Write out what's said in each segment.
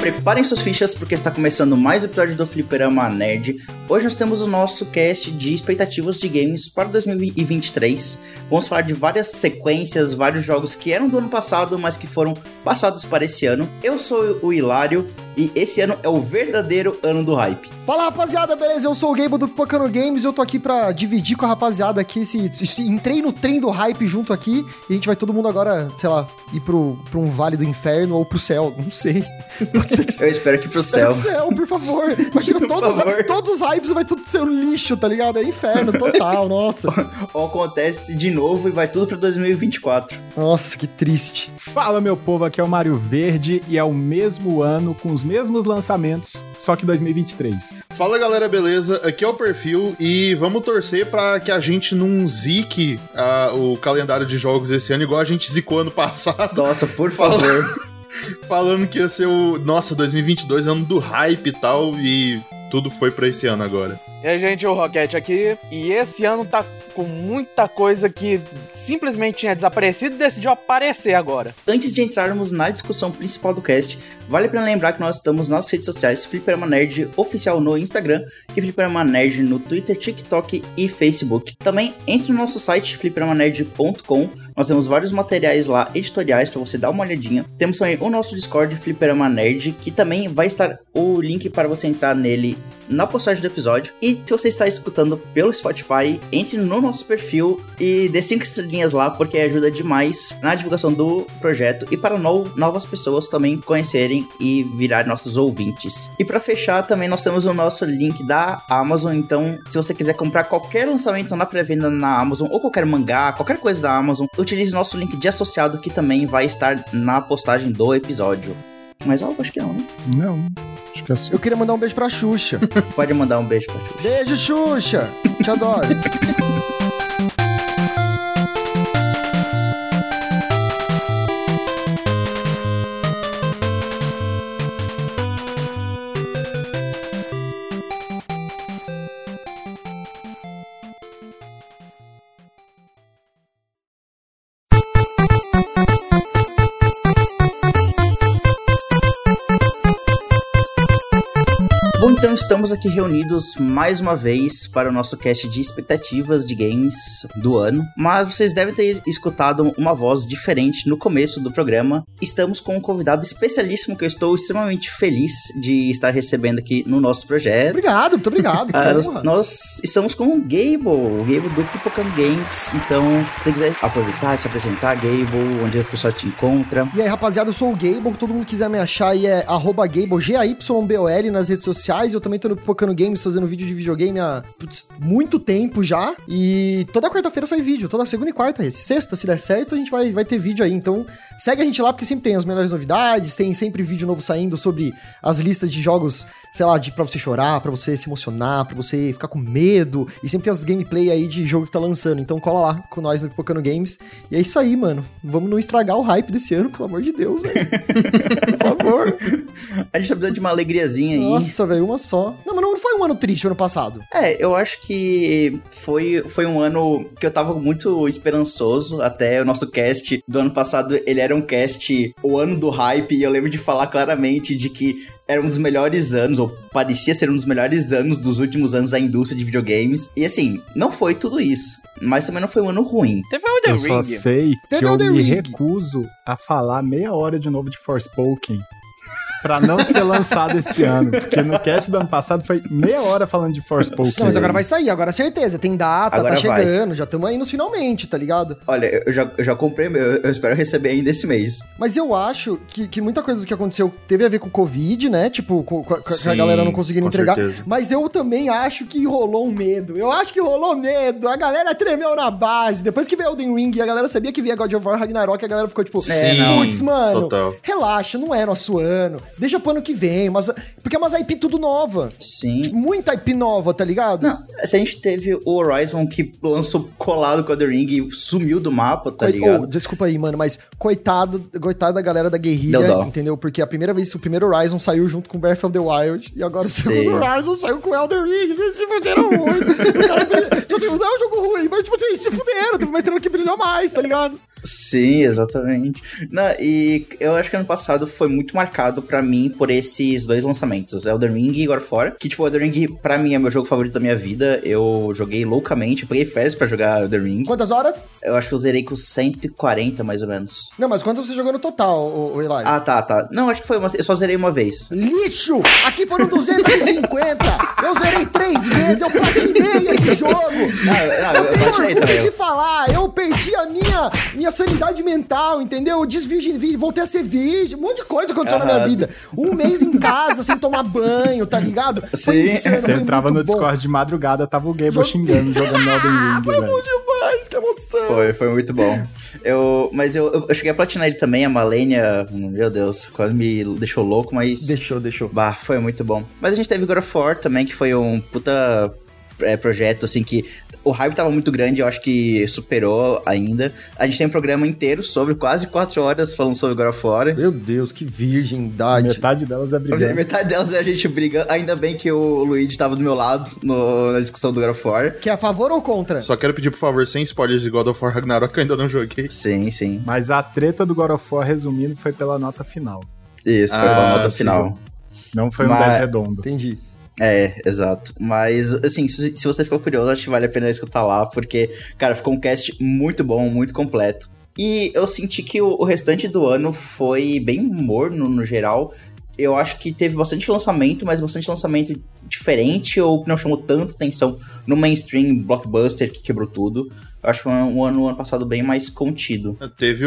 Preparem suas fichas porque está começando mais um episódio do Fliperama Nerd. Hoje nós temos o nosso cast de expectativas de games para 2023. Vamos falar de várias sequências, vários jogos que eram do ano passado, mas que foram passados para esse ano. Eu sou o Hilário e esse ano é o verdadeiro ano do hype. Fala, rapaziada, beleza? Eu sou o Gable do Pipocano Games e eu tô aqui pra dividir com a rapaziada aqui entrei no trem do hype junto aqui e a gente vai todo mundo agora, sei lá, ir pra um vale do inferno ou pro céu, não sei. Eu espero que pro céu. Pro céu, por favor. Imagina todos os hypes vai tudo ser um lixo, tá ligado? É inferno total, nossa. Ou acontece de novo e vai tudo pra 2024. Nossa, que triste. Fala, meu povo, aqui é o Mário Verde e é o mesmo ano com os mesmos lançamentos, só que 2023. Fala, galera, beleza? Aqui é o Perfil e vamos torcer pra que a gente não zique o calendário de jogos esse ano igual a gente zicou ano passado. Nossa, por favor. Falando que ia ser 2022 ano do hype e tal, e tudo foi pra esse ano agora. E aí, gente, o Rocket aqui, e esse ano tá com muita coisa que simplesmente tinha desaparecido e decidiu aparecer agora. Antes de entrarmos na discussão principal do cast, vale a pena lembrar que nós estamos nas redes sociais Fliperama Nerd Oficial no Instagram e Fliperama Nerd no Twitter, TikTok e Facebook. Também entre no nosso site fliperamanerd.com, nós temos vários materiais lá, editoriais, para você dar uma olhadinha. Temos também o nosso Discord Fliperama Nerd, que também vai estar o link para você entrar nele na postagem do episódio. E se você está escutando pelo Spotify, entre no nosso perfil e dê 5 estrelinhas lá, porque ajuda demais na divulgação do projeto e para novas pessoas também conhecerem e virar nossos ouvintes. E para fechar, também nós temos o nosso link da Amazon, então se você quiser comprar qualquer lançamento na pré-venda na Amazon ou qualquer mangá, qualquer coisa da Amazon, utilize nosso link de associado que também vai estar na postagem do episódio. Mas algo acho que não, né? Não. Acho que é só. Eu queria mandar um beijo pra Xuxa. Pode mandar um beijo pra Xuxa. Beijo, Xuxa! Te adoro. Bom, então estamos aqui reunidos mais uma vez para o nosso cast de expectativas de games do ano, mas vocês devem ter escutado uma voz diferente no começo do programa. Estamos com um convidado especialíssimo que eu estou extremamente feliz de estar recebendo aqui no nosso projeto. Obrigado, muito obrigado. Nós estamos com o Gable do Pipocano Games, então se você quiser aproveitar e se apresentar, Gable, onde a pessoa te encontra. E aí, rapaziada, eu sou o Gable, todo mundo quiser me achar aí é @Gable, GAYBOL nas redes sociais. Eu também tô no Pipocano Games fazendo vídeo de videogame há muito tempo já. E toda quarta-feira sai vídeo, toda segunda e quarta. Sexta, se der certo, a gente vai ter vídeo aí. Então segue a gente lá, porque sempre tem as melhores novidades, tem sempre vídeo novo saindo sobre as listas de jogos, sei lá, pra você chorar, pra você se emocionar, pra você ficar com medo. E sempre tem as gameplay aí de jogo que tá lançando. Então cola lá com nós no Pipocano Games. E é isso aí, mano. Vamos não estragar o hype desse ano, pelo amor de Deus, velho. Por favor. A gente tá precisando de uma alegriazinha aí. Nossa, velho, uma só. Não, mas não foi um ano triste o ano passado. Eu acho que foi um ano que eu tava muito esperançoso. Até o nosso cast do ano passado, ele era um cast, o ano do hype, e eu lembro de falar claramente de que era um dos melhores anos, ou parecia ser um dos melhores anos dos últimos anos da indústria de videogames. E assim, não foi tudo isso, mas também não foi um ano ruim. Teve o Elden Eu só Ring. sei que Teve eu Elden me Ring. recuso a falar meia hora de novo de Forspoken pra não ser lançado esse ano. Porque no cast do ano passado foi meia hora falando de Forspoken. Não, mas agora vai sair, agora é certeza. Tem data, Agora tá vai. chegando, já estamos aí nos finalmente, tá ligado? Olha, eu já comprei meu, eu espero receber ainda esse mês. Mas eu acho que muita coisa do que aconteceu teve a ver com o Covid, né? Tipo, com a Sim, galera não conseguindo com entregar. certeza. Mas eu também acho que rolou um medo. Eu acho que rolou medo. A galera tremeu na base. Depois que veio Elden Ring, a galera sabia que via God of War Ragnarok, a galera ficou tipo, putz, mano, total. relaxa, não é nosso ano. Deixa pro ano que vem. Porque é umas IP tudo nova. Sim. Tipo, muita IP nova, tá ligado? Não, se a gente teve o Horizon que lançou colado com o Elden Ring e sumiu do mapa, tá ligado? Desculpa aí, mano, mas coitada da galera da guerrilha, Deu dó. entendeu? Porque a primeira vez, o primeiro Horizon saiu junto com Breath of the Wild, e agora o Sim. segundo Horizon saiu com Elden Ring, eles se fuderam muito. Tipo assim, não é um jogo ruim, mas tipo assim, se fuderam, teve uma estrela que brilhou mais, tá ligado? Sim, exatamente. Não, e eu acho que ano passado foi muito marcado pra mim por esses dois lançamentos, Elden Ring e God of War, que tipo, Elden Ring pra mim é meu jogo favorito da minha vida, eu joguei loucamente, eu peguei férias pra jogar Elden Ring. Quantas horas? Eu acho que eu zerei com 140, mais ou menos. Não, mas quantas você jogou no total, o Hilário? Ah, tá. Não, acho que foi eu só zerei uma vez. Lixo! Aqui foram 250! Eu zerei 3 vezes, eu platinei esse jogo! Não, eu tenho platinei orgulho também. de falar, eu perdi a minha sanidade mental, entendeu? Eu desvirgem, voltei a ser virgem, um monte de coisa aconteceu na minha vida. Um mês em casa, sem tomar banho, tá ligado? Foi Sim. insano, Você foi entrava no muito bom. Discord de madrugada, tava o Gable xingando, jogando Elden Ring, Foi bom velho. demais, que emoção! Foi muito bom. Mas eu cheguei a platinar ele também, a Malenia, meu Deus, quase me deixou louco, mas... Deixou. Bah, foi muito bom. Mas a gente teve God of War também, que foi um puta projeto, assim, que o hype tava muito grande, eu acho que superou ainda. A gente tem um programa inteiro sobre quase 4 horas falando sobre God of War. Meu Deus, que virgindade. Metade delas é brigando. Metade delas a gente briga, ainda bem que o Luigi tava do meu lado na discussão do God of War. Que é a favor ou contra? Só quero pedir, por favor, sem spoilers de God of War Ragnarok, que eu ainda não joguei. Sim. Mas a treta do God of War, resumindo, foi pela nota final. Isso, foi a nota sim. final. Não foi um Mas- 10 redondo. Entendi. É, exato. Mas, assim, se você ficou curioso, acho que vale a pena escutar lá, porque, cara, ficou um cast muito bom, muito completo. E eu senti que o restante do ano foi bem morno, no geral. Eu acho que teve bastante lançamento, mas bastante lançamento diferente, ou que não chamou tanto atenção no mainstream blockbuster que quebrou tudo. Eu acho que foi um ano passado bem mais contido. Teve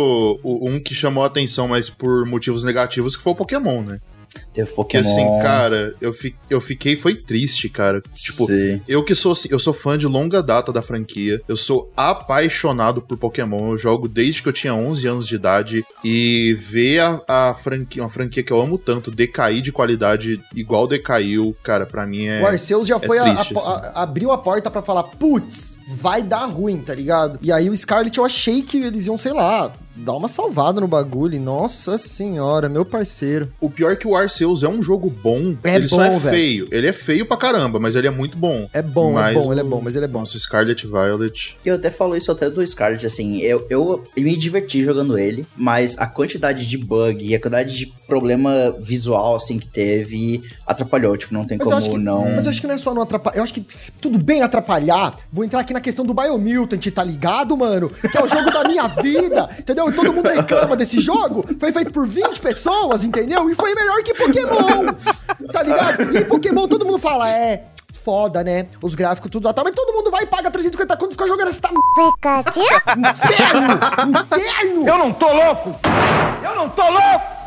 um que chamou a atenção, mas por motivos negativos, que foi o Pokémon, né? Teve Porque Pokémon. assim, cara, eu fiquei, foi triste, cara. Tipo, Sim. eu sou fã de longa data da franquia, eu sou apaixonado por Pokémon, eu jogo desde que eu tinha 11 anos de idade, e ver a franquia, uma franquia que eu amo tanto, decair de qualidade igual decaiu, cara, pra mim O Arceus já foi triste, abriu a porta pra falar, putz, vai dar ruim, tá ligado? E aí o Scarlet eu achei que eles iam, sei lá, dar uma salvada no bagulho. E, nossa senhora, meu parceiro. O pior é que o Arceus é um jogo bom, É ele bom, só é velho. feio. Ele é feio pra caramba, mas ele é muito bom. É bom, Mas ele é bom, mas ele é bom. Nossa, Scarlet Violet. Eu até falo isso até do Scarlet, assim, eu me diverti jogando ele, mas a quantidade de bug e a quantidade de problema visual, assim, que teve, atrapalhou, tipo, não tem Mas eu, como acho que, não... mas eu acho que não é só não atrapalhar. Eu acho que tudo bem atrapalhar. Vou entrar aqui na questão do Biomutant, tá ligado, mano? Que é o jogo da minha vida, entendeu? E todo mundo reclama desse jogo. Foi feito por 20 pessoas, entendeu? E foi melhor que Pokémon, tá ligado? E Pokémon todo mundo fala, foda, né? Os gráficos, tudo tal, mas todo mundo vai e paga 350 conto com a jogando essa Pikachu? inferno! Inferno! Eu não tô louco! Eu não tô louco!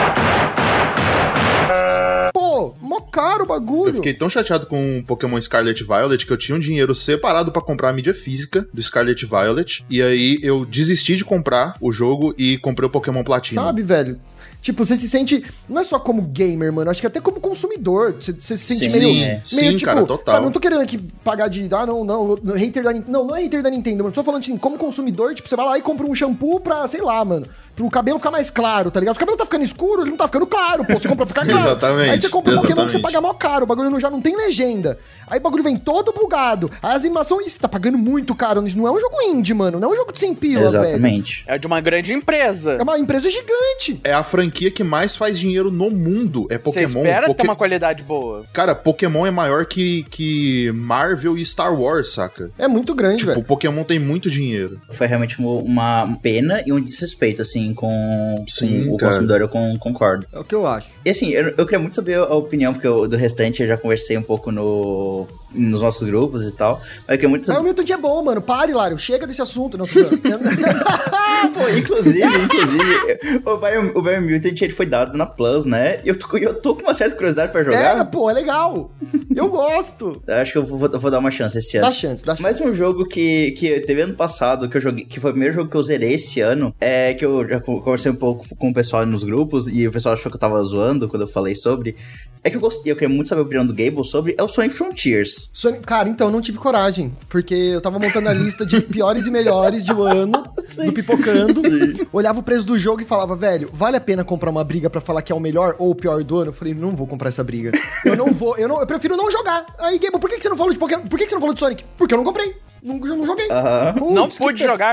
Pô, mó caro o bagulho. Eu fiquei tão chateado com o Pokémon Scarlet Violet que eu tinha um dinheiro separado pra comprar a mídia física do Scarlet Violet. E aí eu desisti de comprar o jogo e comprei o Pokémon Platinum. Sabe, velho? Tipo, você se sente, não é só como gamer, mano, acho que até como consumidor. Você se sente Sim, meio, é. meio Sim, tipo, cara, total. sabe, não tô querendo aqui pagar de, hater da Nintendo. Não é hater da Nintendo, mano. Tô falando assim, como consumidor, tipo, você vai lá e compra um shampoo pra, sei lá, mano, pro cabelo ficar mais claro, tá ligado? Se o cabelo tá ficando escuro, ele não tá ficando claro, pô. Você compra pra ficar claro. Exatamente, Aí você compra um Pokémon que você exatamente. paga mó caro, o bagulho já não tem legenda. Aí o bagulho vem todo bugado. Aí as animações, você tá pagando muito caro. Isso não é um jogo indie, mano. Não é um jogo de 100 pila, velho. Exatamente. É de uma grande empresa. É uma empresa gigante. É a franquia que mais faz dinheiro no mundo. É Você Pokémon. espera ter uma qualidade boa. Cara, Pokémon é maior que Marvel e Star Wars, saca? É muito grande, Tipo, velho. o Pokémon tem muito dinheiro. Foi realmente uma pena e um desrespeito, assim, com Sim, o cara. consumidor, eu concordo. É o que eu acho. E assim, eu queria muito saber a opinião, porque do restante eu já conversei um pouco nos nossos grupos e tal, mas eu queria muito Mas saber... o Milton é bom, mano. Pare, Lário. Chega desse assunto. Não, tô zoando. Pô, inclusive, o Biomutant ele foi dado na Plus, né? E eu tô com uma certa curiosidade pra jogar. Pô, é legal. Eu gosto. Acho que eu vou dar uma chance esse ano. Dá chance, dá chance. Mais um jogo que teve ano passado, que eu joguei, que foi o primeiro jogo que eu zerei esse ano, que eu já conversei um pouco com o pessoal nos grupos, e o pessoal achou que eu tava zoando quando eu falei sobre, é que eu gostei, eu queria muito saber a opinião do Gable sobre, é o Sonic Frontiers. Cara, então, eu não tive coragem. Porque eu tava montando a lista de piores e melhores do ano, do Pipocando. Olhava o preço do jogo e falava, velho, vale a pena comprar uma briga pra falar que é o melhor ou o pior do ano? Eu falei, não vou comprar essa briga. Eu prefiro não jogar. Aí, Gable, por que você não falou de Pokémon? Por que você não falou de Sonic? Porque eu não comprei. Eu não joguei. Aham. Putz, Não que pude pena. jogar.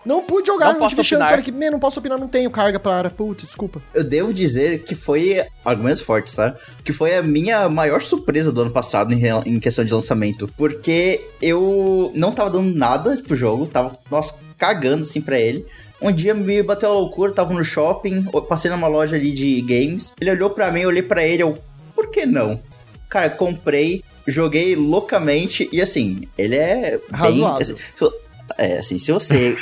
Não pude jogar, não tive chance. opinar. Olha que, não posso opinar, não tenho carga para. Putz, desculpa. Eu devo dizer que foi, argumentos fortes, tá? Que foi a minha maior surpresa do ano passado em questão de lançamento. Porque eu não tava dando nada pro jogo, tava, nossa, cagando assim pra ele. Um dia me bateu a loucura, tava no shopping, passei numa loja ali de games. Ele olhou pra mim, eu olhei pra ele, por que não? Cara, comprei, joguei loucamente e assim, ele é bem... Razoável. Assim, se você...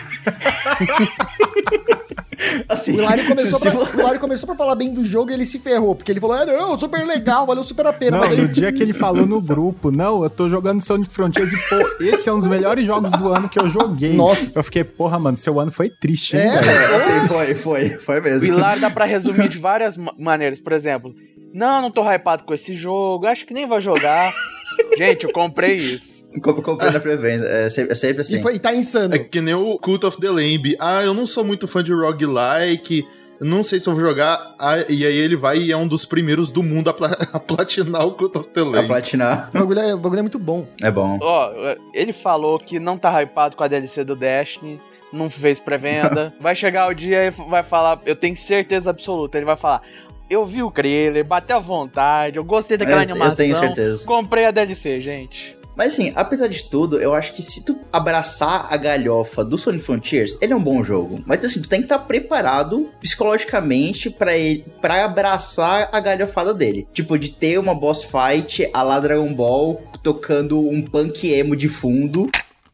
assim, O Hilário começou pra falar bem do jogo e ele se ferrou, porque ele falou, não, super legal, valeu super a pena. Não, mas no dia que ele falou no grupo, não, eu tô jogando Sonic Frontiers e, pô, esse é um dos melhores jogos do ano que eu joguei. Nossa. Eu fiquei, porra, mano, seu ano foi triste, hein, velho? assim, foi O mesmo. Hilário dá pra resumir de várias maneiras. Por exemplo, não tô hypado com esse jogo, acho que nem vou jogar. Gente, eu comprei isso. Comprei na pré-venda, é sempre assim. E tá insano. É que nem o Cult of the Lamb. Eu não sou muito fã de roguelike, não sei se eu vou jogar. E aí ele vai e é um dos primeiros do mundo a platinar o Cult of the A Lamb. platinar. O bagulho é muito bom. É bom. Ó, ele falou que não tá hypado com a DLC do Destiny, não fez pré-venda. Vai chegar o dia e vai falar, eu tenho certeza absoluta, ele vai falar... Eu vi o trailer, bateu à vontade, eu gostei daquela animação. Eu tenho certeza. Comprei a DLC, gente. Mas assim, apesar de tudo, eu acho que se tu abraçar a galhofa do Sonic Frontiers, ele é um bom jogo. Mas assim, tu tem que estar preparado psicologicamente pra abraçar a galhofada dele. Tipo, de ter uma boss fight a la Dragon Ball, tocando um punk emo de fundo.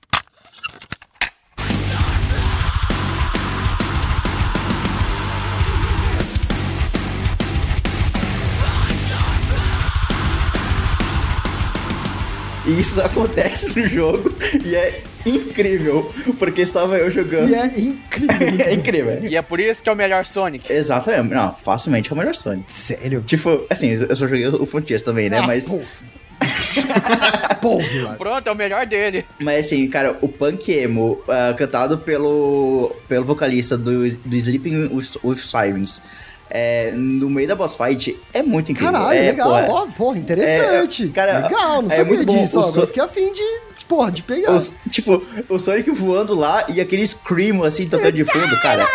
E isso acontece no jogo e é incrível, porque estava eu jogando. E é incrível. É incrível. E é por isso que é o melhor Sonic. Exatamente. Não, facilmente é o melhor Sonic. Sério? Tipo, assim, eu só joguei o Frontiers também, né? Mas... Porra. Pronto, é o melhor dele. Mas assim, cara, o Punk Emo, cantado pelo vocalista do Sleeping with Sirens, no meio da boss fight, é muito incrível. Caralho, legal, porra, interessante. Cara, legal, não é sabia muito bom. disso, ó, agora fiquei afim de pegar. Tipo, o Sonic voando lá e aquele scream assim, tocando de fundo, cara,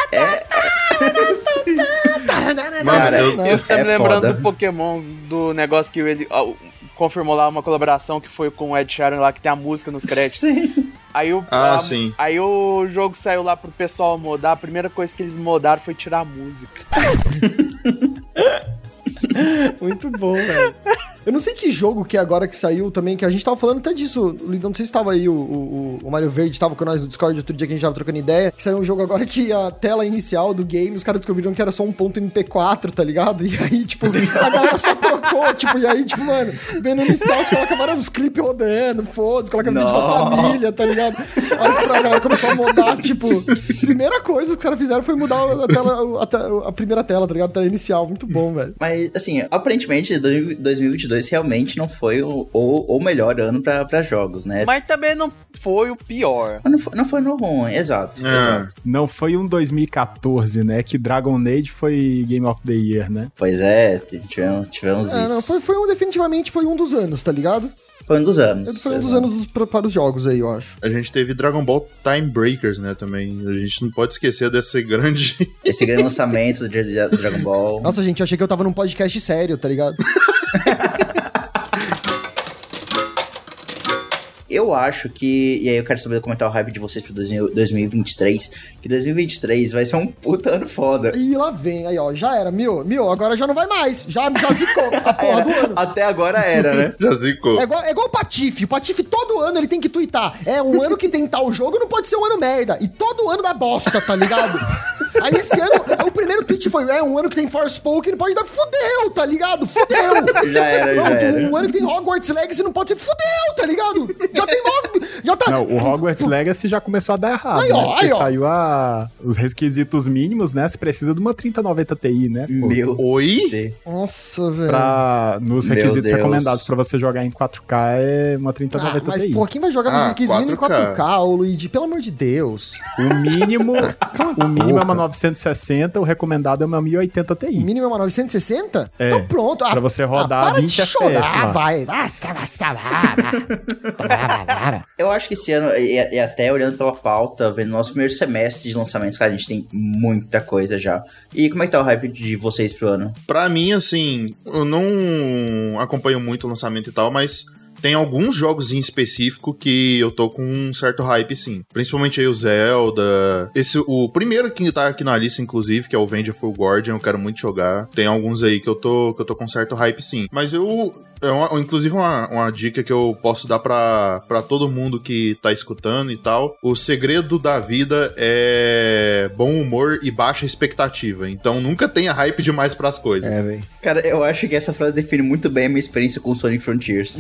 Mano, cara, eu tô me lembrando foda. do Pokémon, do negócio que ele confirmou lá uma colaboração que foi com o Ed Sheeran lá, que tem a música nos créditos. Sim. Aí sim. Aí o jogo saiu lá pro pessoal modar, a primeira coisa que eles modaram foi tirar a música. Muito bom, velho. Eu não sei que jogo que é agora que saiu também, que a gente tava falando até disso. Não sei se tava aí o Mário Verde, tava com nós no Discord outro dia que a gente tava trocando ideia. Que saiu um jogo agora que a tela inicial do game, os caras descobriram que era só um ponto MP4, tá ligado? E aí, tipo, a galera só trocou, tipo, e aí, tipo, mano, menu inicial, você coloca vários clipes rodando, foda-se, coloca vídeo da família, tá ligado? A hora que a galera começou a mudar, tipo, primeira coisa que os caras fizeram foi mudar a tela, a primeira tela, tá ligado? A tela inicial, muito bom, velho. Mas, assim, aparentemente 2022 realmente não foi o melhor ano pra jogos, né? Mas também não foi o pior. Mas não foi no ruim, exato. Não foi um 2014, né? Que Dragon Age foi Game of the Year, né? Pois é, tivemos isso. Não, definitivamente foi um dos anos, tá ligado? Foi um dos anos. Foi um dos anos para os jogos aí, eu acho. A gente teve Dragon Ball Time Breakers, né, também. A gente não pode esquecer desse grande lançamento de Dragon Ball. Nossa, gente, eu achei que eu tava num podcast sério, tá ligado? Eu acho que, e aí eu quero saber comentar o hype de vocês pro 2023, que 2023 vai ser um puta ano foda. E lá vem, aí ó, já era, agora já não vai mais, já zicou a porra do ano. Até agora era, né? Já zicou. É igual o Patife todo ano ele tem que twittar, um ano que tem tal jogo não pode ser um ano merda, e todo ano dá bosta, tá ligado? Aí esse ano, o primeiro tweet foi, um ano que tem Forspoken, não pode dar, fudeu, tá ligado? Fudeu! Já era. Um ano que tem Hogwarts Legacy não pode ser, fudeu, tá ligado? Já tem já tá... Não, o Hogwarts Legacy já começou a dar errado, aí, ó, né? Porque saiu os requisitos mínimos, né? Você precisa de uma 3090 Ti, né? Pô? Meu Oi? Nossa, velho. Nos requisitos recomendados pra você jogar em 4K é uma 3090 mas, Ti. Pô, quem vai jogar nos requisitos mínimos em 4K, ô Luigi? Pelo amor de Deus. O mínimo é uma 960, o recomendado é uma 1080 Ti. O mínimo é uma 960? É, então pronto. pra você rodar para 20 de chorar, FPS lá. vai. Eu eu acho que esse ano, e até olhando pela pauta, vendo nosso primeiro semestre de lançamentos, cara, a gente tem muita coisa já. E como é que tá o hype de vocês pro ano? Pra mim, assim, eu não acompanho muito o lançamento e tal, mas tem alguns jogos em específico que eu tô com um certo hype, sim. Principalmente aí o Zelda. O primeiro que tá aqui na lista, inclusive, que é o Vengeful Guardian, eu quero muito jogar. Tem alguns aí que eu tô com certo hype, sim. Mas inclusive uma dica que eu posso dar pra todo mundo que tá escutando e tal. O segredo da vida é bom humor e baixa expectativa. Então nunca tenha hype demais pras coisas. Velho. Cara, eu acho que essa frase define muito bem a minha experiência com o Sonic Frontiers.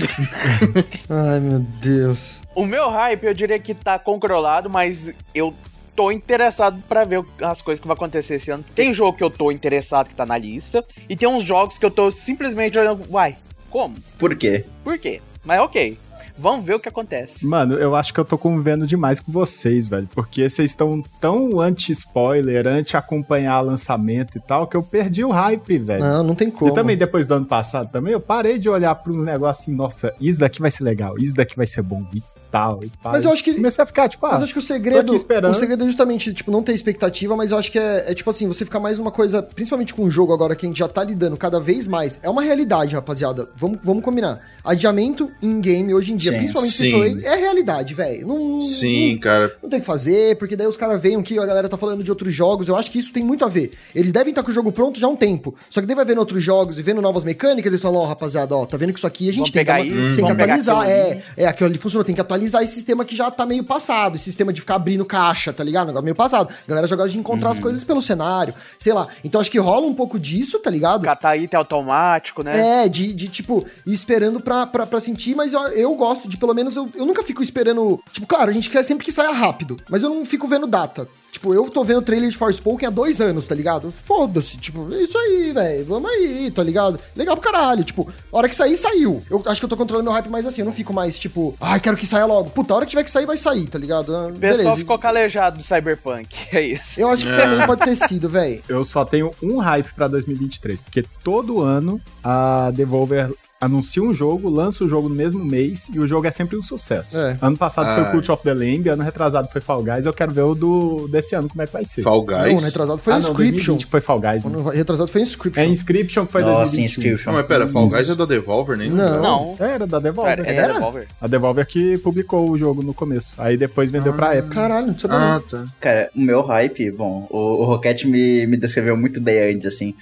Ai, meu Deus. O meu hype, eu diria que tá controlado, mas eu tô interessado pra ver as coisas que vão acontecer esse ano. Tem jogo que eu tô interessado que tá na lista, e tem uns jogos que eu tô simplesmente olhando, uai, como? Por quê? Por quê? Mas ok, vamos ver o que acontece. Mano, eu acho que eu tô convivendo demais com vocês, velho. Porque vocês estão tão anti-spoiler, anti-acompanhar lançamento e tal, que eu perdi o hype, velho. Não tem como. E também, depois do ano passado, também, eu parei de olhar pra uns negócios assim, nossa, isso daqui vai ser legal, isso daqui vai ser bom, e tal, e tal. Mas eu acho que... Comecei a ficar, tipo, Mas eu acho que o segredo esperando. é justamente, tipo, não ter expectativa, mas eu acho que é tipo assim, você ficar mais uma coisa, principalmente com o jogo agora que a gente já tá lidando cada vez mais, é uma realidade, rapaziada. Vamos combinar. Adiamento em game hoje em dia, Sim, principalmente AAA, é realidade, velho. Sim, cara. Não tem o que fazer, porque daí os caras veem que a galera tá falando de outros jogos, eu acho que isso tem muito a ver. Eles devem estar com o jogo pronto já há um tempo, só que daí vai vendo outros jogos e vendo novas mecânicas, eles falam, rapaziada, tá vendo que isso aqui a gente tem que atualizar. Aquilo ali funciona, tem que atualizar esse sistema que já tá meio passado, esse sistema de ficar abrindo caixa, tá ligado? Negócio meio passado. A galera já gosta de encontrar as coisas pelo cenário, sei lá. Então acho que rola um pouco disso, tá ligado? Catar item automático, né? De tipo, ir esperando pra sentir, mas eu gosto de, pelo menos, eu nunca fico esperando... Tipo, claro, a gente quer sempre que saia rápido, mas eu não fico vendo data. Tipo, eu tô vendo o trailer de Forspoken há 2 anos, tá ligado? Foda-se, tipo, é isso aí, velho, vamos aí, tá ligado? Legal pro caralho, tipo, a hora que sair, saiu. Eu acho que eu tô controlando meu hype mais assim, eu não fico mais, tipo, quero que saia logo. Puta, a hora que tiver que sair, vai sair, tá ligado? O pessoal ficou calejado do Cyberpunk, é isso. Eu acho que também pode ter sido, velho. Eu só tenho um hype pra 2023, porque todo ano a Devolver anuncia um jogo, lança o jogo no mesmo mês e o jogo é sempre um sucesso. Ano passado foi o Cult of the Lamb, ano retrasado foi Fall Guys, eu quero ver o desse ano como é que vai ser. Fall Guys? Não, ano retrasado foi Inscription. Que foi Fall Guys. Ano retrasado foi Inscription. É Inscription que foi 2021. Inscription. Não, mas pera, Fall Guys é da Devolver, nem? Não. Era da Devolver. É da Devolver. A Devolver que publicou o jogo no começo. Aí depois vendeu pra Epic. Caralho, não sabia não. Tá. Cara, o meu hype, bom, o Rocket me descreveu muito bem antes, assim,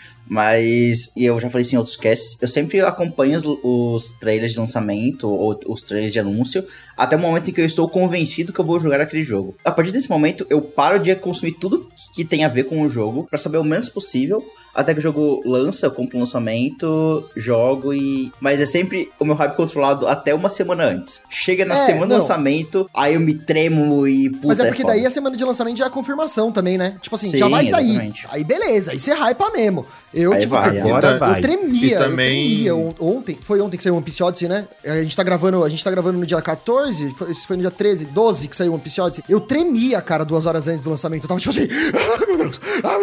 mas, e eu já falei isso em outros casts, eu sempre acompanho os trailers de lançamento, ou os trailers de anúncio, até o momento em que eu estou convencido que eu vou jogar aquele jogo. A partir desse momento, eu paro de consumir tudo que tem a ver com o jogo, pra saber o menos possível, até que o jogo lança, eu compro o lançamento, jogo e... Mas é sempre o meu hype controlado até uma semana antes. Chega na semana do lançamento, aí eu me tremo e... Puta, mas é porque daí a semana de lançamento já é a confirmação também, né? Tipo assim, Sim, já vai sair. Exatamente. Aí beleza, aí você hypa mesmo. Eu, aí tipo, vai, agora vai. Eu tremia, E também... Foi ontem que saiu o One Piece Odyssey, né? A gente tá gravando no dia 14, foi no dia 13, 12 que saiu o One Piece Odyssey. Eu tremia, cara, 2 horas antes do lançamento. Eu tava tipo assim, ai meu Deus,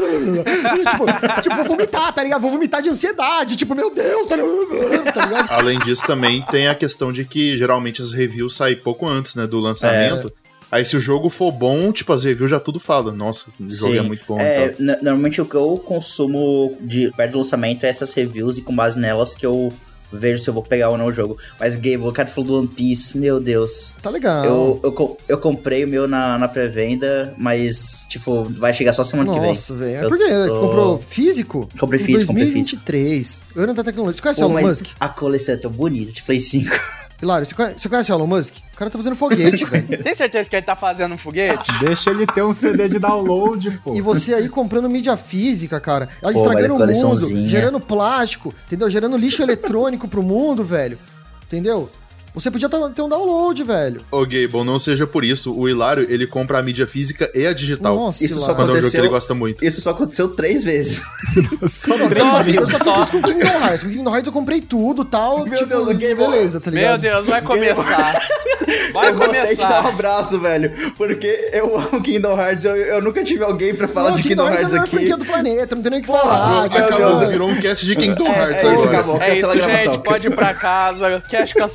tipo, vou vomitar, tá ligado? Vou vomitar de ansiedade, tipo, meu Deus, tá ligado? Além disso, também tem a questão de que geralmente as reviews saem pouco antes, né, do lançamento. Aí se o jogo for bom, tipo, as reviews já tudo fala. Nossa, o jogo é muito bom. Normalmente o que eu consumo de perto do lançamento é essas reviews e com base nelas que eu vejo se eu vou pegar ou não o jogo. Mas, Gabe, o cara falou do One Piece, meu Deus. Tá legal. Eu comprei o meu na pré-venda, mas, tipo, vai chegar só semana que vem. Nossa, velho. Por quê? Comprou físico? Comprei físico, 2023. Ano da tecnologia. Você conhece o Elon Musk? A coleção é tão bonita, de Play 5. Hilário, você conhece o Elon Musk? O cara tá fazendo foguete, velho. Tem certeza que ele tá fazendo um foguete? Deixa ele ter um CD de download, pô. E você aí comprando mídia física, cara. Ela estragando o mundo, gerando plástico, entendeu? Gerando lixo eletrônico pro mundo, velho. Entendeu? Você podia ter um download, velho. Ô, Gable, não seja por isso. O Hilário, ele compra a mídia física e a digital. Nossa, isso só quando aconteceu, é um jogo que ele gosta muito. Isso só aconteceu 3 vezes. Só 3 vezes. Eu só fiz isso com o Kingdom Hearts. Com o Kingdom Hearts eu comprei tudo e tal. Meu Deus, o Game beleza, tá ligado? Meu Deus, vai começar. Vai eu vou até te dar um começar. abraço, velho. Porque eu amo Kingdom Hearts. Eu nunca tive alguém pra falar de Kingdom Hearts é a aqui. franquia do planeta, não tem nem o que falar. meu Deus. Virou um cast de Kingdom Hearts É isso, agora. acabou. É isso, Cancela a gravação. gente. Pode ir pra casa. Cast cancelado.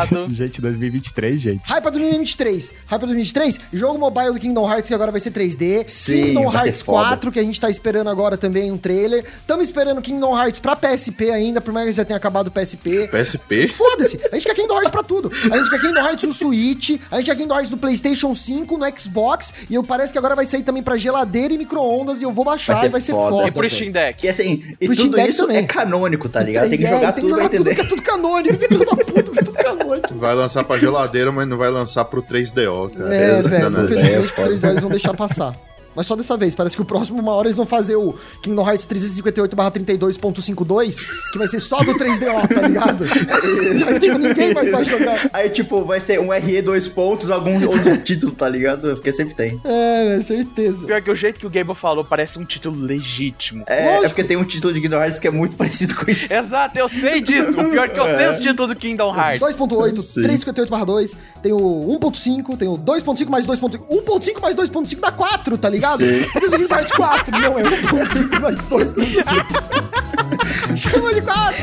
Obrigado. Gente, 2023, gente. Hype pra 2023. Jogo mobile do Kingdom Hearts, que agora vai ser 3D. Sim, Kingdom vai ser Hearts foda. 4, que a gente tá esperando agora também um trailer. Estamos esperando Kingdom Hearts pra PSP ainda, por mais que já tenha acabado o PSP. PSP? Foda-se, a gente quer Kingdom Hearts pra tudo. A gente quer Kingdom Hearts no Switch, a gente quer Kingdom Hearts no PlayStation 5, no Xbox, e parece que agora vai sair também pra geladeira e micro-ondas, e eu vou baixar e vai ser foda. E pro Steam Deck. E assim, e Pro tudo Steam Deck isso também. é canônico, tá ligado? Tem que jogar tudo pra entender. Tudo, que é tudo canônico, filho da puta, é tudo canônico. Vai lançar pra geladeira, mas não vai lançar pro 3DO, cara. É, velho, Sacanagem. infelizmente os 3 eles vão deixar passar. Mas só dessa vez, parece que o próximo uma hora eles vão fazer o Kingdom Hearts 358/32.52, que vai ser só do 3DO, tá ligado? Aí, tipo, ninguém vai só jogar. Aí, tipo, vai ser um RE 2 pontos, algum outro título, tá ligado? Porque sempre tem. É, certeza. Pior que o jeito que o Gable falou parece um título legítimo. É porque tem um título de Kingdom Hearts que é muito parecido com isso. Exato, eu sei disso. O pior é que eu sei os títulos do Kingdom Hearts. 2.8, Sim. 358/2, tem o 1.5, tem o 2.5 mais 2.5. 1.5 mais 2.5 dá 4, tá ligado? Sim. Por isso que faz 4, não é 1.5 mais 2.5. Chama de 4!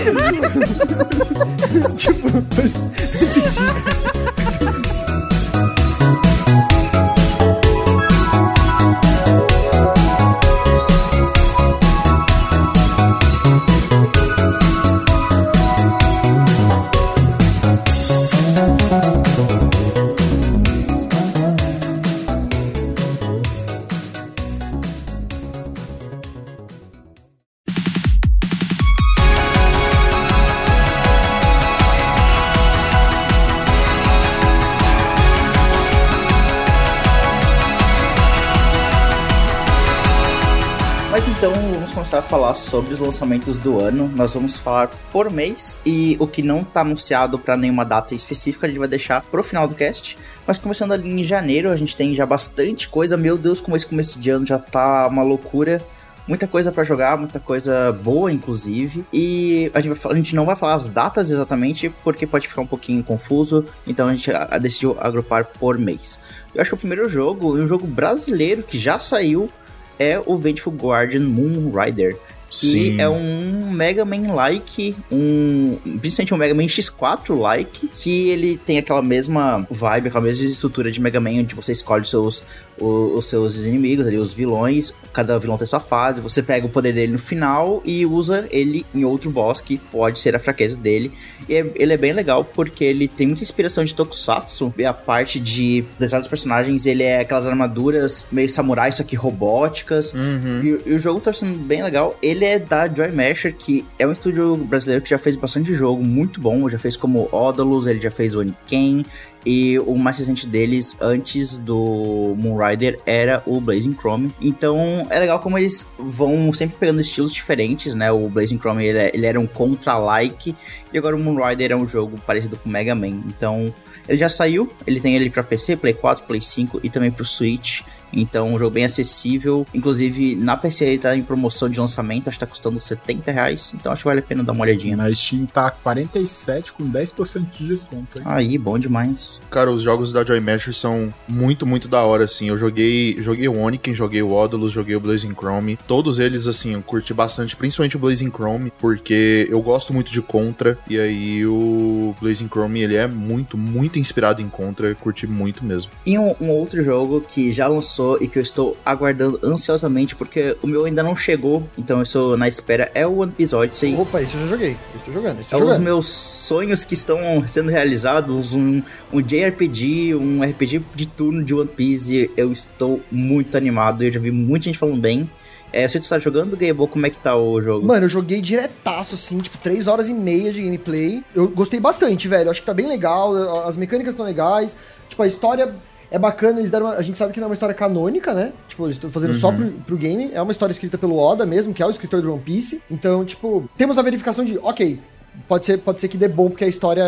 Tipo, faz sentido. Mas então, vamos começar a falar sobre os lançamentos do ano. Nós vamos falar por mês e o que não tá anunciado pra nenhuma data específica a gente vai deixar pro final do cast. Mas começando ali em janeiro, a gente tem já bastante coisa. Meu Deus, como esse começo de ano já tá uma loucura. Muita coisa pra jogar, muita coisa boa, inclusive. E a gente não vai falar as datas exatamente, porque pode ficar um pouquinho confuso. Então a gente decidiu agrupar por mês. Eu acho que o primeiro jogo, um jogo brasileiro que já saiu, é o Vengeful Guardian Moon Rider, que Sim. é um Mega Man-like, principalmente um Mega Man X4-like, que ele tem aquela mesma vibe, aquela mesma estrutura de Mega Man, onde você escolhe os seus inimigos, ali, os vilões, cada vilão tem sua fase, você pega o poder dele no final e usa ele em outro boss, que pode ser a fraqueza dele. E ele é bem legal, porque ele tem muita inspiração de Tokusatsu, e a parte de design dos personagens, ele é aquelas armaduras meio samurai, só que robóticas, e o jogo tá sendo bem legal. Ele é da Joy Masher, que é um estúdio brasileiro que já fez bastante jogo muito bom, já fez como Odalus, ele já fez o Oniken, e o mais recente deles, antes do Moon Rider, era o Blazing Chrome. Então é legal como eles vão sempre pegando estilos diferentes, né? O Blazing Chrome ele era um contra-like, e agora o Moon Rider é um jogo parecido com Mega Man. Então ele já saiu, ele tem ele pra PC, Play 4, Play 5 e também pro Switch. Então, um jogo bem acessível. Inclusive, na PC ele tá em promoção de lançamento, acho que tá custando R$70. Então, acho que vale a pena dar uma olhadinha. Na Steam tá 47 com 10% de desconto. Hein? Aí, bom demais. Cara, os jogos da Joy Masher são muito, muito da hora, assim. Eu joguei o Oniken, joguei o Odalus, joguei o Blazing Chrome. Todos eles, assim, eu curti bastante, principalmente o Blazing Chrome, porque eu gosto muito de Contra. E aí, o Blazing Chrome, ele é muito, muito inspirado em Contra. Eu curti muito mesmo. E um outro jogo que já lançou e que eu estou aguardando ansiosamente, porque o meu ainda não chegou, então eu estou na espera, é o One Piece Odyssey. Opa, isso eu já joguei. Estou jogando. Os meus sonhos que estão sendo realizados, um JRPG, um RPG de turno de One Piece. Eu estou muito animado, eu já vi muita gente falando bem. Você tá jogando, Gable? Como é que tá o jogo? Mano, eu joguei diretaço, assim, tipo, 3 horas e meia de gameplay. Eu gostei bastante, velho. Acho que tá bem legal, as mecânicas estão legais. Tipo, a história é bacana, a gente sabe que não é uma história canônica, né? Tipo, eles estão fazendo só pro game. É uma história escrita pelo Oda mesmo, que é o escritor do One Piece. Então, tipo, temos a verificação de, ok, pode ser que dê bom, porque a história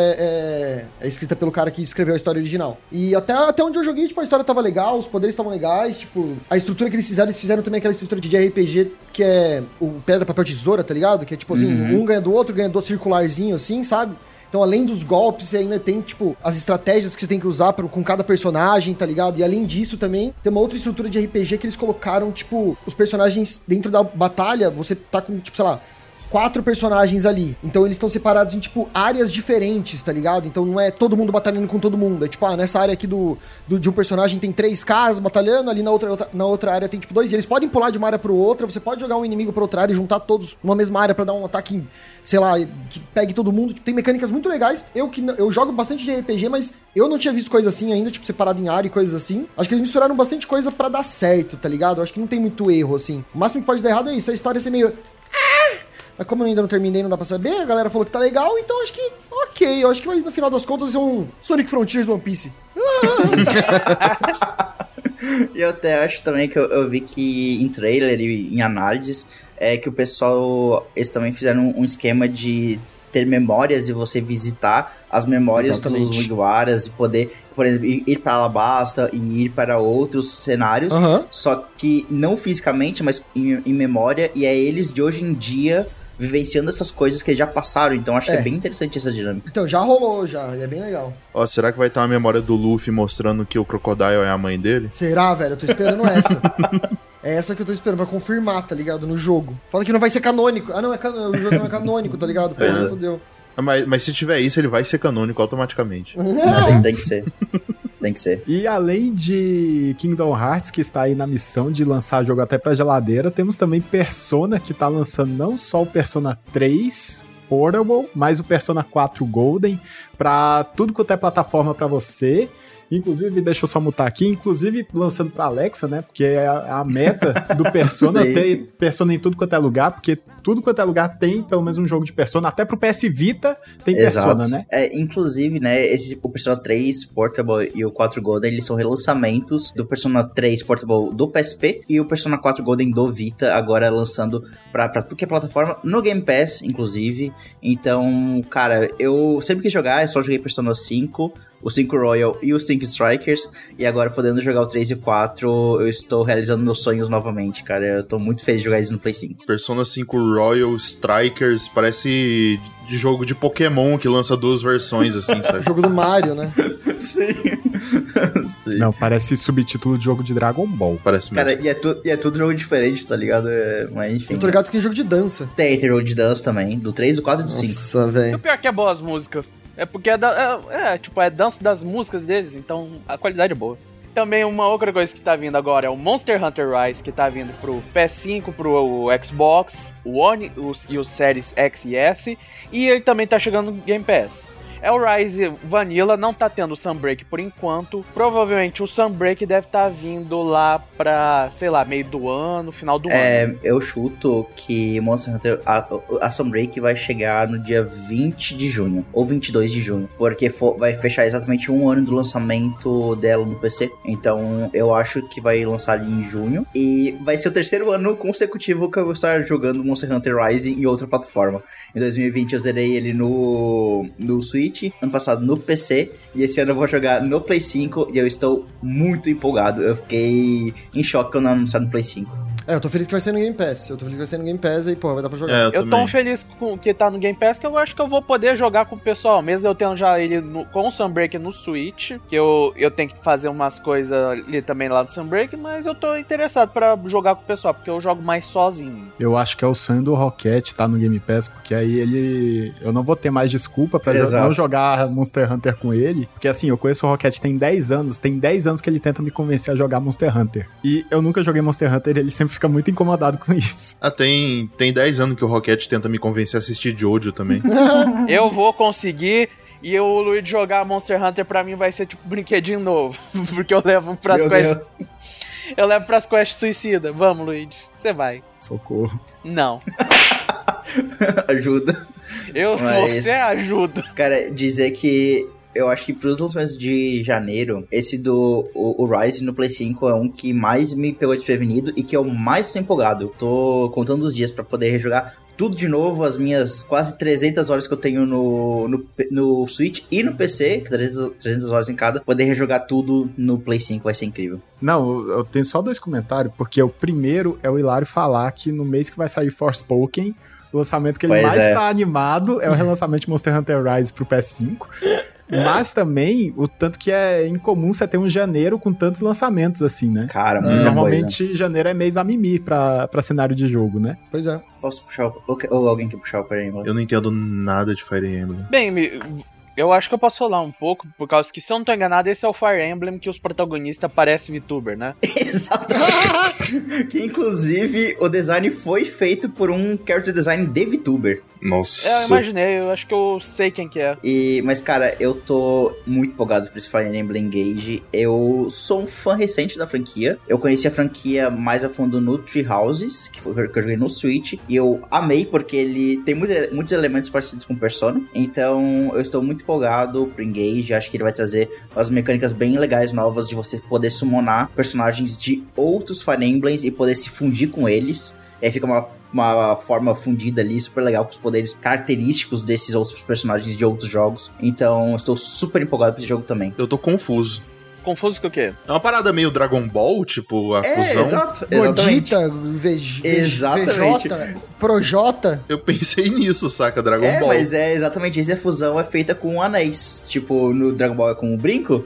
é escrita pelo cara que escreveu a história original. E até onde eu joguei, tipo, a história tava legal, os poderes estavam legais, tipo, a estrutura que eles fizeram também aquela estrutura de RPG, que é o pedra, papel, tesoura, tá ligado? Que é tipo assim, um ganha do outro circularzinho, assim, sabe? Então, além dos golpes, você ainda tem, tipo, as estratégias que você tem que usar com cada personagem, tá ligado? E além disso também, tem uma outra estrutura de RPG que eles colocaram, tipo, os personagens dentro da batalha, você tá com, tipo, sei lá, 4 personagens ali. Então eles estão separados em, tipo, áreas diferentes, tá ligado? Então não é todo mundo batalhando com todo mundo. É tipo, nessa área aqui de um personagem tem 3 caras batalhando, ali na outra área tem, tipo, 2. E eles podem pular de uma área pra outra, você pode jogar um inimigo pra outra área e juntar todos numa mesma área pra dar um ataque, sei lá, que pegue todo mundo. Tem mecânicas muito legais. Eu jogo bastante de RPG, mas eu não tinha visto coisa assim ainda, tipo, separado em área e coisas assim. Acho que eles misturaram bastante coisa pra dar certo, tá ligado? Acho que não tem muito erro, assim. O máximo que pode dar errado é isso, a história ser meio... Mas como eu ainda não terminei, não dá pra saber, a galera falou que tá legal, então acho que ok. Eu acho que vai, no final das contas, ser um Sonic Frontiers One Piece. E eu até acho também que eu vi que em trailer e em análises, que o pessoal, eles também fizeram um esquema de ter memórias e você visitar as memórias dos Mugiwaras e poder, por exemplo, ir para Alabasta e ir para outros cenários, só que não fisicamente, mas em memória, e é eles de hoje em dia vivenciando essas coisas que já passaram, então acho que é bem interessante essa dinâmica. Então, já rolou, é bem legal. Ó, será que vai ter uma memória do Luffy mostrando que o Crocodile é a mãe dele? Será, velho? Eu tô esperando essa. É essa que eu tô esperando pra confirmar, tá ligado? No jogo. Fala que não vai ser canônico. Ah, não, o jogo não é canônico, tá ligado? Porra, fodeu. Mas se tiver isso, ele vai ser canônico automaticamente. Não, tem que ser. Tem que ser. E além de Kingdom Hearts, que está aí na missão de lançar jogo até pra geladeira, temos também Persona, que tá lançando não só o Persona 3 Portable, mas o Persona 4 Golden, pra tudo quanto é plataforma pra você. Inclusive, deixa eu só mutar aqui, inclusive lançando pra Alexa, né? Porque é a meta do Persona ter Persona em tudo quanto é lugar, porque tudo quanto é lugar tem pelo menos um jogo de Persona, até pro PS Vita tem Persona, né? Inclusive, né, o Persona 3 Portable e o 4 Golden, eles são relançamentos do Persona 3 Portable do PSP e o Persona 4 Golden do Vita, agora lançando pra tudo que é plataforma, no Game Pass, inclusive. Então, cara, eu sempre quis jogar, eu só joguei Persona 5, o 5 Royal e os 5 Strikers, e agora podendo jogar o 3 e o 4, eu estou realizando meus sonhos novamente, cara. Eu tô muito feliz de jogar isso no Play 5. Persona 5 Royal, Strikers, parece de jogo de Pokémon que lança 2 versões, assim, sabe? Jogo do Mario, né? Sim. Não, parece subtítulo de jogo de Dragon Ball. Parece mesmo. Cara, e é tudo jogo diferente, tá ligado? Mas enfim. Eu tô ligado que tem jogo de dança. Tem jogo de dança também, do 3, do 4 e do 5. Nossa, velho. E o pior que é boa as músicas. É porque é dança das músicas deles, então a qualidade é boa. Também uma outra coisa que tá vindo agora é o Monster Hunter Rise, que tá vindo pro PS5, pro Xbox, o One e o Series X e S, e ele também tá chegando no Game Pass. É o Rise Vanilla, não tá tendo o Sunbreak por enquanto. Provavelmente o Sunbreak deve estar vindo lá pra, sei lá, meio do ano, final do ano. Eu chuto que Monster Hunter, a Sunbreak vai chegar no dia 20 de junho, ou 22 de junho, porque vai fechar exatamente um ano do lançamento dela no PC. Então eu acho que vai lançar ali em junho, e vai ser o terceiro ano consecutivo que eu vou estar jogando Monster Hunter Rise em outra plataforma. Em 2020 eu zerei ele no Switch, ano passado no PC, e esse ano eu vou jogar no Play 5, e eu estou muito empolgado. Eu fiquei em choque quando anunciaram no Play 5. Eu tô feliz que vai ser no Game Pass. E, pô, vai dar pra jogar. Eu tô feliz com que tá no Game Pass, que eu acho que eu vou poder jogar com o pessoal. Mesmo eu tendo já ele com o Sunbreak no Switch, que eu tenho que fazer umas coisas ali também lá no Sunbreak, mas eu tô interessado pra jogar com o pessoal, porque eu jogo mais sozinho. Eu acho que é o sonho do Rocket tá no Game Pass, porque aí eu não vou ter mais desculpa pra não jogar Monster Hunter com ele, porque assim, eu conheço o Rocket tem 10 anos que ele tenta me convencer a jogar Monster Hunter. E eu nunca joguei Monster Hunter, ele sempre fica muito incomodado com isso. Tem 10 anos que o Rocket tenta me convencer a assistir Jojo também. Eu vou conseguir, e o Luigi jogar Monster Hunter pra mim vai ser tipo brinquedinho novo, porque eu levo pras quests. Eu levo pras quests suicida. Vamos, Luigi, você vai. Socorro. Não. Ajuda. Você ajuda. Cara, dizer que eu acho que pros lançamentos de janeiro, esse o Rise no Play 5 é um que mais me pegou desprevenido e que eu mais tô empolgado. Tô contando os dias pra poder rejogar tudo de novo, as minhas quase 300 horas que eu tenho no Switch e no PC, 300 horas em cada, poder rejogar tudo no Play 5 vai ser incrível. Não, eu tenho só 2 comentários, porque o primeiro é o Hilário falar que no mês que vai sair Forspoken, o lançamento que ele tá animado é o relançamento de Monster Hunter Rise pro PS5. Mas também, o tanto que é incomum você ter um janeiro com tantos lançamentos assim, né? Cara, muita normalmente coisa. Janeiro é mês a mimir pra cenário de jogo, né? Pois é. Posso puxar ou alguém quer puxar o Fire Emblem? Eu não entendo nada de Fire Emblem. Bem, eu acho que eu posso falar um pouco, por causa que, se eu não tô enganado, esse é o Fire Emblem que os protagonistas parecem VTuber, né? Exatamente. Que, inclusive, o design foi feito por um character design de VTuber. Nossa. Eu imaginei, eu acho que eu sei quem que é. Mas, cara, eu tô muito empolgado por esse Fire Emblem Engage. Eu sou um fã recente da franquia. Eu conheci a franquia mais a fundo no Three Houses, que eu joguei no Switch. E eu amei, porque ele tem muitos elementos parecidos com Persona. Então, eu estou muito empolgado pro Engage. Acho que ele vai trazer umas mecânicas bem legais novas de você poder summonar personagens de outros Fire Emblems e poder se fundir com eles. E aí fica uma forma fundida ali, super legal, com os poderes característicos desses outros personagens de outros jogos. Então, estou super empolgado pra esse jogo também. Eu tô confuso. Confuso com o quê? É uma parada meio Dragon Ball, tipo, a fusão. Exato. Godita, Exatamente. VJ, Projota. Eu pensei nisso, saca? Dragon Ball. Mas é exatamente isso. A fusão é feita com anéis. Tipo, no Dragon Ball é com o brinco.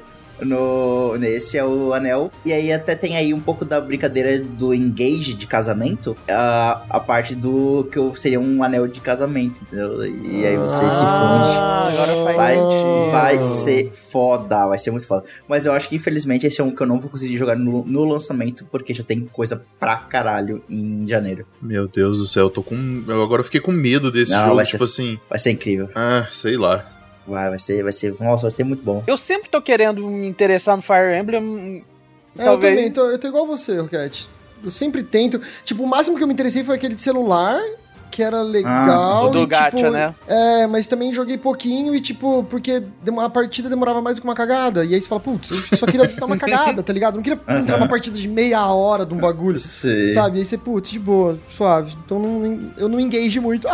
Nesse é o anel. E aí até tem aí um pouco da brincadeira do engage de casamento. A parte do que seria um anel de casamento, entendeu? E aí você se funde. Agora faz sentido. Vai ser foda, vai ser muito foda. Mas eu acho que infelizmente esse é um que eu não vou conseguir jogar no lançamento, porque já tem coisa pra caralho em janeiro. Meu Deus do céu, eu agora fiquei com medo desse jogo, tipo assim. Vai ser incrível. Sei lá. Vai ser, nossa, vai ser muito bom. Eu sempre tô querendo me interessar no Fire Emblem. Talvez. Eu também, eu tô igual você, Roquette. Eu sempre tento. Tipo, o máximo que eu me interessei foi aquele de celular, que era legal. O do gacha, né? Mas também joguei pouquinho e, tipo, porque a partida demorava mais do que uma cagada. E aí você fala, putz, eu só queria dar uma cagada, tá ligado? Não queria entrar numa partida de meia hora de um bagulho. Sim. Sabe? E aí você, putz, de boa, suave. Então eu não engage muito.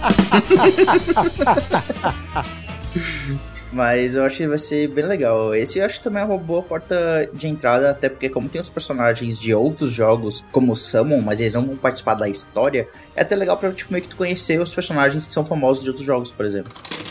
Mas eu acho que vai ser bem legal. Esse eu acho também é uma boa porta de entrada, até porque como tem os personagens de outros jogos, como o Summon, mas eles não vão participar da história, é até legal pra tipo, meio que tu conhecer os personagens que são famosos de outros jogos, por exemplo.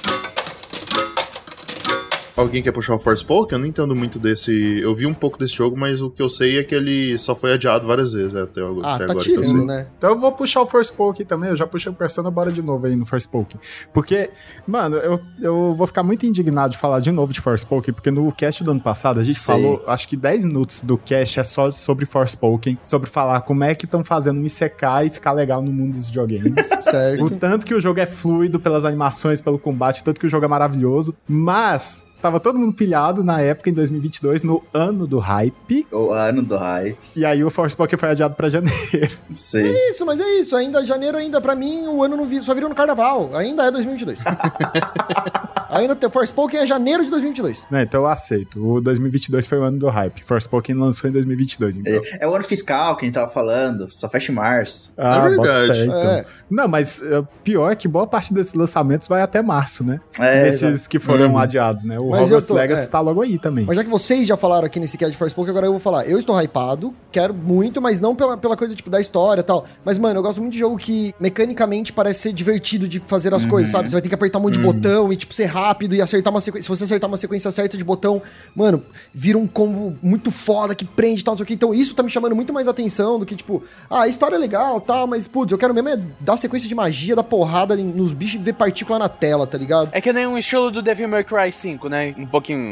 Alguém quer puxar o Forspoken? Eu não entendo muito desse... Eu vi um pouco desse jogo, mas o que eu sei é que ele só foi adiado várias vezes até agora tá que eu tirando, sei. né? Então eu vou puxar o Forspoken também, eu já puxei o Persona, bora de novo aí no Forspoken. Porque, mano, eu vou ficar muito indignado de falar de novo de Forspoken, porque no cast do ano passado a gente falou, acho que 10 minutos do cast é só sobre Forspoken, sobre falar como é que estão fazendo me secar e ficar legal no mundo dos videogames. Certo. O tanto que o jogo é fluido pelas animações, pelo combate, o tanto que o jogo é maravilhoso, mas... Tava todo mundo pilhado na época, em 2022, no ano do hype. O ano do hype. E aí o Forspoken foi adiado pra janeiro. Sim. Mas é isso. Ainda janeiro, pra mim, o ano só virou no carnaval. Ainda é 2022. Ainda o Forspoken é janeiro de 2022. Então eu aceito. O 2022 foi o ano do hype. Forspoken lançou em 2022, então. É o ano fiscal que a gente tava falando, só fecha em março. É verdade. Bota fé, então. Não, mas pior é que boa parte desses lançamentos vai até março, né? Esses que foram adiados, né? O Hogwarts Legacy tá logo aí também. Mas já que vocês já falaram aqui nesse cast de Forspoken, agora eu vou falar. Eu estou hypado, quero muito, mas não pela coisa, tipo, da história e tal. Mas, mano, eu gosto muito de jogo que, mecanicamente, parece ser divertido de fazer as coisas, sabe? Você vai ter que apertar um monte de botão e, tipo, ser rápido e acertar uma sequência. Se você acertar uma sequência certa de botão, mano, vira um combo muito foda que prende e tal, não sei o que. Então, isso tá me chamando muito mais atenção do que, tipo, a história é legal e tal, mas, putz, eu quero mesmo é dar sequência de magia, dar porrada nos bichos e ver partícula na tela, tá ligado? É que nem um estilo do Devil May Cry 5, né? Um pouquinho...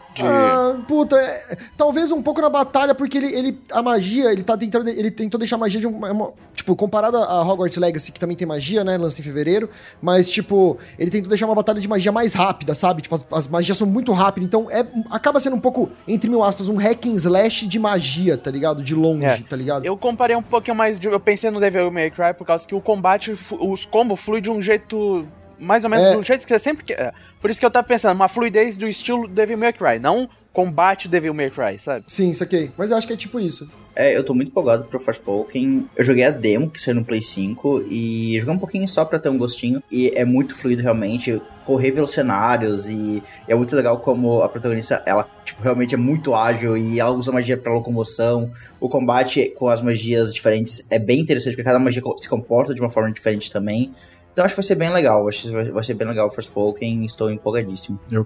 talvez um pouco na batalha, porque a magia, ele tentou deixar a magia de tipo, comparado a Hogwarts Legacy, que também tem magia, né, lança em fevereiro, mas, tipo, ele tentou deixar uma batalha de magia mais rápida, sabe? Tipo, as magias são muito rápidas, então acaba sendo um pouco, entre mil aspas, um hack and slash de magia, tá ligado? De longe, tá ligado? Eu comparei um pouquinho mais, eu pensei no Devil May Cry por causa que o combate, os combos fluem de um jeito... Mais ou menos do jeito que você sempre quer. Por isso que eu tava pensando, uma fluidez do estilo Devil May Cry, não combate Devil May Cry, sabe? Sim, saquei. Mas eu acho que é tipo isso. Eu tô muito empolgado pro Forspoken. Eu joguei a demo, que saiu no Play 5, e joguei um pouquinho só pra ter um gostinho. E é muito fluido, realmente. Correr pelos cenários, e é muito legal como a protagonista, ela, tipo, realmente é muito ágil, e ela usa magia pra locomoção. O combate com as magias diferentes é bem interessante, porque cada magia se comporta de uma forma diferente também. Então acho que vai ser bem legal. Acho que vai ser bem legal o Forspoken. Estou empolgadíssimo. Eu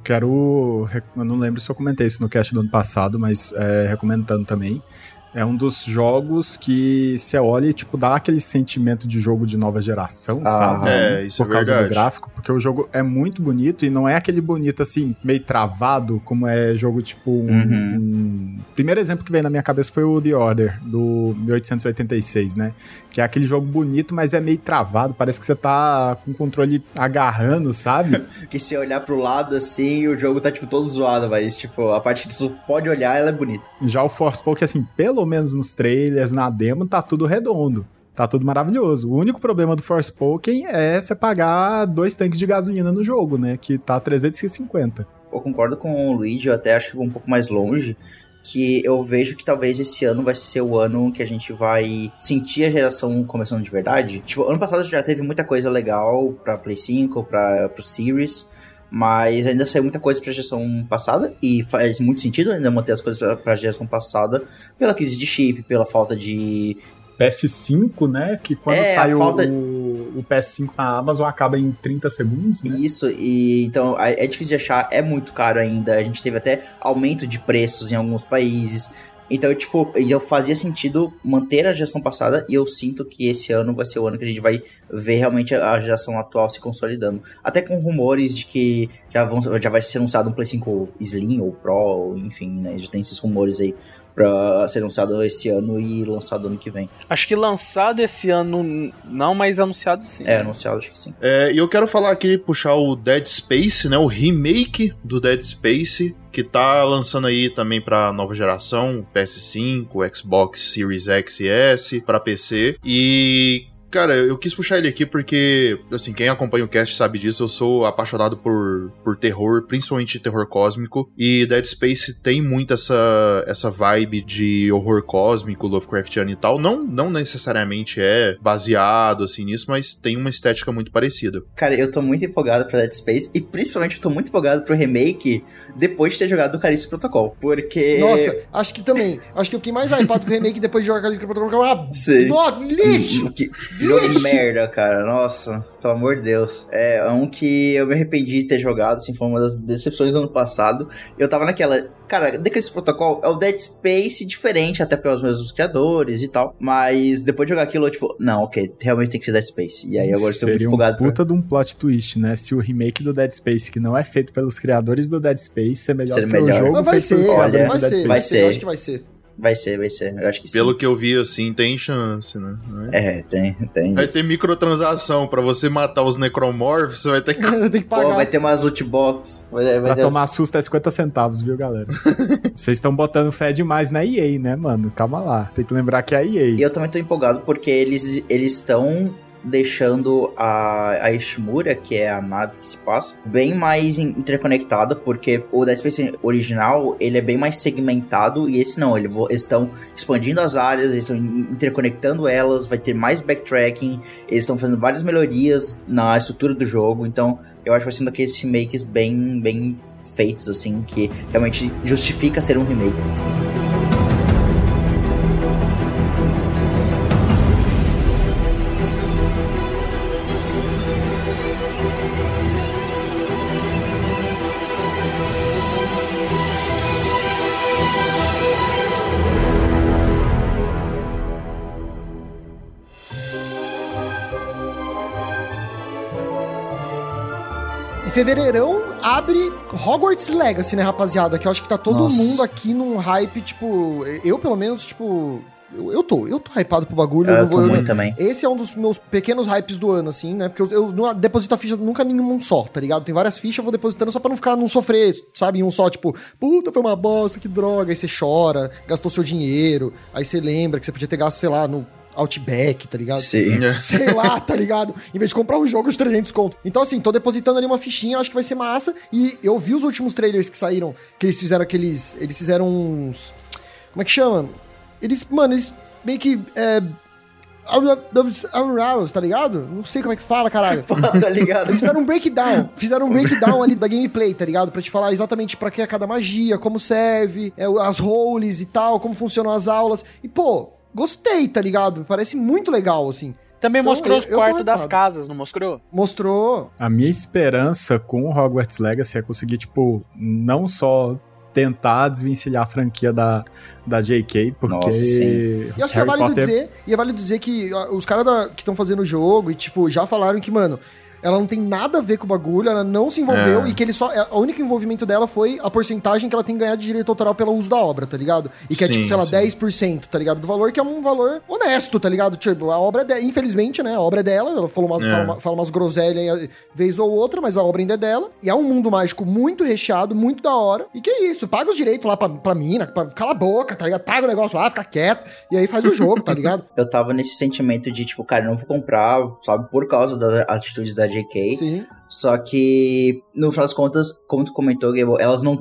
não lembro se eu comentei isso no cast do ano passado, mas recomendando também. É um dos jogos que você olha e, tipo, dá aquele sentimento de jogo de nova geração, sabe? Isso por causa do gráfico, porque o jogo é muito bonito e não é aquele bonito, assim, meio travado, como é jogo, tipo, primeiro exemplo que veio na minha cabeça foi o The Order, do 1886, né? Que é aquele jogo bonito, mas é meio travado, parece que você tá com o controle agarrando, sabe? Que se olhar pro lado, assim, o jogo tá, tipo, todo zoado, mas, tipo, a parte que tu pode olhar, ela é bonita. Já o Forspoken, assim, pelo menos nos trailers, na demo, tá tudo redondo. Tá tudo maravilhoso. O único problema do Forspoken é você pagar 2 tanques de gasolina no jogo, né? Que tá 350. Eu concordo com o Luigi, eu até acho que vou um pouco mais longe, que eu vejo que talvez esse ano vai ser o ano que a gente vai sentir a geração começando de verdade. Tipo, ano passado já teve muita coisa legal pra Play 5, pro Series, mas ainda saiu muita coisa pra geração passada, e faz muito sentido ainda manter as coisas pra geração passada, pela crise de chip, pela falta de... PS5, né? Que quando sai o PS5 na Amazon acaba em 30 segundos, né? Isso, e então é difícil de achar, é muito caro ainda. A gente teve até aumento de preços em alguns países. Então, tipo, fazia sentido manter a geração passada, e eu sinto que esse ano vai ser o ano que a gente vai ver realmente a geração atual se consolidando. Até com rumores de que já vai ser anunciado um Play 5 Slim ou Pro, ou enfim, né? Já tem esses rumores aí pra ser anunciado esse ano e lançado ano que vem. Acho que lançado esse ano não, mas anunciado sim. Anunciado acho que sim. E eu quero falar aqui, puxar o Dead Space, né? O remake do Dead Space, que tá lançando aí também pra nova geração, PS5, Xbox Series X e S, pra PC. E... cara, eu quis puxar ele aqui porque, assim, quem acompanha o cast sabe disso, eu sou apaixonado por terror, principalmente terror cósmico, e Dead Space tem muito essa vibe de horror cósmico, Lovecraftiano e tal, não necessariamente é baseado, assim, nisso, mas tem uma estética muito parecida. Cara, eu tô muito empolgado pra Dead Space, e principalmente eu tô muito empolgado pro remake, depois de ter jogado o Callisto Protocol, porque... Nossa, acho que eu fiquei mais hypado com o remake depois de jogar Callisto Protocol, Sim. Lixo! Jogo de merda, cara. Nossa, pelo amor de Deus. É um que eu me arrependi de ter jogado, assim, foi uma das decepções do ano passado. Eu tava naquela... cara, Callisto Protocol é o Dead Space diferente, até pelos mesmos criadores e tal. Mas depois de jogar aquilo, eu, tipo... não, ok, realmente tem que ser Dead Space. E aí agora estou muito empolgado. Seria um puta de um plot twist, né? Se o remake do Dead Space, que não é feito pelos criadores do Dead Space, ser melhor que o jogo. Mas vai ser, olha, vai ser. Eu acho que vai ser. Vai ser, eu acho que sim. Pelo que eu vi, assim, tem chance, né? Tem. Vai ter microtransação, pra você matar os necromorphs, você vai ter que pagar. Pô, vai ter umas loot box. Pra tomar susto é 50 centavos, viu, galera? Vocês estão botando fé demais na EA, né, mano? Calma lá, tem que lembrar que é a EA. E eu também tô empolgado porque eles estão... deixando a Ishimura, que é a nave que se passa, bem mais interconectada, porque o Dead Space original, ele é bem mais segmentado, e esse não, eles estão expandindo as áreas, eles estão interconectando elas, vai ter mais backtracking, eles estão fazendo várias melhorias na estrutura do jogo, então eu acho que vai ser um daqueles remakes bem feitos, assim, que realmente justifica ser um remake. Fevereirão abre Hogwarts Legacy, né, rapaziada? Que eu acho que tá todo mundo aqui num hype, tipo... eu, pelo menos, tipo... Eu tô hypado pro bagulho. Eu tô muito também. Esse é um dos meus pequenos hypes do ano, assim, né? Porque eu não deposito a ficha nunca em um só, tá ligado? Tem várias fichas, eu vou depositando só pra não sofrer, sabe? Em um só, tipo... puta, foi uma bosta, que droga. Aí você chora, gastou seu dinheiro. Aí você lembra que você podia ter gasto, sei lá, no... Outback, tá ligado? Sim. Sei lá, tá ligado? Em vez de comprar um jogo de 300 conto. Então, assim, tô depositando ali uma fichinha, acho que vai ser massa. E eu vi os últimos trailers que saíram, que eles fizeram uns... como é que chama? Eles meio que... tá ligado? Não sei como é que fala, caralho. Pô, tá ligado? Eles fizeram um breakdown ali da gameplay, tá ligado? Pra te falar exatamente pra que é cada magia, como serve, as roles e tal, como funcionam as aulas. E, pô... gostei, tá ligado? Parece muito legal, assim. Também então, mostrou os quartos das casas, não mostrou? Mostrou. A minha esperança com o Hogwarts Legacy é conseguir, tipo, não só tentar desvencilhar a franquia da JK, porque... Nossa, sim. E acho que é válido dizer que os caras que estão fazendo o jogo e, tipo, já falaram que, mano, ela não tem nada a ver com o bagulho, ela não se envolveu e que ele o único envolvimento dela foi a porcentagem que ela tem que ganhar de direito autoral pelo uso da obra, tá ligado? E que é tipo, sei lá, 10%, tá ligado? Do valor, que é um valor honesto, tá ligado? Tipo, a obra é dela, infelizmente, né? A obra é dela, ela fala umas groselhas vez ou outra, mas a obra ainda é dela. E é um mundo mágico muito recheado, muito da hora. E que é isso, paga os direitos lá pra mina, cala a boca, tá ligado? Paga o negócio lá, fica quieto, e aí faz o jogo, tá ligado? Eu tava nesse sentimento de, tipo, cara, não vou comprar, sabe, por causa das atitudes da JK. Sim. Só que, no final das contas, como tu comentou, Gable,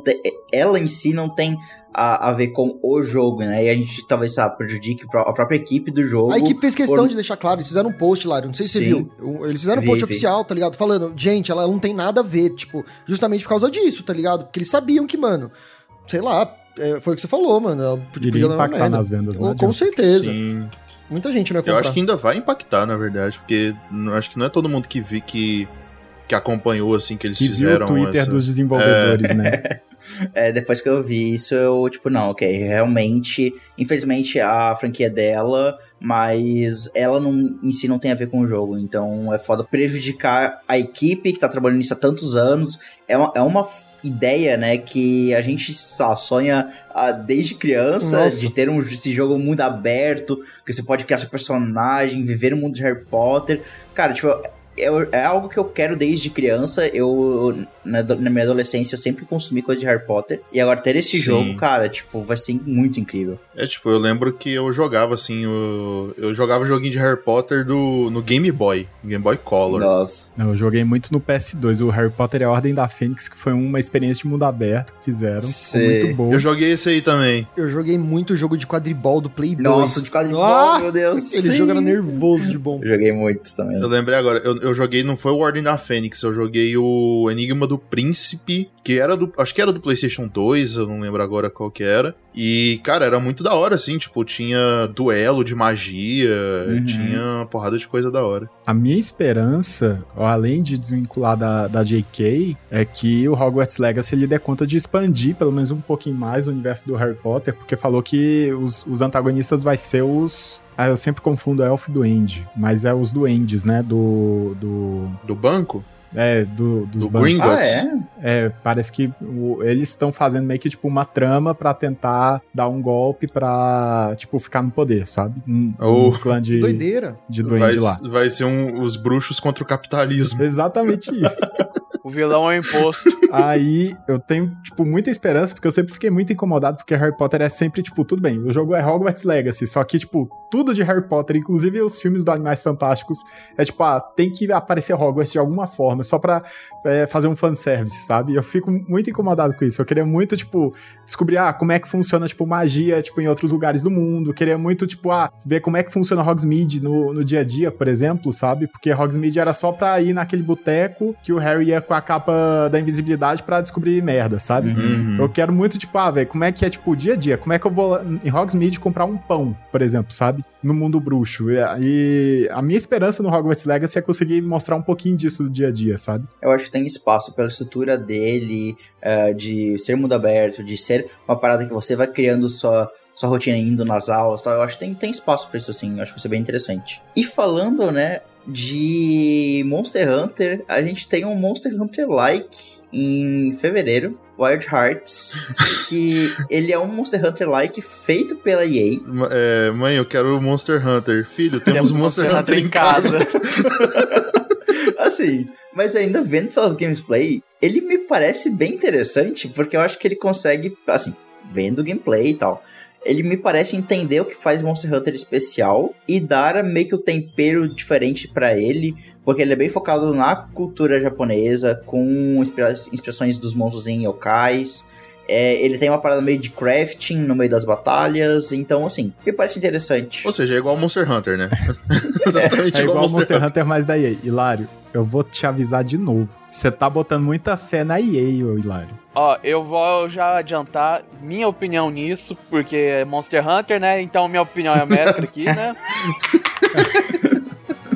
ela em si não tem a ver com o jogo, né? E a gente talvez, sabe, prejudique a própria equipe do jogo. A equipe fez questão de deixar claro, eles fizeram um post lá, não sei se você viu. Eles fizeram um post oficial, tá ligado? Falando, gente, ela não tem nada a ver, tipo, justamente por causa disso, tá ligado? Porque eles sabiam que, mano, sei lá, foi o que você falou, mano. Iria impactar nas vendas, né? Com certeza. Sim. Muita gente não ia comprar. Eu acho que ainda vai impactar, na verdade, porque acho que não é todo mundo que vi que acompanhou, assim, que eles fizeram. Viu o Twitter dos desenvolvedores, né? Depois que eu vi isso, eu, tipo, não, ok, realmente, infelizmente a franquia é dela, mas ela em si não tem a ver com o jogo, então é foda prejudicar a equipe que tá trabalhando nisso há tantos anos, é uma ideia, né, que a gente sonha desde criança. Nossa. De ter esse jogo mundo aberto, que você pode criar seu personagem, viver no mundo de Harry Potter. Cara, tipo, é algo que eu quero desde criança. Eu, na minha adolescência, eu sempre consumi coisa de Harry Potter. E agora ter esse jogo, cara, tipo, vai ser muito incrível. Tipo, eu lembro que eu jogava, assim, eu jogava joguinho de Harry Potter no Game Boy Color. Nossa. Eu joguei muito no PS2, o Harry Potter e a Ordem da Fênix, que foi uma experiência de mundo aberto que fizeram. Ficou muito boa. Eu joguei esse aí também. Eu joguei muito jogo de quadribol do Play 2. Nossa, de quadribol, meu Deus. Aquele jogo era nervoso de bom. Eu joguei muito também. Eu lembrei agora, eu joguei, não foi o Ordem da Fênix, eu joguei o Enigma do Príncipe, que era acho que era do PlayStation 2, eu não lembro agora qual que era. E, cara, era muito da hora, assim, tipo, tinha duelo de magia, tinha uma porrada de coisa da hora. A minha esperança, além de desvincular da JK, é que o Hogwarts Legacy ele dê conta de expandir pelo menos um pouquinho mais o universo do Harry Potter, porque falou que os antagonistas vai ser os... eu sempre confundo Elf e Duende, mas é os Duendes, né, do banco? Dos bancos. Gringotts. Parece que eles estão fazendo meio que, tipo, uma trama pra tentar dar um golpe pra, tipo, ficar no poder, sabe? Um clã de... doideira. De duende lá. Vai ser os bruxos contra o capitalismo. Exatamente isso. O vilão é o imposto. Aí eu tenho, tipo, muita esperança, porque eu sempre fiquei muito incomodado, porque Harry Potter é sempre, tipo, tudo bem, o jogo é Hogwarts Legacy, só que, tipo, tudo de Harry Potter, inclusive os filmes do Animais Fantásticos, é tipo, tem que aparecer Hogwarts de alguma forma, só pra fazer um fanservice, sabe? E eu fico muito incomodado com isso. Eu queria muito, tipo, descobrir, como é que funciona, tipo, magia, tipo, em outros lugares do mundo. Eu queria muito, tipo, ver como é que funciona Hogsmeade no dia a dia, por exemplo, sabe? Porque Hogsmeade era só pra ir naquele boteco que o Harry ia com a capa da invisibilidade pra descobrir merda, sabe? Eu quero muito, tipo, velho, como é que é, tipo, o dia a dia? Como é que eu vou em Hogsmeade comprar um pão, por exemplo, sabe? No mundo bruxo. E a minha esperança no Hogwarts Legacy é conseguir mostrar um pouquinho disso do dia a dia, sabe? Eu acho que tem espaço pela estrutura dele, de ser mundo aberto, de ser uma parada que você vai criando sua rotina indo nas aulas, tal. Eu acho que tem espaço pra isso, assim. Eu acho que vai ser bem interessante. E falando, né, de Monster Hunter, a gente tem um Monster Hunter-like em fevereiro, Wild Hearts, que ele é um Monster Hunter-like feito pela EA. Mãe, eu quero o Monster Hunter. Filho, temos Monster Hunter em casa. Assim, mas ainda vendo pelas gameplay, ele me parece bem interessante, porque eu acho que ele consegue, assim, vendo o gameplay e tal, ele me parece entender o que faz Monster Hunter especial e dar meio que o tempero diferente pra ele, porque ele é bem focado na cultura japonesa, com inspirações dos monstros em yokais. Ele tem uma parada meio de crafting no meio das batalhas, então, assim, me parece interessante. Ou seja, é igual Monster Hunter, né? Exatamente igual Monster Hunter, mas da EA. Hilário, eu vou te avisar de novo. Você tá botando muita fé na EA, ô Hilário. Eu vou já adiantar minha opinião nisso, porque é Monster Hunter, né? Então minha opinião é a mestra aqui, né?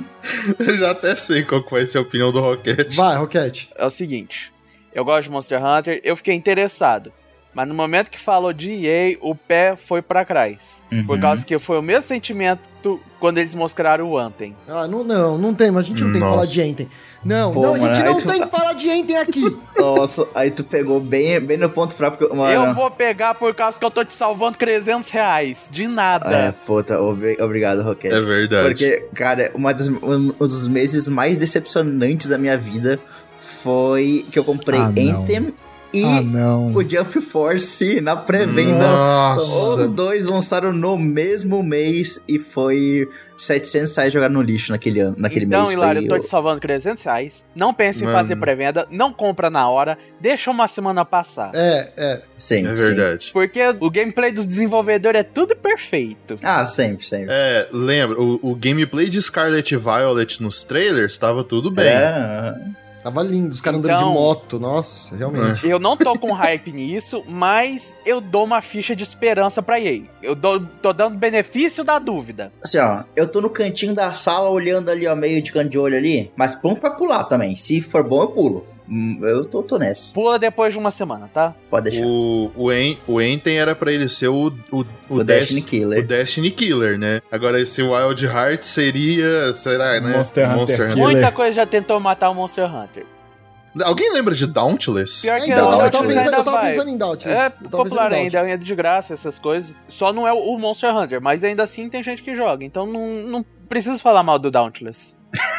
Eu já até sei qual que vai ser a opinião do Roquete. Vai, Roquete. É o seguinte, eu gosto de Monster Hunter, eu fiquei interessado. Mas no momento que falou de EA, o pé foi pra trás. Por causa que foi o mesmo sentimento quando eles mostraram o Anthem. Ah, não tem, mas a gente não tem que falar de Anthem. Não, a gente não tem que falar de Anthem aqui. Nossa, aí tu pegou bem no ponto fraco. Porque, mano, eu vou pegar por causa que eu tô te salvando R$300. De nada. Puta, obrigado, Roquete. É verdade. Porque, cara, um dos meses mais decepcionantes da minha vida foi que eu comprei Anthem e o Jump Force na pré-venda. Os dois lançaram no mesmo mês e foi R$700 jogar no lixo naquele mês. Então, Hilário, eu tô te salvando R$300. Não pense em fazer pré-venda, não compra na hora, deixa uma semana passar. Sempre. É verdade. Porque o gameplay dos desenvolvedores é tudo perfeito. Ah, sempre. Lembra, o gameplay de Scarlet Violet nos trailers tava tudo bem. Tava lindo, os caras andando de moto, nossa, realmente. Eu não tô com hype nisso, mas eu dou uma ficha de esperança pra EA. Eu tô dando benefício da dúvida. Assim, ó, eu tô no cantinho da sala olhando ali, ó, meio de canto de olho ali, mas pronto pra pular também. Se for bom, eu pulo. Eu tô nessa. Pula depois de uma semana, tá? Pode deixar. O Anthem era pra ele ser o Destiny Killer. O Destiny Killer, né? Agora esse Wild Heart será, né? Monster Hunter. Muita coisa já tentou matar o Monster Hunter. Alguém lembra de Dauntless? Pior que então, eu tava pensando em Dauntless. É popular ainda, é de graça essas coisas. Só não é o Monster Hunter, mas ainda assim tem gente que joga. Então não precisa falar mal do Dauntless.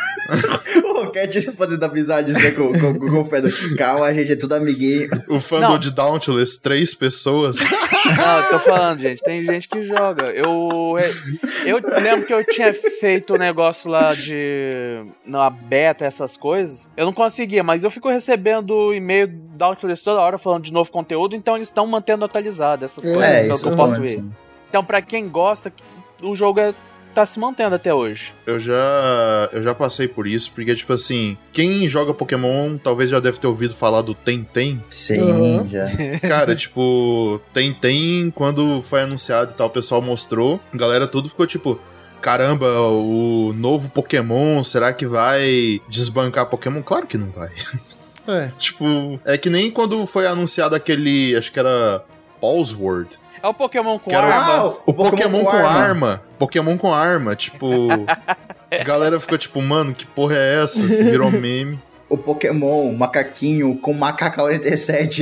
O Roquete fazendo amizade com o Fedor. Calma, a gente é tudo amiguinho. O fandom de Dauntless, 3 pessoas. Não, eu tô falando, gente, tem gente que joga. Eu lembro que eu tinha feito um negócio lá na beta, essas coisas. Eu não conseguia, mas eu fico recebendo e-mail do Dauntless toda hora falando de novo conteúdo, então eles estão mantendo atualizado essas coisas, pelo que eu posso ver. Então, pra quem gosta, o jogo tá se mantendo até hoje. Eu já passei por isso, porque, tipo assim, quem joga Pokémon talvez já deve ter ouvido falar do Tem. Sim, já. Cara, tipo, Tem, quando foi anunciado e tal, o pessoal mostrou, a galera tudo ficou tipo, caramba, o novo Pokémon, será que vai desbancar Pokémon? Claro que não vai. Tipo, é que nem quando foi anunciado aquele, acho que era Pulseworld. É o Pokémon com arma. O Pokémon com arma. Pokémon com arma, tipo... A galera ficou tipo, mano, que porra é essa? Virou meme. O Pokémon macaquinho com macaca 47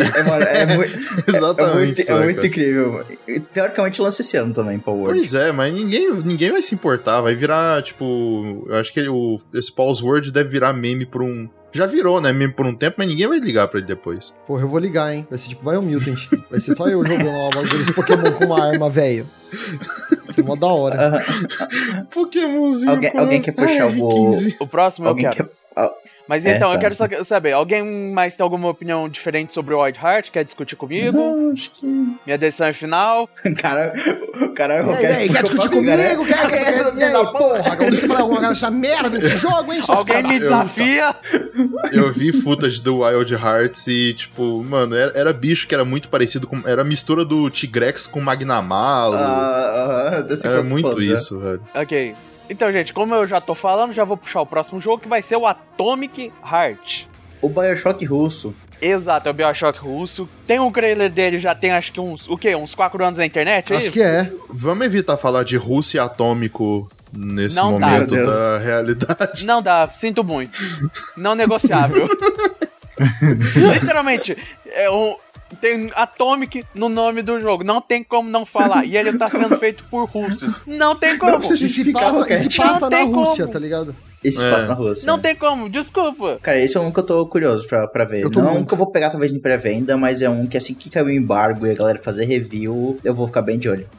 Exatamente. É muito incrível. E, teoricamente lança esse ano também, Power. Pois é, mas ninguém vai se importar. Vai virar, tipo... Eu acho que esse Pulseworld deve virar meme por um... Já virou, né, meme por um tempo, mas ninguém vai ligar pra ele depois. Porra, eu vou ligar, hein? Vai ser tipo Biomutant. Vai ser só eu jogando lá esse Pokémon com uma arma, velho. Vai ser mó da hora. Pokémonzinho. Alguém quer puxar o próximo alguém eu quero. Mas então, eu quero só saber, alguém mais tem alguma opinião diferente sobre o Wild Heart? Quer discutir comigo? Não, acho que... Minha decisão é final? Cara, quer discutir comigo? Porra, alguém quer falar alguma coisa dessa merda desse jogo, hein? Alguém me desafia? Eu vi footage do Wild Hearts e, tipo, mano, era bicho que era muito parecido com... Era a mistura do Tigrex com Magnamalo. Era muito isso, velho. Ok. Então, gente, como eu já tô falando, já vou puxar o próximo jogo, que vai ser o Atomic Heart. O BioShock russo. Exato, é o BioShock russo. Tem um trailer dele, já tem acho que uns 4 anos na internet? Acho que é. Vamos evitar falar de russo e atômico nesse momento da realidade. Não dá, sinto muito. Não negociável. Literalmente, tem Atomic no nome do jogo. Não tem como não falar. E ele tá sendo feito por russos. Não tem como. E se passa na Rússia, tá ligado? Isso passa na Rússia. Não tem como, desculpa. Cara, esse é um que eu tô curioso pra ver. Não um que eu vou pegar talvez em pré-venda, mas é um que assim que cair o embargo e a galera fazer review, eu vou ficar bem de olho.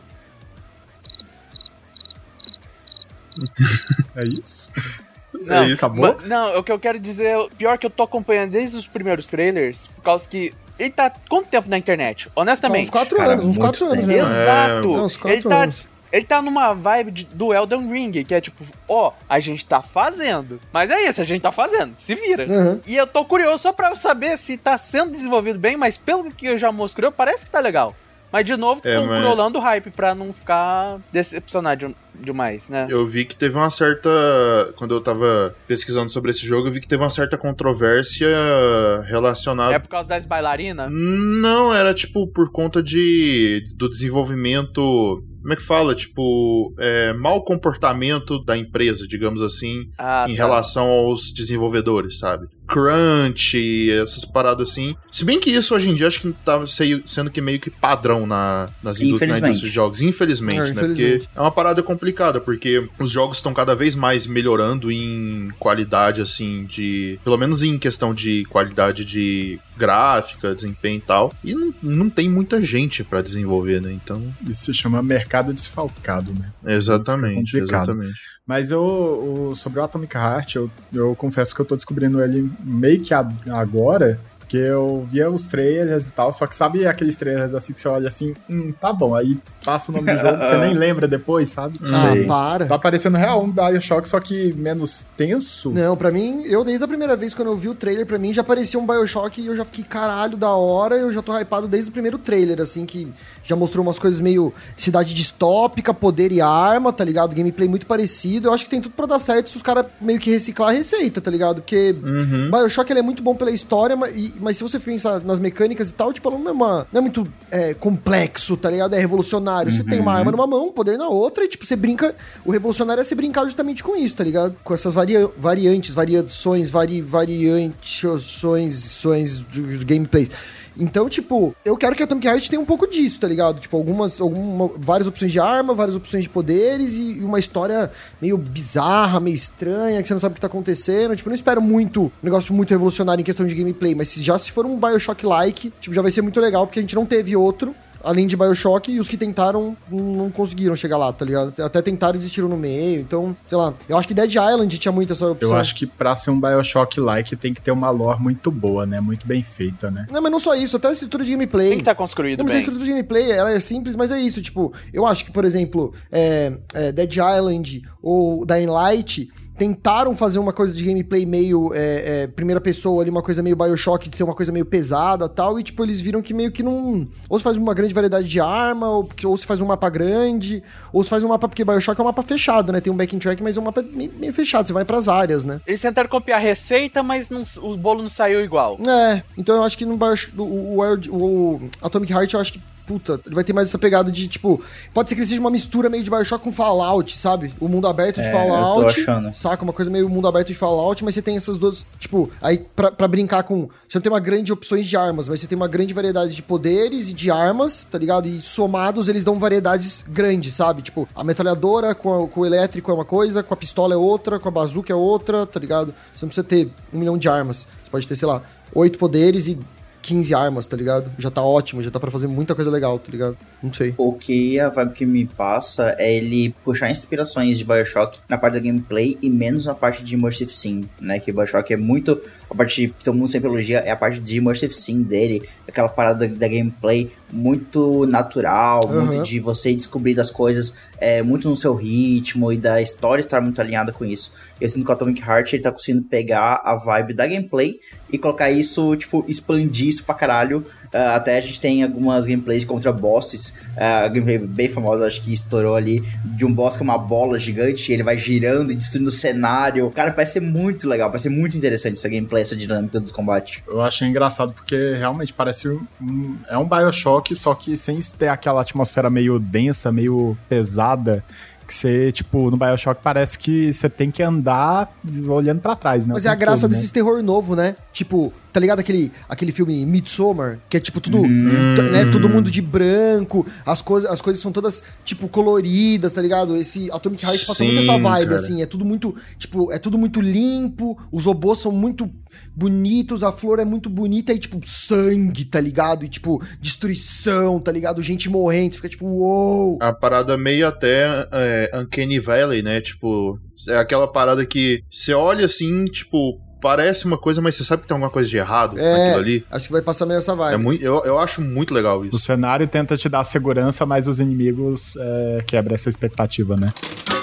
É isso? Não, é isso. Acabou? Não, o que eu quero dizer, pior que eu tô acompanhando desde os primeiros trailers, por causa que ele tá quanto tempo na internet? Honestamente. Uns 4 anos, uns 4 anos mesmo. Exato. Uns 4 anos. Ele tá numa vibe do Elden Ring, que é tipo, a gente tá fazendo. Mas é isso, a gente tá fazendo, se vira. Uhum. E eu tô curioso só pra saber se tá sendo desenvolvido bem, mas pelo que eu já mostrei, parece que tá legal. Mas de novo, controlando o hype pra não ficar decepcionado demais, né? Eu vi que teve uma certa... Quando eu tava pesquisando sobre esse jogo, eu vi que teve uma certa controvérsia relacionada... É por causa das bailarinas? Não, era tipo por conta do desenvolvimento... Como é que fala? Tipo, mau comportamento da empresa, digamos assim, em relação aos desenvolvedores, sabe? Crunch, essas paradas assim. Se bem que isso hoje em dia acho que tá sendo que meio que padrão na indústria de jogos. Infelizmente, né? Porque é uma parada complicada, porque os jogos estão cada vez mais melhorando em qualidade, assim, pelo menos em questão de qualidade de gráfica, desempenho e tal. E não tem muita gente pra desenvolver, né? Então... Isso se chama mercado desfalcado, né? Exatamente, exatamente. Mas sobre o Atomic Heart, eu confesso que eu tô descobrindo ele meio que agora, porque eu via os trailers e tal, só que sabe aqueles trailers assim que você olha assim, tá bom, aí passa o nome do jogo, você nem lembra depois, sabe? Para. Tá parecendo real um BioShock, só que menos tenso. Não, pra mim, desde a primeira vez quando eu vi o trailer, pra mim já parecia um BioShock e eu já fiquei, caralho, da hora, eu já tô hypado desde o primeiro trailer, assim, que já mostrou umas coisas meio cidade distópica, poder e arma, tá ligado? Gameplay muito parecido, eu acho que tem tudo pra dar certo se os caras meio que reciclar a receita, tá ligado? Porque BioShock, ele é muito bom pela história, mas se você pensar nas mecânicas e tal, tipo, ela não é muito complexo, tá ligado? É revolucionário. Você tem uma arma numa mão, poder na outra, e tipo, você brinca... O revolucionário é você brincar justamente com isso, tá ligado? Com essas variações do gameplays. Então, tipo, eu quero que a Atomic Heart tenha um pouco disso, tá ligado? Tipo, várias opções de arma, várias opções de poderes e uma história meio bizarra, meio estranha, que você não sabe o que tá acontecendo. Tipo, eu não espero um negócio muito revolucionário em questão de gameplay, mas se for um BioShock-like, tipo, já vai ser muito legal, porque a gente não teve outro além de BioShock, e os que tentaram não conseguiram chegar lá, tá ligado? Até tentaram e desistiram no meio, então, sei lá. Eu acho que Dead Island tinha muito essa opção. Eu acho que pra ser um BioShock-like tem que ter uma lore muito boa, né? Muito bem feita, né? Não, mas não só isso, até a estrutura de gameplay. Tem que estar construído bem. A estrutura de gameplay, ela é simples, mas é isso, tipo, eu acho que, por exemplo, Dead Island ou Dying Light tentaram fazer uma coisa de gameplay meio primeira pessoa ali, uma coisa meio BioShock, de ser uma coisa meio pesada e tal, e tipo, eles viram que meio que não... Ou se faz uma grande variedade de arma, ou se faz um mapa grande, ou se faz um mapa, porque BioShock é um mapa fechado, né? Tem um backing track, mas é um mapa meio fechado, você vai pras áreas, né? Eles tentaram copiar a receita, mas o bolo não saiu igual. Então eu acho que no o Atomic Heart, eu acho que puta, ele vai ter mais essa pegada de, tipo... Pode ser que ele seja uma mistura meio de BioShock com Fallout, sabe? O mundo aberto de Fallout. Eu tô achando. Saca? Uma coisa meio mundo aberto de Fallout, mas você tem essas duas... Tipo, aí pra brincar com... Você não tem uma grande opções de armas, mas você tem uma grande variedade de poderes e de armas, tá ligado? E somados, eles dão variedades grandes, sabe? Tipo, a metralhadora com o elétrico é uma coisa, com a pistola é outra, com a bazuca é outra, tá ligado? Você não precisa ter 1 milhão de armas. Você pode ter, sei lá, 8 poderes e 15 armas, tá ligado? Já tá ótimo, já tá pra fazer muita coisa legal, tá ligado? Não sei. O que a vibe que me passa é ele puxar inspirações de BioShock na parte da gameplay e menos na parte de Immersive Sim, né? Que BioShock é muito... A parte que todo mundo sempre elogia é a parte de Immersive Sim dele, aquela parada da gameplay muito natural, muito de você descobrir das coisas muito no seu ritmo e da história estar muito alinhada com isso. Eu sinto que o Atomic Heart ele tá conseguindo pegar a vibe da gameplay e colocar isso, tipo, expandir isso pra caralho. Até a gente tem algumas gameplays contra bosses, a gameplay bem famosa, acho que estourou ali, de um boss com uma bola gigante, e ele vai girando e destruindo o cenário. Cara, parece ser muito legal, parece ser muito interessante essa gameplay, essa dinâmica dos combates. Eu achei engraçado porque realmente parece um BioShock, só que sem ter aquela atmosfera meio densa, meio pesada, que você, tipo, no BioShock parece que você tem que andar olhando pra trás, né? Mas é a graça desses terror novo, né? Tipo, tá ligado aquele filme Midsommar? Que é tipo tudo, né? Todo mundo de branco, as coisas são todas, tipo, coloridas, tá ligado? Esse Atomic Heart passa muito essa vibe, cara. Assim, é tudo muito, tipo, é tudo muito limpo, os robôs são muito bonitos, a flor é muito bonita e, tipo, sangue, tá ligado? E, tipo, destruição, tá ligado? Gente morrendo, você fica tipo, uou! A parada meio até Uncanny Valley, né? Tipo, é aquela parada que você olha assim, tipo, parece uma coisa, mas você sabe que tem alguma coisa de errado naquilo ali. Acho que vai passar meio essa vibe. Eu acho muito legal isso. O cenário tenta te dar segurança, mas os inimigos quebram essa expectativa, né?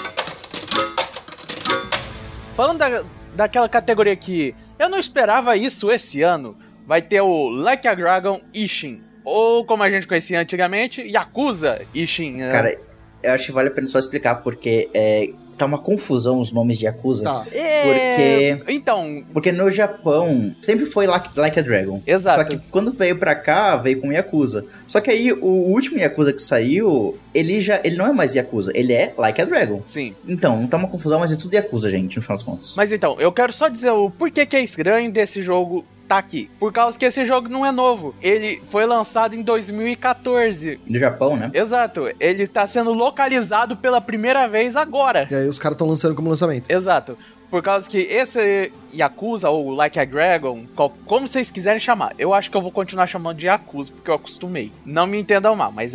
Falando daquela categoria que eu não esperava isso esse ano, vai ter o Like a Dragon Ishin, ou como a gente conhecia antigamente, Yakuza Ishin. Cara, eu acho que vale a pena só explicar, porque tá uma confusão os nomes de Yakuza. Tá. Porque no Japão sempre foi Like a Dragon. Exato. Só que quando veio pra cá, veio com Yakuza. Só que aí o último Yakuza que saiu, ele não é mais Yakuza, ele é Like a Dragon. Sim. Então, tá uma confusão, mas é tudo Yakuza, gente, no final das contas. Mas então, eu quero só dizer o porquê que é estranho desse jogo tá aqui. Por causa que esse jogo não é novo. Ele foi lançado em 2014. Do Japão, né? Exato. Ele tá sendo localizado pela primeira vez agora. E aí os caras estão lançando como lançamento. Exato. Por causa que esse Yakuza, ou Like a Dragon, como vocês quiserem chamar, eu acho que eu vou continuar chamando de Yakuza, porque eu acostumei. Não me entendam mal, mas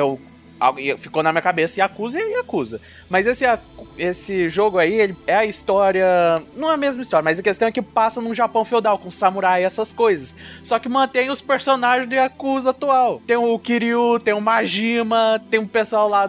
ficou na minha cabeça Yakuza e Yakuza. Mas esse jogo aí, ele é a história... Não é a mesma história, mas a questão é que passa num Japão feudal, com samurai e essas coisas. Só que mantém os personagens do Yakuza atual. Tem o Kiryu, tem o Majima, tem o pessoal lá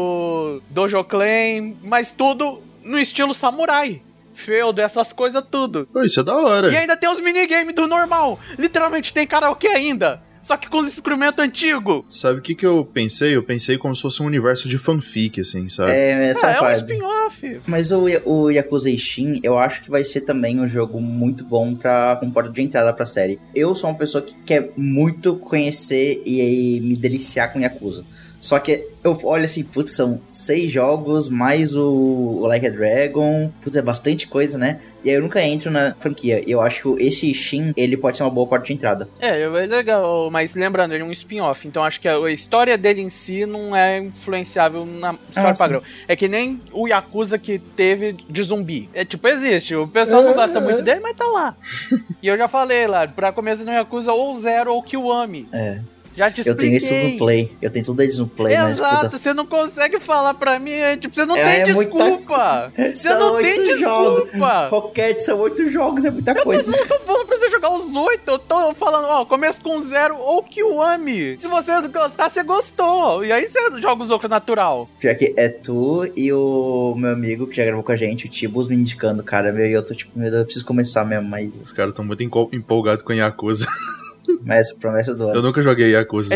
do Dojo Clan, mas tudo no estilo samurai. Feudo, essas coisas tudo. Isso é da hora. E ainda tem os minigames do normal. Literalmente tem karaokê ainda. Só que com os instrumentos antigos. Sabe o que eu pensei? Eu pensei como se fosse um universo de fanfic, assim, sabe? É um spin-off. Mas o Yakuza Ishin, eu acho que vai ser também um jogo muito bom como porta de entrada pra série. Eu sou uma pessoa que quer muito conhecer e me deliciar com Yakuza. Só que eu olho assim, putz, são 6 jogos, mais o Like a Dragon, putz, é bastante coisa, né? E aí eu nunca entro na franquia. Eu acho que esse Ishin, ele pode ser uma boa porta de entrada. É legal, mas lembrando, ele é um spin-off, então acho que a história dele em si não é influenciável na história padrão. É que nem o Yakuza que teve de zumbi. Existe, o pessoal não gosta muito dele, mas tá lá. E eu já falei lá, pra começar no Yakuza ou Zero ou Kiwami. Já te expliquei. Eu tenho isso no Play. Eu tenho tudo eles no Play. Exato, mas, você não consegue falar pra mim. Você não tem desculpa. Você não tem desculpa. Qualquer são 8 jogos, é muita coisa. Eu não tô falando pra você jogar os 8. Eu tô falando, começa com 0 ou Kiwami. Se você gostar, você gostou. E aí você joga os outros natural. Já que é tu e o meu amigo que já gravou com a gente, o Tibus, me indicando, cara. E eu tô tipo, meu Deus, eu preciso começar mesmo, mas... Os caras tão muito empolgados com Yakuza. Mas promessa do ano. Eu nunca joguei Yakuza. É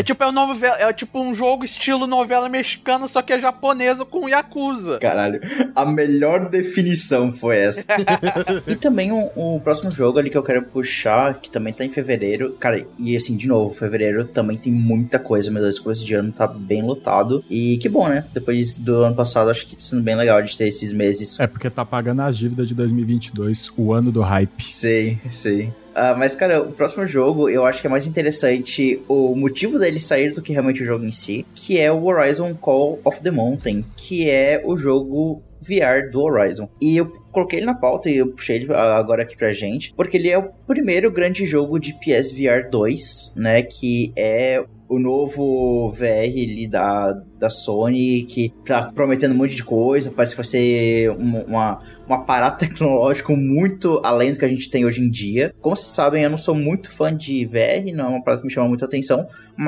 tipo um jogo estilo novela mexicana, só que é japonesa com Yakuza. Caralho, a melhor definição foi essa. E também o próximo jogo ali que eu quero puxar, que também tá em fevereiro. Cara, e assim, de novo, fevereiro também tem muita coisa, meu Deus, começo de ano tá bem lotado. E que bom, né? Depois do ano passado, acho que tá sendo bem legal de ter esses meses. É porque tá pagando as dívidas de 2022, o ano do hype. Sei. Mas, cara, o próximo jogo, eu acho que é mais interessante o motivo dele sair do que realmente o jogo em si, que é o Horizon Call of the Mountain, que é o jogo VR do Horizon. E eu coloquei ele na pauta e eu puxei ele agora aqui pra gente, porque ele é o primeiro grande jogo de PSVR 2, né, que é o novo VR ali da Sony, que tá prometendo um monte de coisa, parece que vai ser um aparato tecnológico muito além do que a gente tem hoje em dia. Como vocês sabem, eu não sou muito fã de VR, não é uma parada que me chama muita atenção,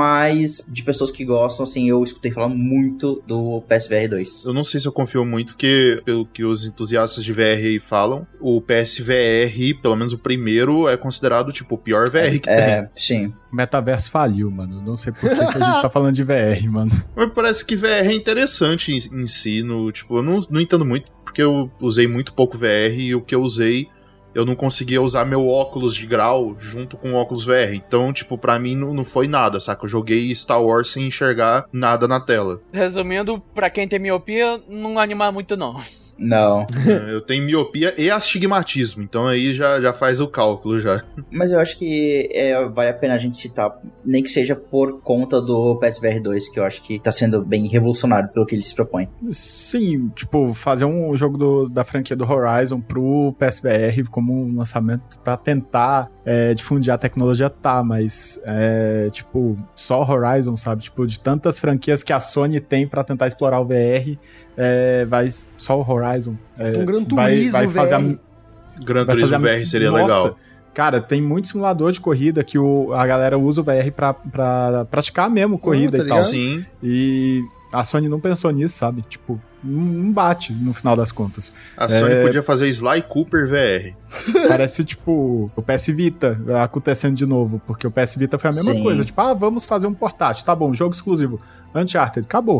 mas de pessoas que gostam, assim, eu escutei falar muito do PSVR 2. Eu não sei se eu confio muito, porque pelo que os entusiastas de VR falam, o PSVR, pelo menos o primeiro, é considerado, tipo, o pior VR que tem. Sim. O metaverso faliu, mano. Não sei por que a gente tá falando de VR, mano. Mas parece que VR é interessante em si, tipo, eu não entendo muito, porque eu usei muito pouco VR e o que eu usei, eu não conseguia usar meu óculos de grau junto com o óculos VR. Então, tipo, pra mim não foi nada, saca? Eu joguei Star Wars sem enxergar nada na tela. Resumindo, pra quem tem miopia, não anima muito, não. Não. Eu tenho miopia e astigmatismo, então aí já faz o cálculo já. Mas eu acho que vale a pena a gente citar, nem que seja por conta do PSVR 2, que eu acho que tá sendo bem revolucionário pelo que ele se propõe. Sim, tipo, fazer um jogo da franquia do Horizon pro PSVR como um lançamento pra tentar difundir a tecnologia, mas tipo, só Horizon, sabe? Tipo, de tantas franquias que a Sony tem pra tentar explorar o VR, só o Horizon um Gran Turismo vai fazer Gran Turismo VR seria legal. Cara, tem muito simulador de corrida que a galera usa o VR pra praticar mesmo corrida e tal. Sim. E a Sony não pensou nisso, sabe? Tipo, não bate no final das contas. A Sony podia fazer Sly Cooper VR. Parece, tipo, o PS Vita acontecendo de novo, porque o PS Vita foi a mesma coisa. Tipo, vamos fazer um portátil. Tá bom, jogo exclusivo. Uncharted, acabou.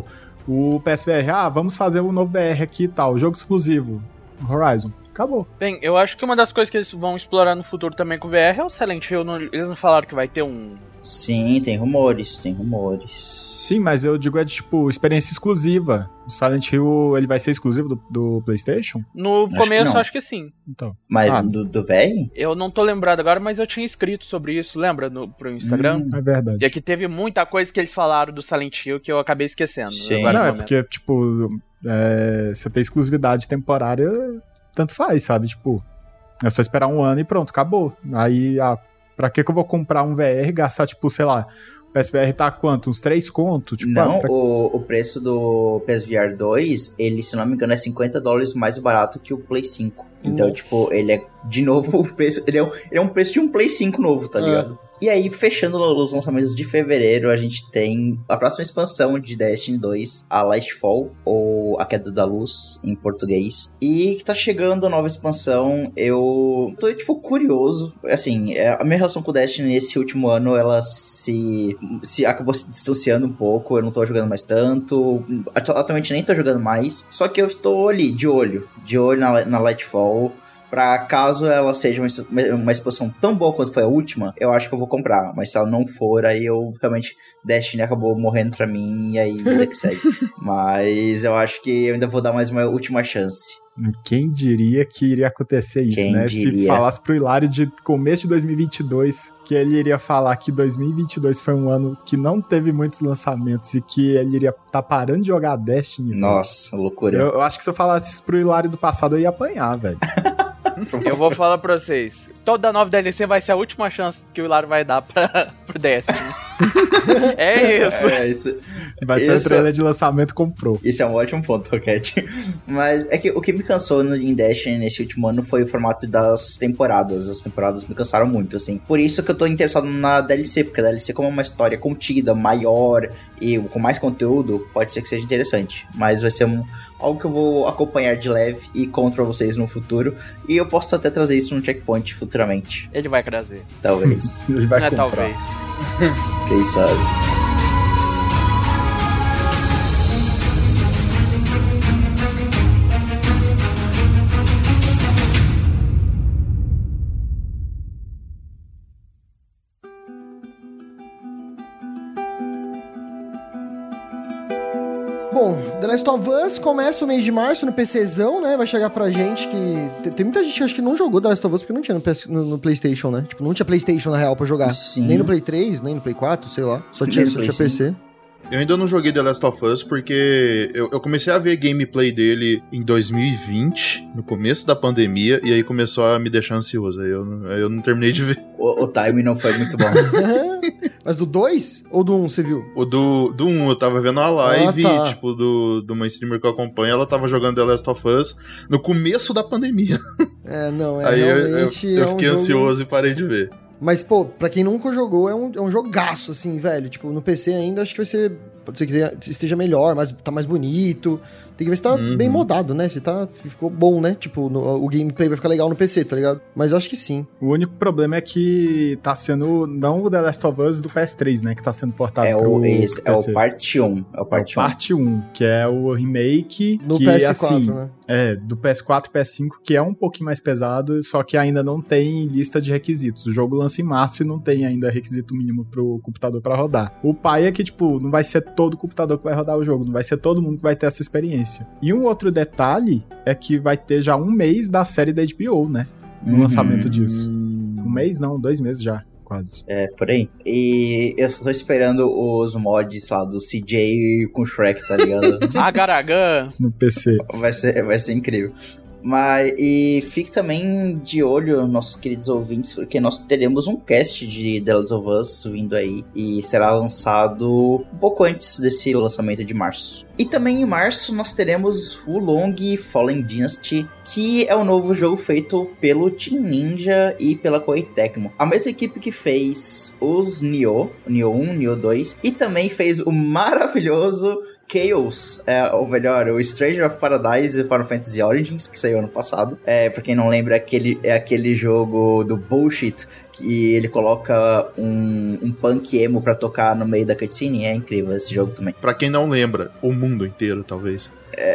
O PSVR, vamos fazer um novo VR aqui e tal, jogo exclusivo, Horizon. Acabou. Bem, eu acho que uma das coisas que eles vão explorar no futuro também com o VR é o Silent Hill. Eles não falaram que vai ter um... Sim, tem rumores. Sim, mas eu digo tipo, experiência exclusiva. O Silent Hill, ele vai ser exclusivo do PlayStation? No começo, acho que sim. Então. Mas do VR? Eu não tô lembrado agora, mas eu tinha escrito sobre isso, lembra? Pro Instagram? É verdade. E aqui teve muita coisa que eles falaram do Silent Hill que eu acabei esquecendo. Sim. Agora, não, é porque, tipo, você tem exclusividade temporária, tanto faz, sabe? Tipo, é só esperar um ano e pronto, acabou. Aí, pra que eu vou comprar um VR e gastar, tipo, sei lá, o PSVR tá quanto? Uns 3 conto? Tipo, não, o preço do PSVR 2, ele, se não me engano, é $50 mais barato que o Play 5. Então, Nossa. tipo, ele é, de novo, o preço... Ele é um preço de um Play 5 novo, tá ligado? E aí, fechando os lançamentos de fevereiro, a gente tem a próxima expansão de Destiny 2, a Lightfall, ou A Queda da Luz, em português. E que tá chegando a nova expansão, eu tô, tipo, curioso. Assim, a minha relação com o Destiny nesse último ano, ela se acabou se distanciando um pouco, eu não tô jogando mais tanto, atualmente nem tô jogando mais. Só que eu estou ali, de olho na Lightfall. Pra caso ela seja uma expansão tão boa quanto foi a última, eu acho que eu vou comprar. Mas se ela não for, aí eu realmente... Destiny acabou morrendo pra mim e aí vida que segue. Mas eu acho que eu ainda vou dar mais uma última chance. Quem diria que iria acontecer isso, Quem né? diria? Se falasse pro Hilário de começo de 2022, que ele iria falar que 2022 foi um ano que não teve muitos lançamentos e que ele iria tá parando de jogar Destiny. Nossa, loucura. Eu acho que se eu falasse isso pro Hilário do passado, eu ia apanhar, velho. Eu vou falar pra vocês. Toda nova DLC vai ser a última chance que o Hilário vai dar pro Destiny. É isso. Vai ser o trailer de lançamento comprou. Isso é um ótimo ponto, Rocket. Mas é que o que me cansou em Destiny nesse último ano foi o formato das temporadas. As temporadas me cansaram muito, assim. Por isso que eu tô interessado na DLC, porque a DLC, como é uma história contida, maior e com mais conteúdo, pode ser que seja interessante. Mas vai ser algo que eu vou acompanhar de leve e conto pra vocês no futuro. E eu posso até trazer isso no Checkpoint futuramente. Ele vai trazer. Talvez. Ele vai Não é comprar. talvez. Quem sabe? Bom, The Last of Us começa o mês de março no PCzão, né? Vai chegar pra gente que... Tem muita gente que acho que não jogou The Last of Us porque não tinha no PlayStation, né? Tipo, não tinha PlayStation na real pra jogar. Sim. Nem no Play 3, nem no Play 4, sei lá. Só tinha PC. Eu ainda não joguei The Last of Us porque eu comecei a ver gameplay dele em 2020, no começo da pandemia, e aí começou a me deixar ansioso. Aí eu não terminei de ver. O time não foi muito bom. Mas do 2 ou do 1, você viu? O do 1, eu tava vendo a live, tá. tipo, de uma streamer que eu acompanho, ela tava jogando The Last of Us no começo da pandemia. Aí Aí realmente eu é um fiquei jogo... ansioso e parei de ver. Mas, pô, pra quem nunca jogou, é um jogaço, assim, velho. Tipo, no PC ainda acho que vai ser... Pode ser que esteja melhor, mas tá mais bonito. Tem que ver se tá bem modado, né? Se ficou bom, né? Tipo, o gameplay vai ficar legal no PC, tá ligado? Mas eu acho que sim. O único problema é que tá sendo não o The Last of Us do PS3, né? Que tá sendo portado pro PC. É o parte 1. É o parte 1, que é o remake No que, PS4, assim, né? do PS4 e PS5, que é um pouquinho mais pesado, só que ainda não tem lista de requisitos. O jogo lança em março e não tem ainda requisito mínimo pro computador pra rodar. O pai é que, tipo, não vai ser todo computador que vai rodar o jogo, não vai ser todo mundo que vai ter essa experiência. E um outro detalhe é que vai ter já 1 mês da série da HBO, né? No lançamento disso. 1 mês não, 2 meses já, quase. É, por aí. E eu só tô esperando os mods lá do CJ com Shrek, tá ligado? Agaragã. No PC. Vai ser incrível. Mas, e fique também de olho, nossos queridos ouvintes, porque nós teremos um cast de The Last of Us vindo aí e será lançado um pouco antes desse lançamento de março. E também em março nós teremos o Long Fallen Dynasty, que é o novo jogo feito pelo Team Ninja e pela Koei Tecmo. A mesma equipe que fez os Nioh 1, Nioh 2, e também fez o maravilhoso Chaos, ou melhor, o Stranger of Paradise e Final Fantasy Origins, que saiu ano passado. Pra quem não lembra, é aquele jogo do bullshit que ele coloca um punk emo pra tocar no meio da cutscene. É incrível esse jogo também. Pra quem não lembra, o mundo inteiro, talvez.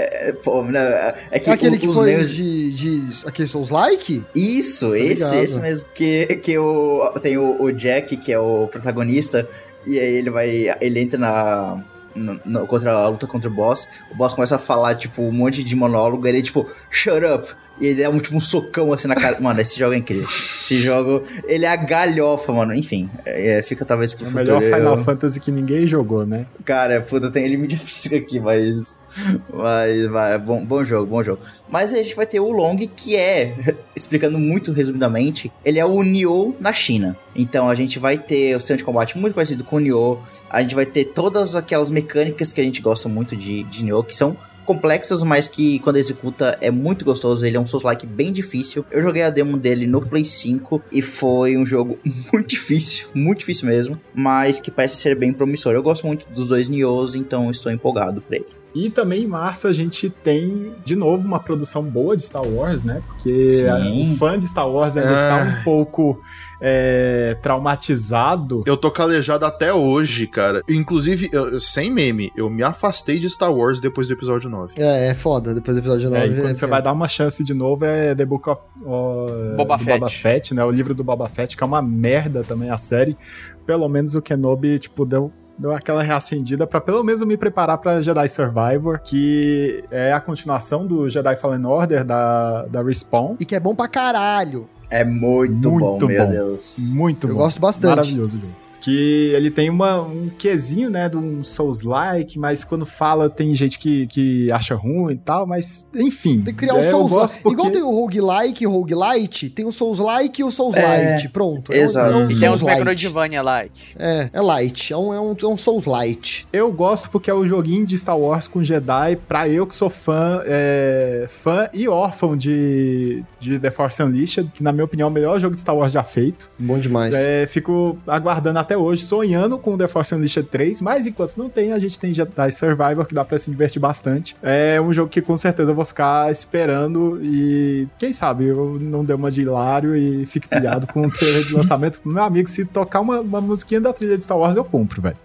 É que aquele que foi memes... de aquele Souls-like? Isso, esse mesmo. Que tem o Jack, que é o protagonista, e aí ele entra contra a luta contra o boss começa a falar, tipo, um monte de monólogo, ele tipo, shut up, e ele dá um socão assim na cara. Mano, esse jogo é incrível. Esse jogo, ele é a galhofa, mano. Enfim, fica talvez pro futuro. O melhor Final Fantasy que ninguém jogou, né? Cara, puta, tem ele mídia física aqui, mas vai, bom jogo. Mas aí a gente vai ter o Long, que explicando muito resumidamente, ele é o Nioh na China. Então a gente vai ter o sistema de combate muito parecido com o Nioh. A gente vai ter todas aquelas mecânicas que a gente gosta muito de Nioh, que são complexas, mas que quando executa é muito gostoso. Ele é um Souls-like bem difícil. Eu joguei a demo dele no Play 5 e foi um jogo muito difícil mesmo, mas que parece ser bem promissor. Eu gosto muito dos dois Niohs, então estou empolgado por ele. E também em março a gente tem, de novo, uma produção boa de Star Wars, né? Porque o fã de Star Wars ainda está um pouco traumatizado. Eu tô calejado até hoje, cara. Inclusive, sem meme, eu me afastei de Star Wars depois do episódio 9. É foda, depois do episódio 9. E quando você vai dar uma chance de novo, é The Book of Boba Fett, né? O livro do Boba Fett, que é uma merda também a série. Pelo menos o Kenobi, tipo, deu aquela reacendida pra pelo menos me preparar pra Jedi Survivor, que é a continuação do Jedi Fallen Order da Respawn. E que é bom pra caralho. É muito bom, meu Deus. Muito bom. Eu gosto bastante. Maravilhoso o jogo. Que ele tem um quezinho, né, de um Souls-like, mas quando fala tem gente que acha ruim e tal, mas enfim. Tem que criar um Souls-like. Porque... Igual tem o Roguelike e o Roguelite, tem o Souls-like e o Souls-Light. Pronto. Exato. E tem uns Metroidvania-like. É light. É um Souls-Light. Eu gosto porque é o joguinho de Star Wars com Jedi, pra eu que sou fã e órfão de The Force Unleashed, que na minha opinião é o melhor jogo de Star Wars já feito. Bom demais. Fico aguardando até hoje, sonhando com The Force Unleashed 3, mas enquanto não tem, a gente tem Jedi Survivor, que dá pra se divertir bastante. É um jogo que com certeza eu vou ficar esperando e quem sabe eu não dê uma de hilário e fique pilhado com o trailer de lançamento. Meu amigo, se tocar uma musiquinha da trilha de Star Wars, eu compro, velho.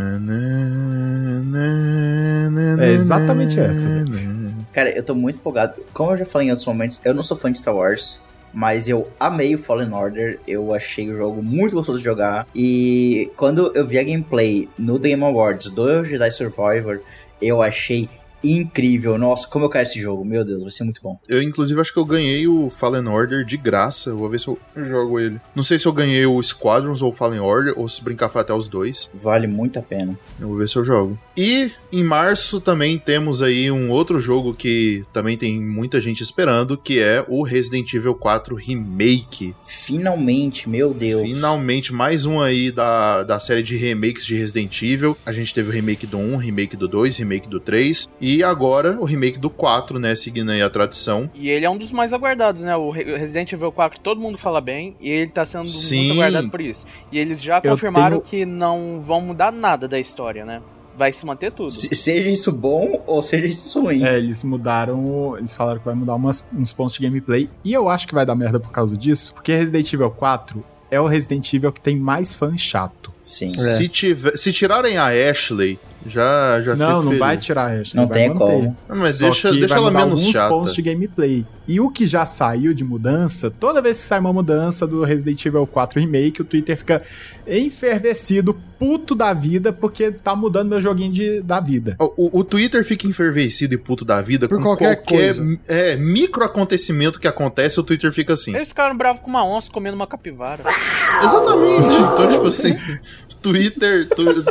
É exatamente essa, velho. Cara, eu tô muito empolgado. Como eu já falei em outros momentos, eu não sou fã de Star Wars, mas eu amei o Fallen Order, eu achei o jogo muito gostoso de jogar, e quando eu vi a gameplay no The Game Awards do Jedi Survivor, eu achei incrível. Nossa, como eu quero esse jogo, meu Deus, vai ser muito bom. Eu, inclusive, acho que eu ganhei o Fallen Order de graça. Eu vou ver se eu jogo ele. Não sei se eu ganhei o Squadrons ou o Fallen Order, ou se brincar foi até os dois. Vale muito a pena. Eu vou ver se eu jogo. E em março também temos aí um outro jogo que também tem muita gente esperando, que é o Resident Evil 4 Remake. Finalmente, meu Deus. Finalmente, mais um aí da série de remakes de Resident Evil. A gente teve o remake do 1, remake do 2, remake do 3. E agora o remake do 4, né? Seguindo aí a tradição. E ele é um dos mais aguardados, né? O Resident Evil 4 todo mundo fala bem. E ele tá sendo muito aguardado por isso. E eles já confirmaram que não vão mudar nada da história, né? Vai se manter tudo. Seja isso bom ou seja isso ruim. Eles mudaram. Eles falaram que vai mudar uns pontos de gameplay. E eu acho que vai dar merda por causa disso. Porque Resident Evil 4 é o Resident Evil que tem mais fã chato. Sim. Se tirarem a Ashley, já não vai tirar a Ashley. Não tem como. Mas deixa ela menos chata. Pontos de gameplay. E o que já saiu de mudança, toda vez que sai uma mudança do Resident Evil 4 Remake, o Twitter fica enfervecido, puto da vida, porque tá mudando meu joguinho da vida. O Twitter fica enfervecido e puto da vida por qualquer coisa. Micro acontecimento que acontece, o Twitter fica assim. Eles ficaram bravos com uma onça comendo uma capivara. Exatamente. Então, tipo assim, Twitter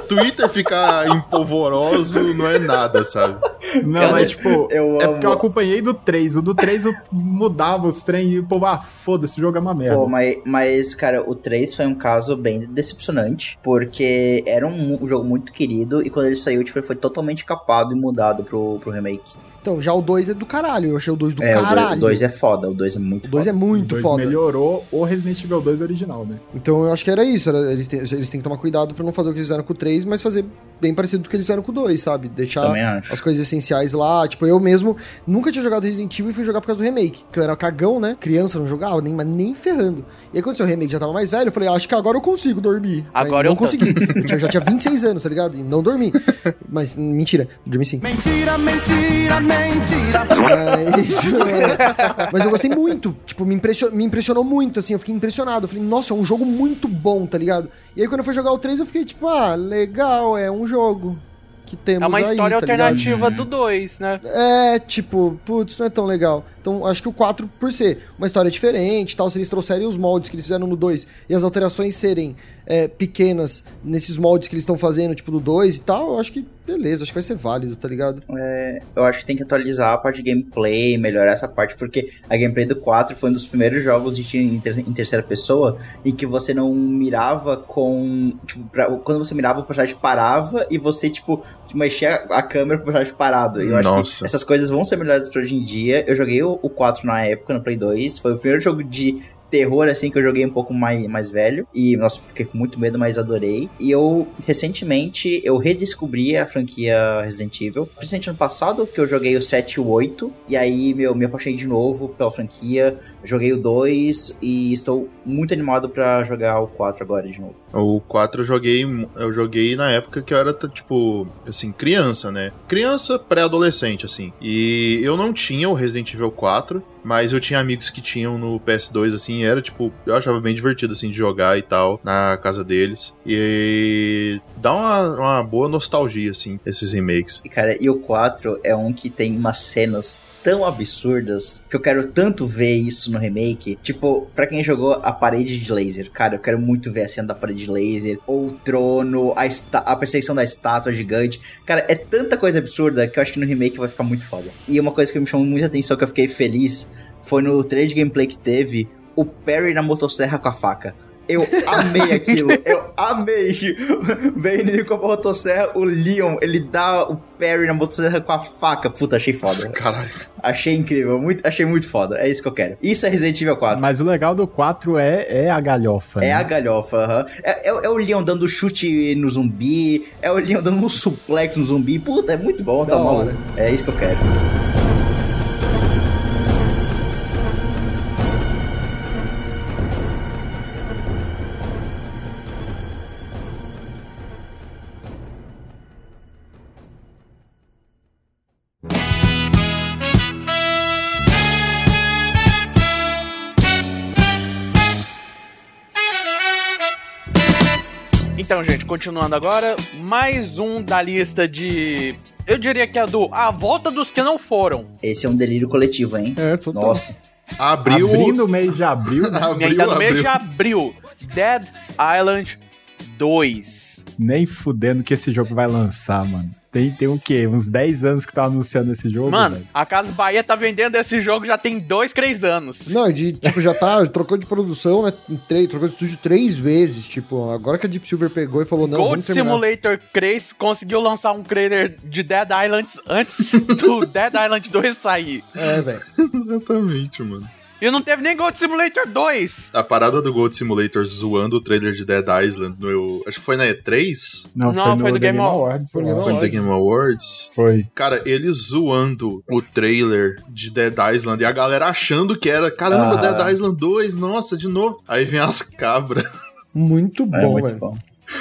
ficar empolvoroso não é nada, sabe? Não, cara, mas tipo, porque eu acompanhei do 3. O do 3 eu mudava os trem e o povo, foda-se, o jogo é uma merda. Pô, mas, cara, o 3 foi um caso bem decepcionante, porque era um jogo muito querido e quando ele saiu, tipo, ele foi totalmente capado e mudado pro remake. Então, já o 2 é do caralho. Eu achei o 2 do caralho. O 2 é foda, o 2 é muito foda. O 2 é muito foda. O 2 melhorou o Resident Evil 2 original, né? Então eu acho que era isso. Eles têm que tomar cuidado pra não fazer o que eles fizeram com o 3, mas fazer bem parecido com o que eles fizeram com o 2, sabe? Deixar as coisas essenciais lá. Tipo, eu mesmo nunca tinha jogado Resident Evil e fui jogar por causa do remake. Porque eu era cagão, né? Criança, não jogava, nem ferrando. E aí quando o remake já tava mais velho, eu falei, acho que agora eu consigo dormir. Agora eu não consegui. Eu já tinha 26 anos, tá ligado? E não dormi. Mas, mentira. Dormi sim. Mentira, mentira, mentira. Mas eu gostei muito. Tipo, me impressionou muito, assim. Eu fiquei impressionado. Eu falei, nossa, é um jogo muito bom, tá ligado? E aí quando eu fui jogar o 3, eu fiquei tipo, legal, é um jogo que temos aí, é uma história tá alternativa ligado? do 2, né? Tipo, putz, não é tão legal. Então, acho que o 4, por ser uma história diferente, tal, se eles trouxerem os moldes que eles fizeram no 2 e as alterações serem pequenas nesses moldes que eles estão fazendo, tipo, do 2 e tal, eu acho que beleza, acho que vai ser válido, tá ligado? Eu acho que tem que atualizar a parte de gameplay, melhorar essa parte, porque a gameplay do 4 foi um dos primeiros jogos de tiro em terceira pessoa em que você não mirava com... Tipo, quando você mirava, o personagem parava e você, tipo, mexia a câmera pro personagem parado. E eu acho que essas coisas vão ser melhoradas pra hoje em dia. Eu joguei o 4 na época, no Play 2. Foi o primeiro jogo de terror, assim, que eu joguei um pouco mais velho. E, nossa, fiquei com muito medo, mas adorei. E recentemente, eu redescobri a franquia Resident Evil. Principalmente ano passado, que eu joguei o 7 e o 8. E aí, me apaixonei de novo pela franquia. Joguei o 2 e estou muito animado pra jogar o 4 agora de novo. O 4 eu joguei na época que eu era, tipo, assim, criança, né? Criança pré-adolescente, assim. E eu não tinha o Resident Evil 4, mas eu tinha amigos que tinham no PS2, assim, era, tipo, eu achava bem divertido, assim, de jogar e tal, na casa deles. E dá uma boa nostalgia, assim, esses remakes. E, cara, e o 4 é um que tem umas cenas tão absurdas que eu quero tanto ver isso no remake. Tipo, pra quem jogou a parede de laser, cara, eu quero muito ver a cena da parede de laser, ou o trono, a perseguição da estátua gigante. Cara, é tanta coisa absurda que eu acho que no remake vai ficar muito foda. E uma coisa que me chamou muita atenção, que eu fiquei feliz, foi no trailer de gameplay que teve o Parry na motosserra com a faca. Eu amei aquilo, eu amei. Veio inimigo com a motosserra, o Leon, ele dá o parry na motosserra com a faca. Puta, achei foda. Caralho. Achei incrível, achei muito foda. É isso que eu quero. Isso é Resident Evil 4. Mas o legal do 4 é a galhofa. É, né? A galhofa, é o Leon dando chute no zumbi, é o Leon dando um suplex no zumbi. Puta, é muito bom, tá maluco. É isso que eu quero. Então, gente, continuando agora, mais um da lista de... Eu diria que é A Volta dos que Não Foram. Esse é um delírio coletivo, hein? Total. Nossa. Abrindo o mês de abril. E ainda no mês de abril, Dead Island 2. Nem fudendo que esse jogo vai lançar, mano. Tem o quê? Uns 10 anos que tá anunciando esse jogo, mano, velho. a Casas Bahia tá vendendo esse jogo já tem 2, 3 anos. Não, tipo, já trocou de produção, né? Trocou de estúdio 3 vezes. Tipo, agora que a Deep Silver pegou e falou, não, Gold vamos terminar. Simulator 3 conseguiu lançar um trailer de Dead Island antes do Dead Island 2 sair. Velho. Exatamente, mano. E não teve nem Gold Simulator 2. A parada do Gold Simulator zoando o trailer de Dead Island acho que foi na E3? Não, foi no Game Awards. Foi no The Game Awards? Foi. Cara, eles zoando o trailer de Dead Island e a galera achando que era, caramba, Dead Island 2, nossa, de novo. Aí vem as cabras. Muito bom, muito velho. bom.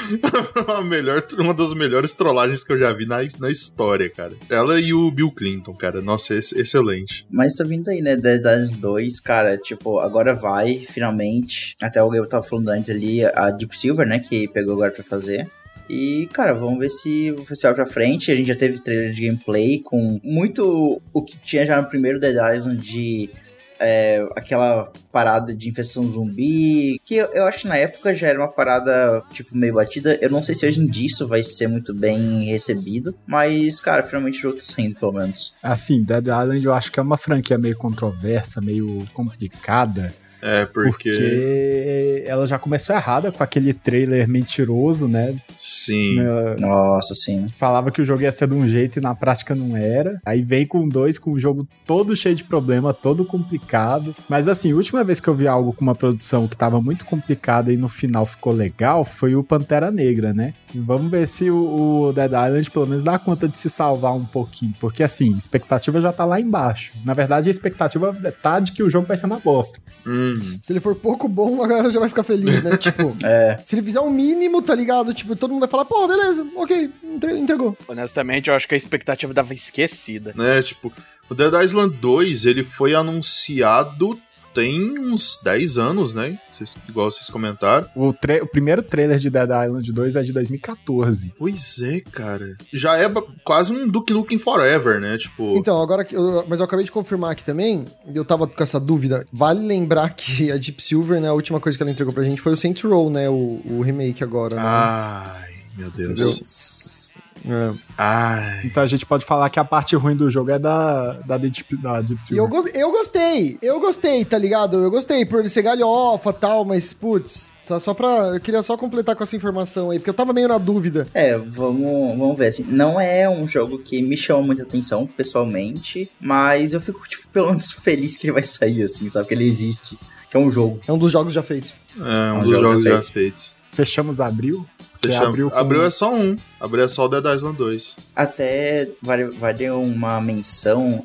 Uma das melhores trollagens que eu já vi na história, cara. Ela e o Bill Clinton, cara. Nossa, excelente. Mas tá vindo aí, né? Dead Island 2, cara, tipo, agora vai, finalmente. Até o que eu tava falando antes ali, a Deep Silver, né, que pegou agora pra fazer. E, cara, vamos ver se o festival pra frente. A gente já teve trailer de gameplay com muito o que tinha já no primeiro Dead Island de... aquela parada de infecção zumbi, que eu acho que na época já era uma parada, tipo, meio batida. Eu não sei se hoje em dia isso vai ser muito bem recebido, mas, cara, finalmente o jogo tá saindo, pelo menos. Assim, Dead Island eu acho que é uma franquia meio controversa, meio complicada, Porque ela já começou errada com aquele trailer mentiroso, né? Sim. Nossa, sim. Falava que o jogo ia ser de um jeito e na prática não era. Aí vem com 2, com o jogo todo cheio de problema, todo complicado. Mas assim, a última vez que eu vi algo com uma produção que tava muito complicada e no final ficou legal foi o Pantera Negra, né? Vamos ver se o Dead Island pelo menos dá conta de se salvar um pouquinho. Porque assim, a expectativa já tá lá embaixo. Na verdade, a expectativa tá de que o jogo vai ser uma bosta. Se ele for pouco bom, a galera já vai ficar feliz, né? Tipo, se ele fizer o mínimo, tá ligado? Tipo, todo mundo vai falar, pô, beleza, ok, entregou. Honestamente, eu acho que a expectativa tava esquecida. Tipo, o Dead Island 2, ele foi anunciado tem uns 10 anos, né? Igual vocês comentaram. O primeiro trailer de Dead Island 2 é de 2014. Pois é, cara. Já é quase um Duke Nukem Forever, né? Tipo... Então, agora... mas eu acabei de confirmar aqui também, e eu tava com essa dúvida. Vale lembrar que a Deep Silver, né, a última coisa que ela entregou pra gente foi o Saints Row, né? O remake agora, né? Ai, meu Deus. Então a gente pode falar que a parte ruim do jogo é da Deep Silver. Eu gostei, tá ligado? Eu gostei por ele ser galhofa e tal, mas, putz, eu queria só completar com essa informação aí, porque eu tava meio na dúvida. Vamos ver, assim, não é um jogo que me chama muita atenção, pessoalmente, mas eu fico, tipo, pelo menos feliz que ele vai sair, assim, sabe? Que ele existe, que é um jogo. É um dos jogos já feitos. É um dos jogos já feitos. Fechamos abril? Abril é só um. Abril é só o Dead Island 2. Até vale uma menção,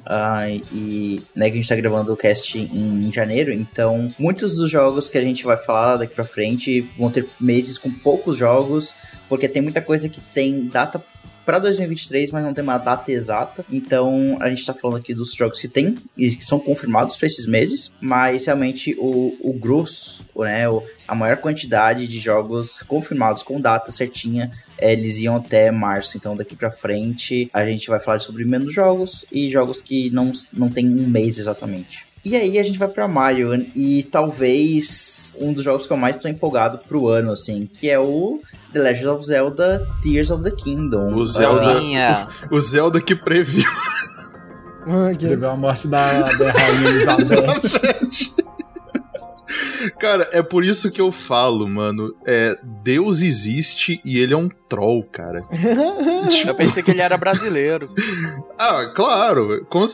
e né, que a gente tá gravando o cast em janeiro, então muitos dos jogos que a gente vai falar daqui pra frente vão ter meses com poucos jogos, porque tem muita coisa que tem data para 2023, mas não tem uma data exata. Então, a gente tá falando aqui dos jogos que tem e que são confirmados para esses meses, mas realmente o grosso, né, a maior quantidade de jogos confirmados com data certinha, eles iam até março. Então, daqui pra frente, a gente vai falar sobre menos jogos e jogos que não tem um mês exatamente. E aí a gente vai pra maio, e talvez um dos jogos que eu mais tô empolgado pro ano, assim, que é o The Legend of Zelda Tears of the Kingdom. O Zelda que previu. Previu a morte da rainha Elizabeth. Cara, é por isso que eu falo, mano, Deus existe e ele é um troll, cara. Eu pensei que ele era brasileiro. Claro, com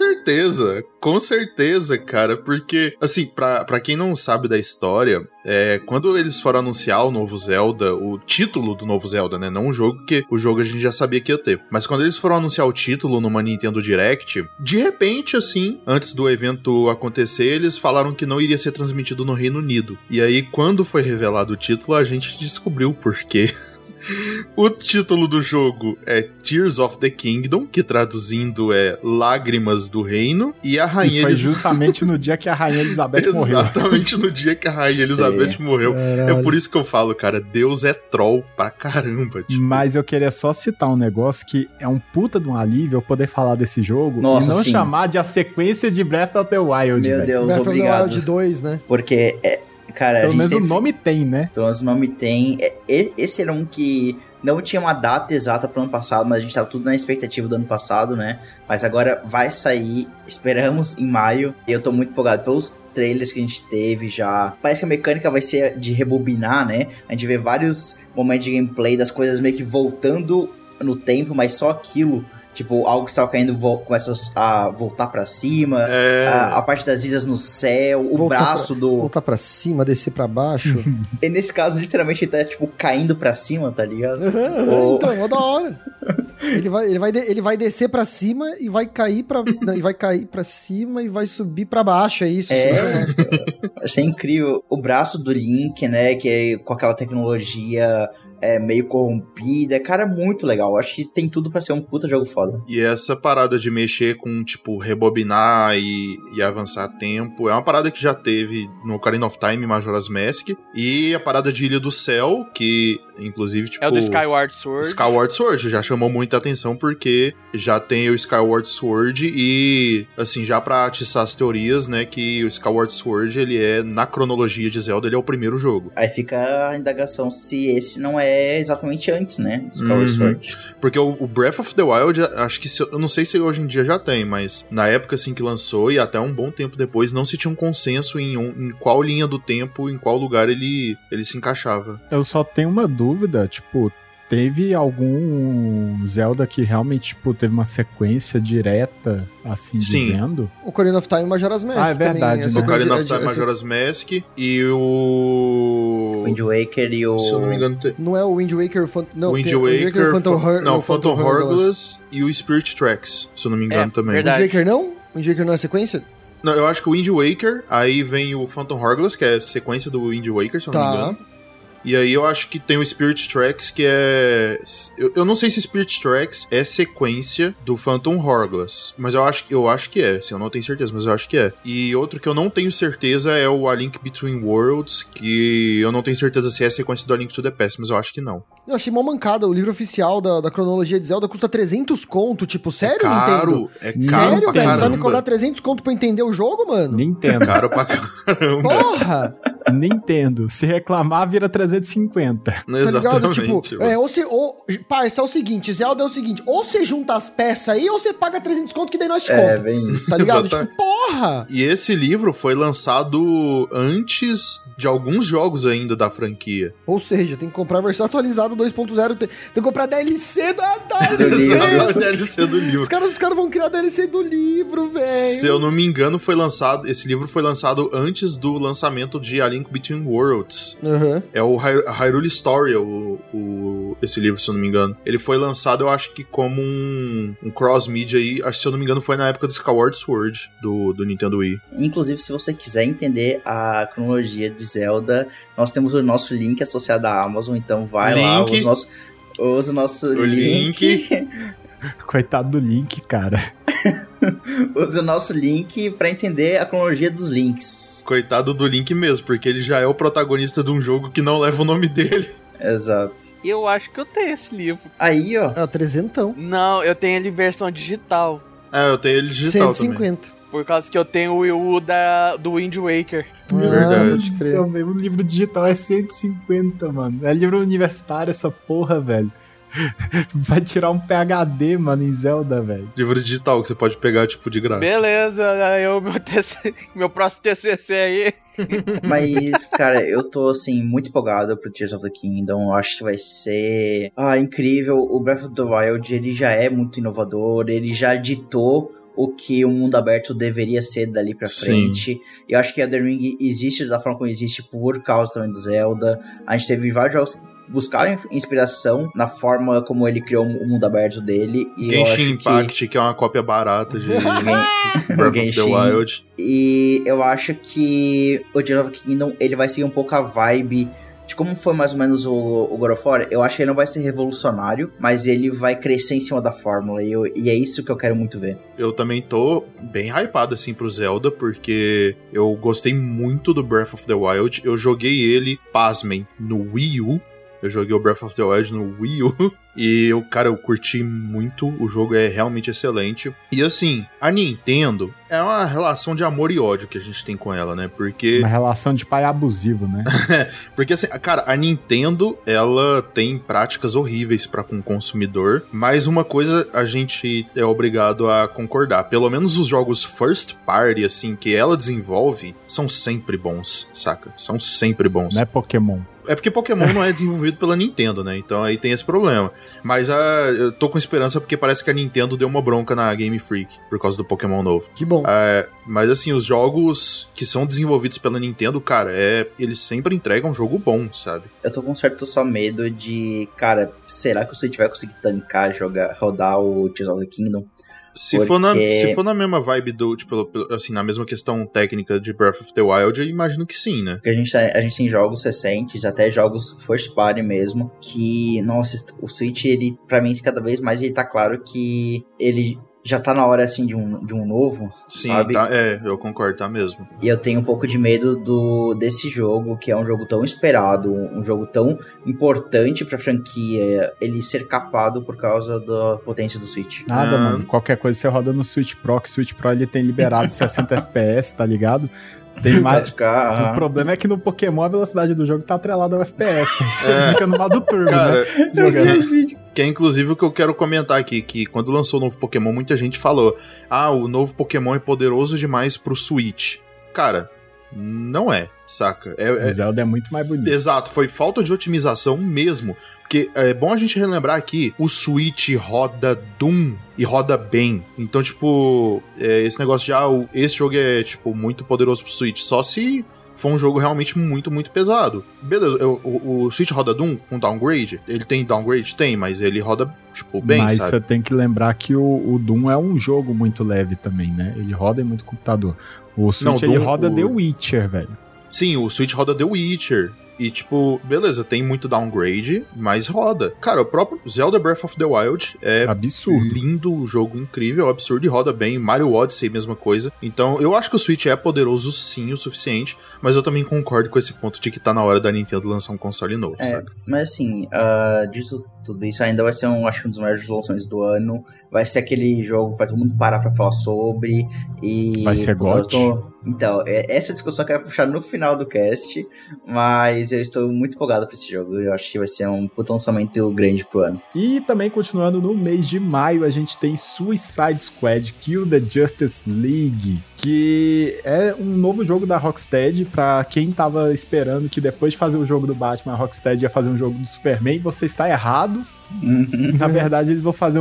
certeza, cara, porque, assim, pra quem não sabe da história, quando eles foram anunciar o novo Zelda, o título do novo Zelda, né, não o jogo, porque o jogo a gente já sabia que ia ter, mas quando eles foram anunciar o título numa Nintendo Direct, de repente, assim, antes do evento acontecer, eles falaram que não iria ser transmitido no Reino Unido. E aí, quando foi revelado o título, a gente descobriu o porquê. O título do jogo é Tears of the Kingdom, que traduzindo é Lágrimas do Reino, e a rainha... E foi justamente no dia que a rainha Elizabeth morreu. Exatamente no dia que a rainha Elizabeth morreu. Caralho. É por isso que eu falo, cara, Deus é troll pra caramba. Tipo. Mas eu queria só citar um negócio que é um puta de um alívio eu poder falar desse jogo. Nossa, e não sim. chamar de a sequência de Breath of the Wild. Meu Deus, Breath obrigado. Breath of the Wild 2, né? Porque... Cara, pelo menos o nome tem, né? Pelo menos o nome tem. Esse era um que não tinha uma data exata pro ano passado, mas a gente tava tudo na expectativa do ano passado, né? Mas agora vai sair, esperamos, em maio. E eu tô muito empolgado pelos trailers que a gente teve já. Parece que a mecânica vai ser de rebobinar, né? A gente vê vários momentos de gameplay das coisas meio que voltando no tempo, mas só aquilo... Tipo, algo que estava caindo começa a voltar pra cima. A parte das ilhas no céu, o braço voltar pra cima, descer pra baixo. E nesse caso, literalmente, ele tá, tipo, caindo pra cima, tá ligado? Então, é da hora. Ele vai descer pra cima e vai cair pra... Não, e vai cair pra cima e vai subir pra baixo, é isso? Isso é incrível. O braço do Link, né, que é com aquela tecnologia... meio corrompida, cara, muito legal. Acho que tem tudo pra ser um puta jogo foda. E essa parada de mexer com, tipo, rebobinar e avançar tempo, é uma parada que já teve no Ocarina of Time e Majora's Mask, e a parada de Ilha do Céu, que, inclusive, tipo... É o do Skyward Sword. Skyward Sword, já chamou muita atenção, porque já tem o Skyward Sword e, assim, já pra atiçar as teorias, né, que o Skyward Sword, ele é, na cronologia de Zelda, ele é o primeiro jogo. Aí fica a indagação se esse não é é exatamente antes, né? Do Skyward Sword. Porque o Breath of the Wild, acho que eu não sei se hoje em dia já tem, mas na época assim que lançou e até um bom tempo depois, não se tinha um consenso em qual linha do tempo, em qual lugar ele se encaixava. Eu só tenho uma dúvida, tipo, teve algum Zelda que realmente, tipo, teve uma sequência direta, assim, dizendo? O Ocarina of Time e Majora's Mask é verdade, também. né? O Ocarina of Time, Majora's Mask e o... Wind Waker e o... Se eu não me engano... Não é o Wind Waker... Não, Wind Waker, Phantom Hourglass e o Spirit Tracks, se eu não me engano também. Verdade. Wind Waker não? Wind Waker não é sequência? Não, eu acho que o Wind Waker, aí vem o Phantom Hourglass, que é a sequência do Wind Waker, se eu não me engano. E aí eu acho que tem o Spirit Tracks, que é... Eu não sei se Spirit Tracks é sequência do Phantom Hourglass, mas eu acho que é, assim, eu não tenho certeza, mas eu acho que é. E outro que eu não tenho certeza é o A Link Between Worlds, que eu não tenho certeza se é sequência do A Link to the Past, mas eu acho que não. Eu achei mó mancada, o livro oficial da cronologia de Zelda custa 300 conto, tipo, sério, Nintendo? É caro sério, pra velho? caramba. Você vai me cobrar 300 conto pra entender o jogo, mano? Nintendo. É caro pra caramba. Porra! Nintendo. Se reclamar, vira 350. Tá ligado? Tipo, parça, é o seguinte, Zelda é o seguinte, ou você junta as peças aí, ou você paga 300 conto que daí nós te conta. Bem isso. Tá ligado? Tipo, porra! E esse livro foi lançado antes de alguns jogos ainda da franquia. Ou seja, tem que comprar a versão atualizada 2.0, tem que comprar DLC DLC do livro. Os caras vão criar DLC do livro, velho. Se eu não me engano, esse livro foi lançado antes do lançamento de A Link Between Worlds. É o Hyrule Story, esse livro, se eu não me engano. Ele foi lançado, eu acho que como um cross-media aí, se eu não me engano, foi na época do Skyward Sword, do Nintendo Wii. Inclusive, se você quiser entender a cronologia de Zelda, nós temos o nosso link associado à Amazon, então vai lá, usa o nosso link. Coitado do Link, cara. Usa o nosso link pra entender a cronologia dos links. Coitado do Link mesmo, porque ele já é o protagonista de um jogo que não leva o nome dele. Exato. Eu acho que eu tenho esse livro. Aí, ó. É o 300. Não, eu tenho ele em versão digital. Eu tenho ele digital 150. também. Por causa que eu tenho o Wii U do Wind Waker. Verdade. O livro digital é 150, mano. É livro universitário essa porra, velho. Vai tirar um PhD, mano, em Zelda, velho. Livro digital que você pode pegar, tipo, de graça. Beleza, meu próximo TCC aí. Mas, cara, eu tô, assim, muito empolgado pro Tears of the Kingdom. Eu acho que vai ser incrível. O Breath of the Wild, ele já é muito inovador. Ele já ditou o que o mundo aberto deveria ser dali pra frente. E eu acho que Elden Ring existe da forma como existe por causa também do Zelda. A gente teve vários jogos buscaram inspiração na forma como ele criou o mundo aberto dele. E Genshin Impact, que é uma cópia barata de Breath of the Wild. E eu acho que o Tears of the Kingdom, ele vai seguir um pouco a vibe de como foi mais ou menos o God of War. Eu acho que ele não vai ser revolucionário, mas ele vai crescer em cima da fórmula. E é isso que eu quero muito ver. Eu também tô bem hypado, assim, pro Zelda, porque eu gostei muito do Breath of the Wild. Eu joguei ele, pasmem, no Wii U. Eu joguei o Breath of the Wild no Wii U e eu curti muito, o jogo é realmente excelente. E assim, a Nintendo é uma relação de amor e ódio que a gente tem com ela, né? Porque... Uma relação de pai abusivo, né? Porque assim, cara, a Nintendo, ela tem práticas horríveis para com o consumidor, mas uma coisa a gente é obrigado a concordar, pelo menos os jogos first party, assim, que ela desenvolve, são sempre bons, saca? São sempre bons. Não é Pokémon. É porque Pokémon não é desenvolvido pela Nintendo, né? Então aí tem esse problema. Mas eu tô com esperança porque parece que a Nintendo deu uma bronca na Game Freak por causa do Pokémon novo. Que bom. Mas assim, os jogos que são desenvolvidos pela Nintendo, cara, eles sempre entregam um jogo bom, sabe? Eu tô com certo só medo de... Cara, será que o Switch vai conseguir tancar, rodar o Tears of the Kingdom? Se for na mesma vibe do, tipo, assim, na mesma questão técnica de Breath of the Wild, eu imagino que sim, né? Porque a gente tem jogos recentes, até jogos first party mesmo, que, nossa, o Switch, ele, pra mim, cada vez mais ele tá claro que ele já tá na hora, assim, de um novo, sim, sabe? Tá, eu concordo, tá mesmo. E eu tenho um pouco de medo desse jogo, que é um jogo tão esperado, um jogo tão importante pra franquia, ele ser capado por causa da potência do Switch. Nada, mano. Qualquer coisa você roda no Switch Pro, que o Switch Pro ele tem liberado 60 FPS, tá ligado? Tem mais. O problema é que no Pokémon a velocidade do jogo tá atrelada ao FPS. Você fica no modo turbo, cara, né? Jogando. Que é inclusive o que eu quero comentar aqui, que quando lançou o novo Pokémon, muita gente falou: o novo Pokémon é poderoso demais pro Switch. Cara, não é, saca? O Zelda é muito mais bonito. Exato, foi falta de otimização mesmo. Porque é bom a gente relembrar aqui, o Switch roda Doom e roda bem. Então, tipo, esse negócio de, esse jogo é, tipo, muito poderoso pro Switch. Só se for um jogo realmente muito, muito pesado. Beleza, o Switch roda Doom com downgrade? Ele tem downgrade? Tem, mas ele roda, tipo, bem, mas sabe? Você tem que lembrar que o Doom é um jogo muito leve também, né? Ele roda em muito computador. O Switch, ele roda The Witcher, velho. Sim, o Switch roda The Witcher. E, tipo, beleza, tem muito downgrade, mas roda. Cara, o próprio Zelda Breath of the Wild é absurdo. Lindo, jogo incrível, absurdo e roda bem. Mario Odyssey, mesma coisa. Então, eu acho que o Switch é poderoso sim o suficiente, mas eu também concordo com esse ponto de que tá na hora da Nintendo lançar um console novo, sabe? Mas assim, dito tudo isso, ainda vai ser acho que um dos maiores resoluções do ano. Vai ser aquele jogo que vai todo mundo parar pra falar sobre. E vai ser GOT. Então, essa discussão eu quero puxar no final do cast, mas eu estou muito empolgado pra esse jogo. Eu acho que vai ser um puta lançamento grande pro ano. E também, continuando no mês de maio, a gente tem Suicide Squad Kill the Justice League, que é um novo jogo da Rocksteady. Pra quem tava esperando que depois de fazer o jogo do Batman, a Rocksteady ia fazer um jogo do Superman, você está errado. Na verdade, eles vão fazer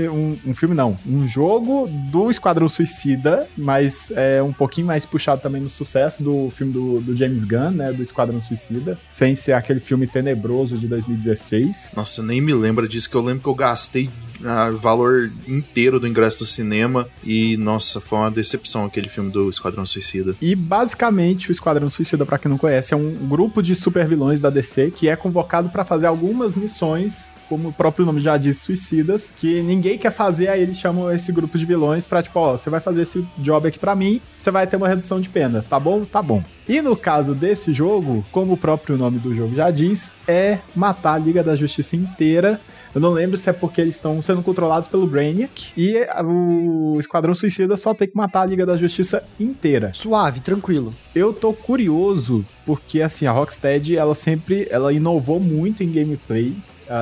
um jogo do Esquadrão Suicida, mas é um pouquinho mais puxado também no sucesso do filme do James Gunn, né, do Esquadrão Suicida, sem ser aquele filme tenebroso de 2016. Nossa, nem me lembra disso, que eu lembro que eu gastei o valor inteiro do ingresso do cinema e, nossa, foi uma decepção aquele filme do Esquadrão Suicida. E, basicamente, o Esquadrão Suicida, pra quem não conhece, é um grupo de supervilões da DC que é convocado pra fazer algumas missões, como o próprio nome já diz, suicidas, que ninguém quer fazer, aí eles chamam esse grupo de vilões pra, tipo, você vai fazer esse job aqui pra mim, você vai ter uma redução de pena, tá bom? Tá bom. E no caso desse jogo, como o próprio nome do jogo já diz, é matar a Liga da Justiça inteira. Eu não lembro se é porque eles estão sendo controlados pelo Brainiac e o Esquadrão Suicida só tem que matar a Liga da Justiça inteira. Suave, tranquilo. Eu tô curioso porque, assim, a Rocksteady, ela inovou muito em gameplay.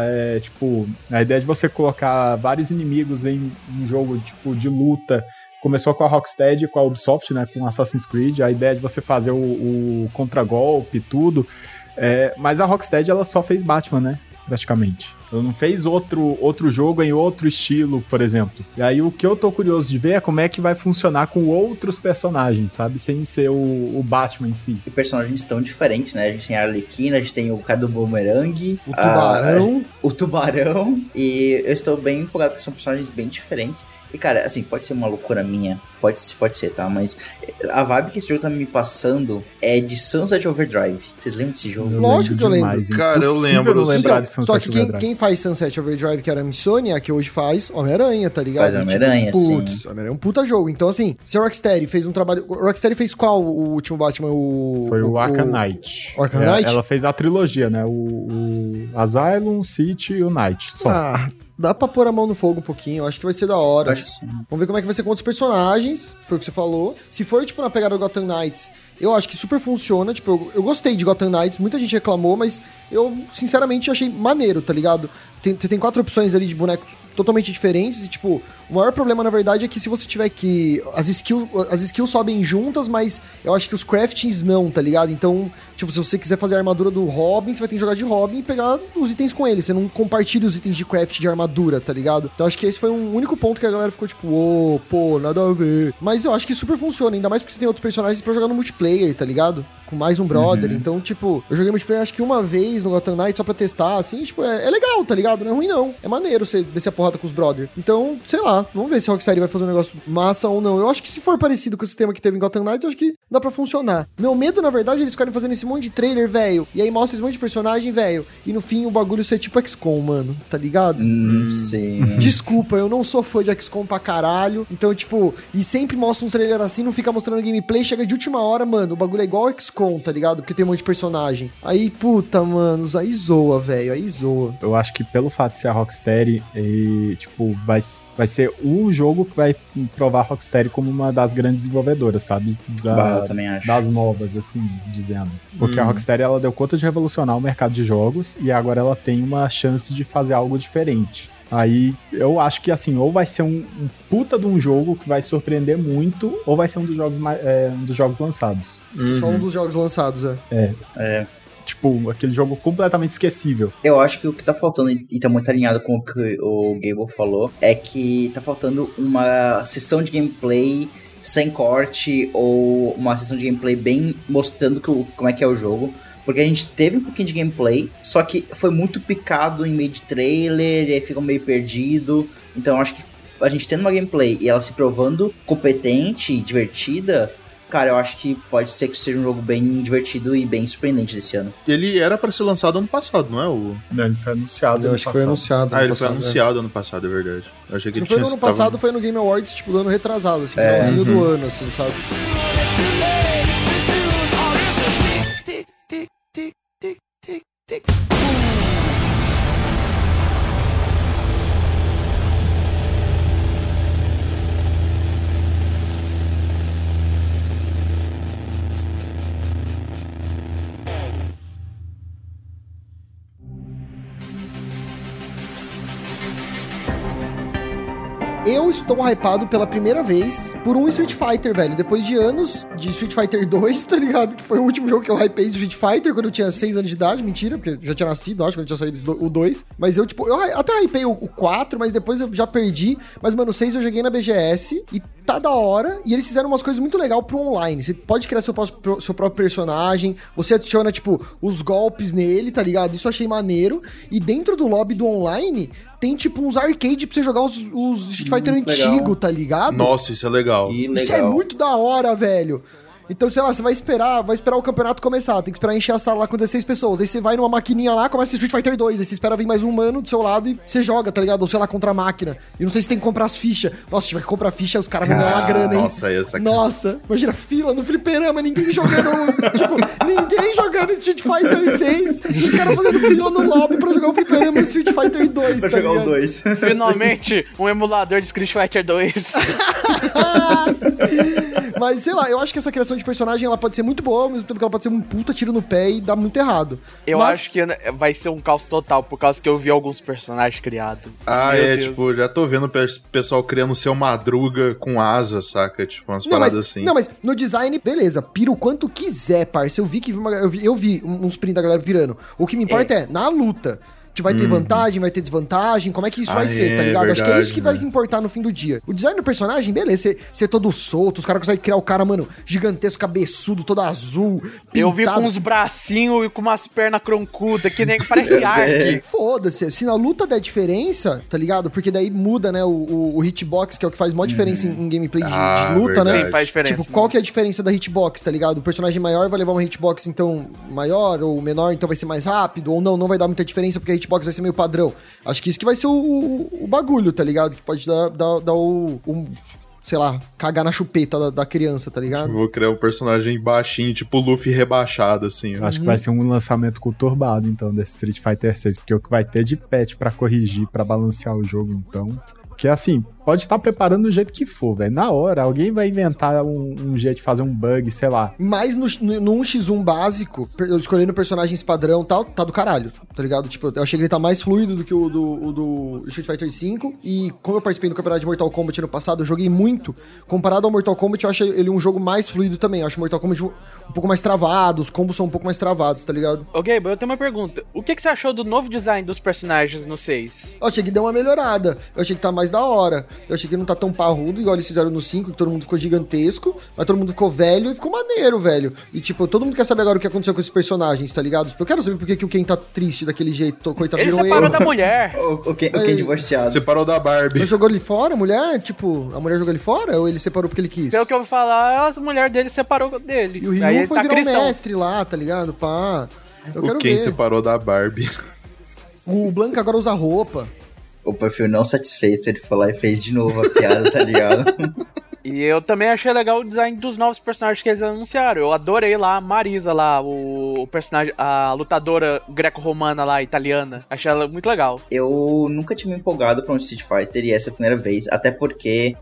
Tipo, a ideia de você colocar vários inimigos em um jogo, tipo, de luta começou com a Rocksteady, com a Ubisoft, né, com Assassin's Creed. A ideia de você fazer o contragolpe e tudo. Mas a Rocksteady, ela só fez Batman, né, praticamente. Ela não fez outro jogo em outro estilo, por exemplo. E aí o que eu tô curioso de ver é como é que vai funcionar com outros personagens, sabe? Sem ser o Batman em si. E personagens tão diferentes, né? A gente tem a Arlequina, a gente tem o cara do Boomerang, o Tubarão. O Tubarão. E eu estou bem empolgado porque são personagens bem diferentes. E, cara, assim, pode ser uma loucura minha. Pode ser, tá? Mas a vibe que esse jogo tá me passando é de Sunset Overdrive. Vocês lembram desse jogo? Lógico que eu lembro. Cara, eu lembro. Não lembrar de Sunset Só que Overdrive. quem faz Sunset Overdrive, que era a Insomnia, que hoje faz Homem-Aranha, tá ligado? Faz Homem-Aranha, tipo, sim. Homem-Aranha é um puta jogo. Então, assim, se a Rocksteady fez um trabalho... A Rocksteady fez qual o último Batman? Foi o Arkham Knight. Arkham Knight? Ela fez a trilogia, né? O Asylum, City e o Knight. Só. Dá pra pôr a mão no fogo um pouquinho, eu acho que vai ser da hora. Eu acho que sim. Vamos ver como é que vai ser com outros personagens, foi o que você falou. Se for, tipo, na pegada do Gotham Knights, eu acho que super funciona, tipo, eu gostei de Gotham Knights, muita gente reclamou, mas eu, sinceramente, achei maneiro, tá ligado? Tem 4 opções ali de bonecos totalmente diferentes e, tipo, o maior problema, na verdade, é que se você tiver que... As skills sobem juntas, mas eu acho que os craftings não, tá ligado? Então, tipo, se você quiser fazer a armadura do Robin, você vai ter que jogar de Robin e pegar os itens com ele. Você não compartilha os itens de craft de armadura, tá ligado? Então, acho que esse foi um único ponto que a galera ficou, tipo, pô, nada a ver. Mas eu acho que super funciona, ainda mais porque você tem outros personagens pra jogar no multiplayer, tá ligado? Com mais um brother. Então, tipo, eu joguei multiplayer acho que uma vez no Gotham Knight só pra testar, assim, tipo, é legal, tá ligado? Não é ruim, não. É maneiro você descer a porrada com os brother. Então, sei lá, vamos ver se a Rocksteady vai fazer um negócio massa ou não. Eu acho que se for parecido com o sistema que teve em Gotham Knights, eu acho que dá pra funcionar. Meu medo, na verdade, é eles ficarem fazendo esse monte de trailer, velho, e aí mostra esse monte de personagem, velho, e no fim o bagulho ser tipo XCOM, mano, tá ligado? Sim. Desculpa, eu não sou fã de XCOM pra caralho, então, tipo, e sempre mostra um trailer assim, não fica mostrando gameplay, chega de última hora, mano, o bagulho é igual XCOM, XCOM, tá ligado? Porque tem um monte de personagem. Aí, puta, mano, aí zoa, velho, aí zoa. Eu acho que pelo fato de ser a Rocksteady, tipo, vai ser o jogo que vai provar a Rocksteady como uma das grandes desenvolvedoras, sabe? Eu também acho. Das novas, assim, dizendo. Porque a Rocksteady, ela deu conta de revolucionar o mercado de jogos e agora ela tem uma chance de fazer algo diferente. Aí, eu acho que, assim, ou vai ser um puta de um jogo que vai surpreender muito, ou vai ser um dos jogos lançados. Só um dos jogos lançados, Tipo, aquele jogo completamente esquecível. Eu acho que o que tá faltando, e tá muito alinhado com o que o Gable falou, é que tá faltando uma sessão de gameplay sem corte, ou uma sessão de gameplay bem mostrando como é que é o jogo. Porque a gente teve um pouquinho de gameplay, só que foi muito picado em meio de trailer, e aí fica meio perdido. Então eu acho que a gente tendo uma gameplay e ela se provando competente e divertida, cara, eu acho que pode ser que seja um jogo bem divertido e bem surpreendente desse ano. Ele era pra ser lançado ano passado, não é? Não, ele foi anunciado. Eu acho que foi anunciado. Ele foi anunciado ano passado, é verdade. Eu achei que Se não foi no ano passado, foi no Game Awards, tipo, do ano retrasado, assim, finalzinho do ano, assim, sabe? Eu estou hypado pela primeira vez por um Street Fighter, velho. Depois de anos de Street Fighter 2, tá ligado? Que foi o último jogo que eu hypei de Street Fighter quando eu tinha 6 anos de idade. Mentira, porque eu já tinha nascido, acho que eu tinha saído o 2. Mas eu, tipo, eu até hypei o 4, mas depois eu já perdi. Mas, mano, o 6 eu joguei na BGS e tá da hora. E eles fizeram umas coisas muito legais pro online. Você pode criar seu próprio personagem. Você adiciona, tipo, os golpes nele, tá ligado? Isso eu achei maneiro. E dentro do lobby do online tem, tipo, uns arcade pra você jogar os Street Fighter antigo, tá ligado? Nossa, isso é legal. Isso é muito da hora, velho. Então, sei lá, você vai esperar o campeonato começar, tem que esperar encher a sala lá com 16 pessoas. Aí você vai numa maquininha lá, começa Street Fighter 2, aí você espera vir mais um mano do seu lado e você joga, tá ligado? Ou sei lá, contra a máquina. E não sei se tem que comprar as fichas. Nossa, se tiver que comprar ficha, os caras vão ganhar uma grana, hein? Nossa, essa aqui. Nossa, imagina, fila no fliperama, ninguém jogando, tipo, ninguém jogando Street Fighter 6, e os caras fazendo fila no lobby pra jogar o fliperama Street Fighter 2, pra tá jogar ligado? o 2. Finalmente, um emulador de Street Fighter 2. Mas, sei lá, eu acho que essa criação de personagem, ela pode ser muito boa, ao mesmo tempo que ela pode ser um puta tiro no pé e dar muito errado. Eu acho que vai ser um caos total, por causa que eu vi alguns personagens criados. Tipo, já tô vendo o pessoal criando seu Madruga com asa, saca? Tipo, umas paradas assim. Não, mas no design, beleza, pira o quanto quiser, parça. Eu vi uns prints da galera pirando. O que me importa é, na luta, tipo, vai ter vantagem, vai ter desvantagem, como é que isso vai ser, tá ligado? Verdade, acho que é isso que vai importar no fim do dia. O design do personagem, beleza, ser todo solto, os caras conseguem criar o cara, mano, gigantesco, cabeçudo, todo azul, pintado. Eu vi com uns bracinhos e com umas pernas croncudas, que nem parece Ark. Foda-se, se na luta der diferença, tá ligado? Porque daí muda, né, o hitbox, que é o que faz maior diferença em gameplay de luta, verdade. né? Sim, faz diferença. Tipo, qual que é a diferença da hitbox, tá ligado? O personagem maior vai levar uma hitbox, então, maior, ou menor, então vai ser mais rápido, ou não vai dar muita diferença, porque a hitbox vai ser meio padrão. Acho que isso que vai ser o bagulho, tá ligado? Que pode dar sei lá, cagar na chupeta da criança, tá ligado? Vou criar um personagem baixinho, tipo Luffy rebaixado, assim. Eu acho que vai ser um lançamento conturbado, então, desse Street Fighter 6, porque o que vai ter de patch pra corrigir, pra balancear o jogo, então... Porque, assim, pode estar preparando do jeito que for, velho. Na hora, alguém vai inventar um jeito de fazer um bug, sei lá. Mas no 1x1 básico, eu escolhendo personagens padrão e tal, tá do caralho, tá ligado? Tipo, eu achei que ele tá mais fluido do que o do Street Fighter V. E como eu participei do campeonato de Mortal Kombat ano passado, eu joguei muito. Comparado ao Mortal Kombat, eu acho ele um jogo mais fluido também. Eu acho o Mortal Kombat um pouco mais travado, os combos são um pouco mais travados, tá ligado? Ô, Gabe, eu tenho uma pergunta. O que você achou do novo design dos personagens no 6? Eu achei que deu uma melhorada. Eu achei que tá mais da hora. Eu achei que não tá tão parrudo, igual eles fizeram no 5, que todo mundo ficou gigantesco, mas todo mundo ficou velho e ficou maneiro, velho. E, tipo, todo mundo quer saber agora o que aconteceu com esses personagens, tá ligado? Tipo, eu quero saber por que o Ken tá triste daquele jeito, coitado. Ele separou da mulher. O Ken divorciado. Separou da Barbie. Ele jogou ele fora, a mulher? Tipo, a mulher jogou ele fora ou ele separou porque ele quis? Pelo que eu ouvi falar, a mulher dele separou dele. E o Ryu Aí foi tá virar cristão. um mestre lá, tá ligado? Pá. Eu quero Quem ver. separou da Barbie. O Blanca agora usa roupa. O perfil não satisfeito, ele foi lá e fez de novo a piada, tá ligado? E eu também achei legal o design dos novos personagens que eles anunciaram. Eu adorei lá a Marisa lá, o personagem, a lutadora greco-romana lá, italiana. Achei ela muito legal. Eu nunca tinha me empolgado pra um Street Fighter e essa é a primeira vez, até porque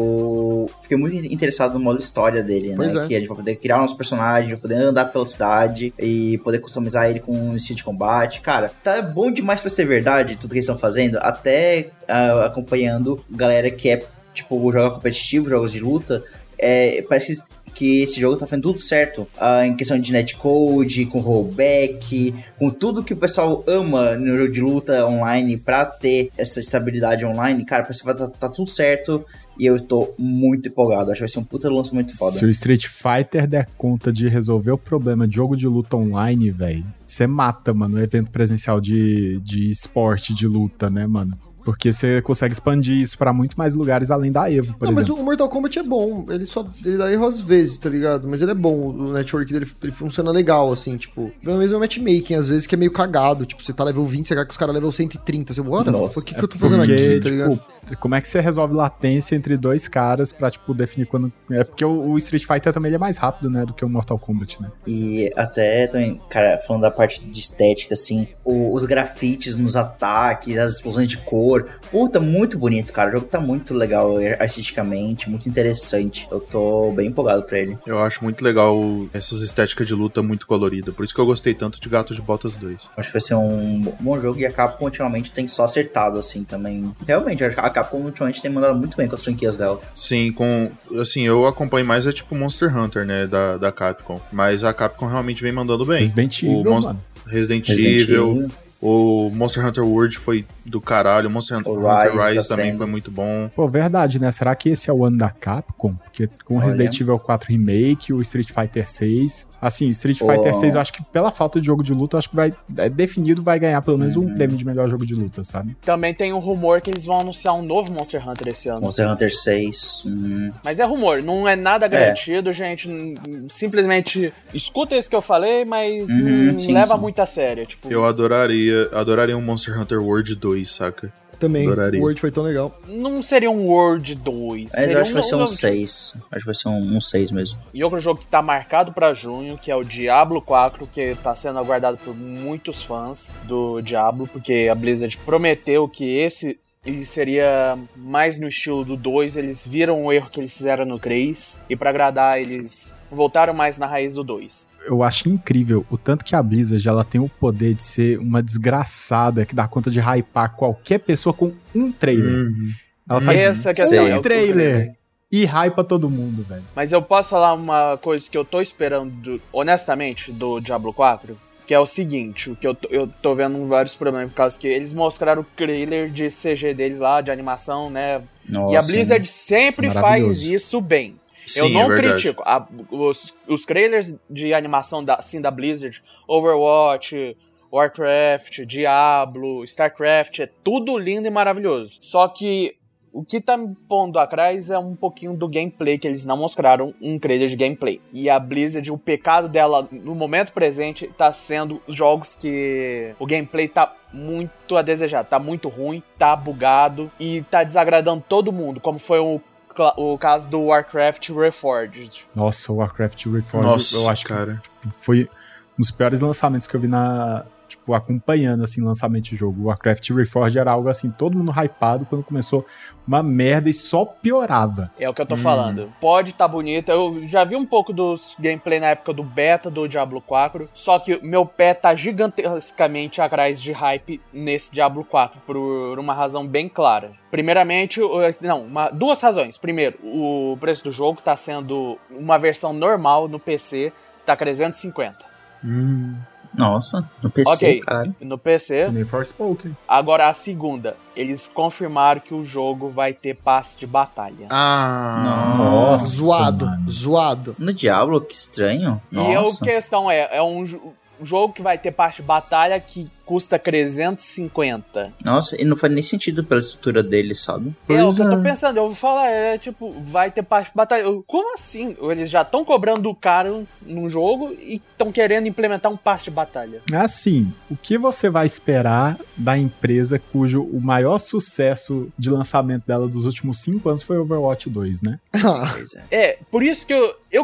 eu fiquei muito interessado no modo história dele, né? Que a gente vai poder criar nossos personagens, vai poder andar pela cidade e poder customizar ele com um estilo de combate. Cara, tá bom demais pra ser verdade tudo que eles estão fazendo, até acompanhando galera que é, tipo, joga competitivo, jogos de luta, parece que esse jogo tá fazendo tudo certo, em questão de netcode, com rollback, com tudo que o pessoal ama no jogo de luta online pra ter essa estabilidade online. Cara, parece que tá tudo certo e eu tô muito empolgado. Acho que vai ser um puta lançamento foda. Se o Street Fighter der conta de resolver o problema de jogo de luta online, velho, você mata, mano, o evento presencial de esporte, de luta, né, mano? Porque você consegue expandir isso pra muito mais lugares além da EVO, por exemplo. Mas o Mortal Kombat é bom. Ele dá erro às vezes, tá ligado? Mas ele é bom. O network dele ele funciona legal, assim, tipo... Pelo menos é o matchmaking, às vezes, que é meio cagado. Tipo, você tá level 20, você quer que os caras level 130. Você, bora, o que eu tô fazendo aqui, tá ligado? Como é que você resolve latência entre dois caras pra, tipo, definir quando... É porque o Street Fighter também ele é mais rápido, né, do que o Mortal Kombat, né? E até também, cara, falando da parte de estética, assim, os grafites nos ataques, as explosões de cor, puta, muito bonito, cara. O jogo tá muito legal artisticamente, muito interessante. Eu tô bem empolgado pra ele. Eu acho muito legal essas estéticas de luta muito coloridas, por isso que eu gostei tanto de Gato de Botas 2. Acho que vai ser um bom jogo e a Capcom ultimamente tem só acertado, assim, também. Realmente, a Capcom ultimamente tem mandado muito bem com as franquias dela. Sim, assim, eu acompanho mais tipo Monster Hunter, né, da Capcom, mas a Capcom realmente vem mandando bem. Resident Evil, mano. Resident Evil. O Monster Hunter World foi do caralho. O Monster Hunter Rise também foi muito bom. Pô, verdade, né? Será que esse é o ano da Capcom? Porque com Resident Evil 4 Remake, o Street Fighter 6... Assim, Street Fighter 6, eu acho que pela falta de jogo de luta, eu acho que definido vai ganhar pelo menos um prêmio de melhor jogo de luta, sabe? Também tem um rumor que eles vão anunciar um novo Monster Hunter esse ano. Monster Hunter 6. Mas é rumor, não é nada garantido, gente. Simplesmente escuta isso que eu falei, mas não leva muito a sério. Tipo... Eu adoraria um Monster Hunter World 2, saca? Também, adoraria. O World foi tão legal. Não seria um World 2. Eu acho que vai ser um 6. Acho que vai ser um 6 mesmo. E outro jogo que tá marcado pra junho, que é o Diablo 4, que tá sendo aguardado por muitos fãs do Diablo, porque a Blizzard prometeu que esse seria mais no estilo do 2. Eles viram o erro que eles fizeram no 3, e pra agradar eles voltaram mais na raiz do 2. Eu acho incrível o tanto que a Blizzard ela tem o poder de ser uma desgraçada que dá conta de hypar qualquer pessoa com um trailer. Ela faz um trailer e hypa todo mundo, velho. Mas eu posso falar uma coisa que eu tô esperando, honestamente, do Diablo 4? Que é o seguinte, o que eu tô vendo vários problemas, por causa que eles mostraram o trailer de CG deles lá, de animação, né? Nossa, e a Blizzard sempre faz isso bem. Sim, eu não critico. Os trailers de animação da Blizzard, Overwatch, Warcraft, Diablo, Starcraft, é tudo lindo e maravilhoso. Só que o que tá me pondo atrás é um pouquinho do gameplay, que eles não mostraram um trailer de gameplay. E a Blizzard, o pecado dela no momento presente tá sendo jogos que o gameplay tá muito a desejar. Tá muito ruim, tá bugado e tá desagradando todo mundo, como foi o caso do Warcraft Reforged. Nossa, o Warcraft Reforged, eu acho cara, que foi um dos piores lançamentos que eu vi acompanhando, assim, o lançamento de jogo. O Warcraft Reforged era algo, assim, todo mundo hypado quando começou uma merda e só piorava. É o que eu tô falando. Pode tá bonito. Eu já vi um pouco dos gameplay na época do beta do Diablo 4, só que meu pé tá gigantescamente atrás de hype nesse Diablo 4, por uma razão bem clara. Primeiramente, duas razões. Primeiro, o preço do jogo tá sendo uma versão normal no PC, tá 350. Nossa, no PC, caralho. No PC. Nem Forspoken. Agora, a segunda, eles confirmaram que o jogo vai ter passe de batalha. Nossa, zoado. No Diablo, que estranho. E a questão é um jogo que vai ter passe de batalha que custa 350. Nossa, e não faz nem sentido pela estrutura dele, sabe? É o que eu tô pensando, eu vou falar, tipo, vai ter parte de batalha. Como assim? Eles já estão cobrando caro num jogo e estão querendo implementar um passe de batalha. Assim, o que você vai esperar da empresa cujo o maior sucesso de lançamento dela dos últimos 5 anos foi Overwatch 2, né? Pois é. Por isso que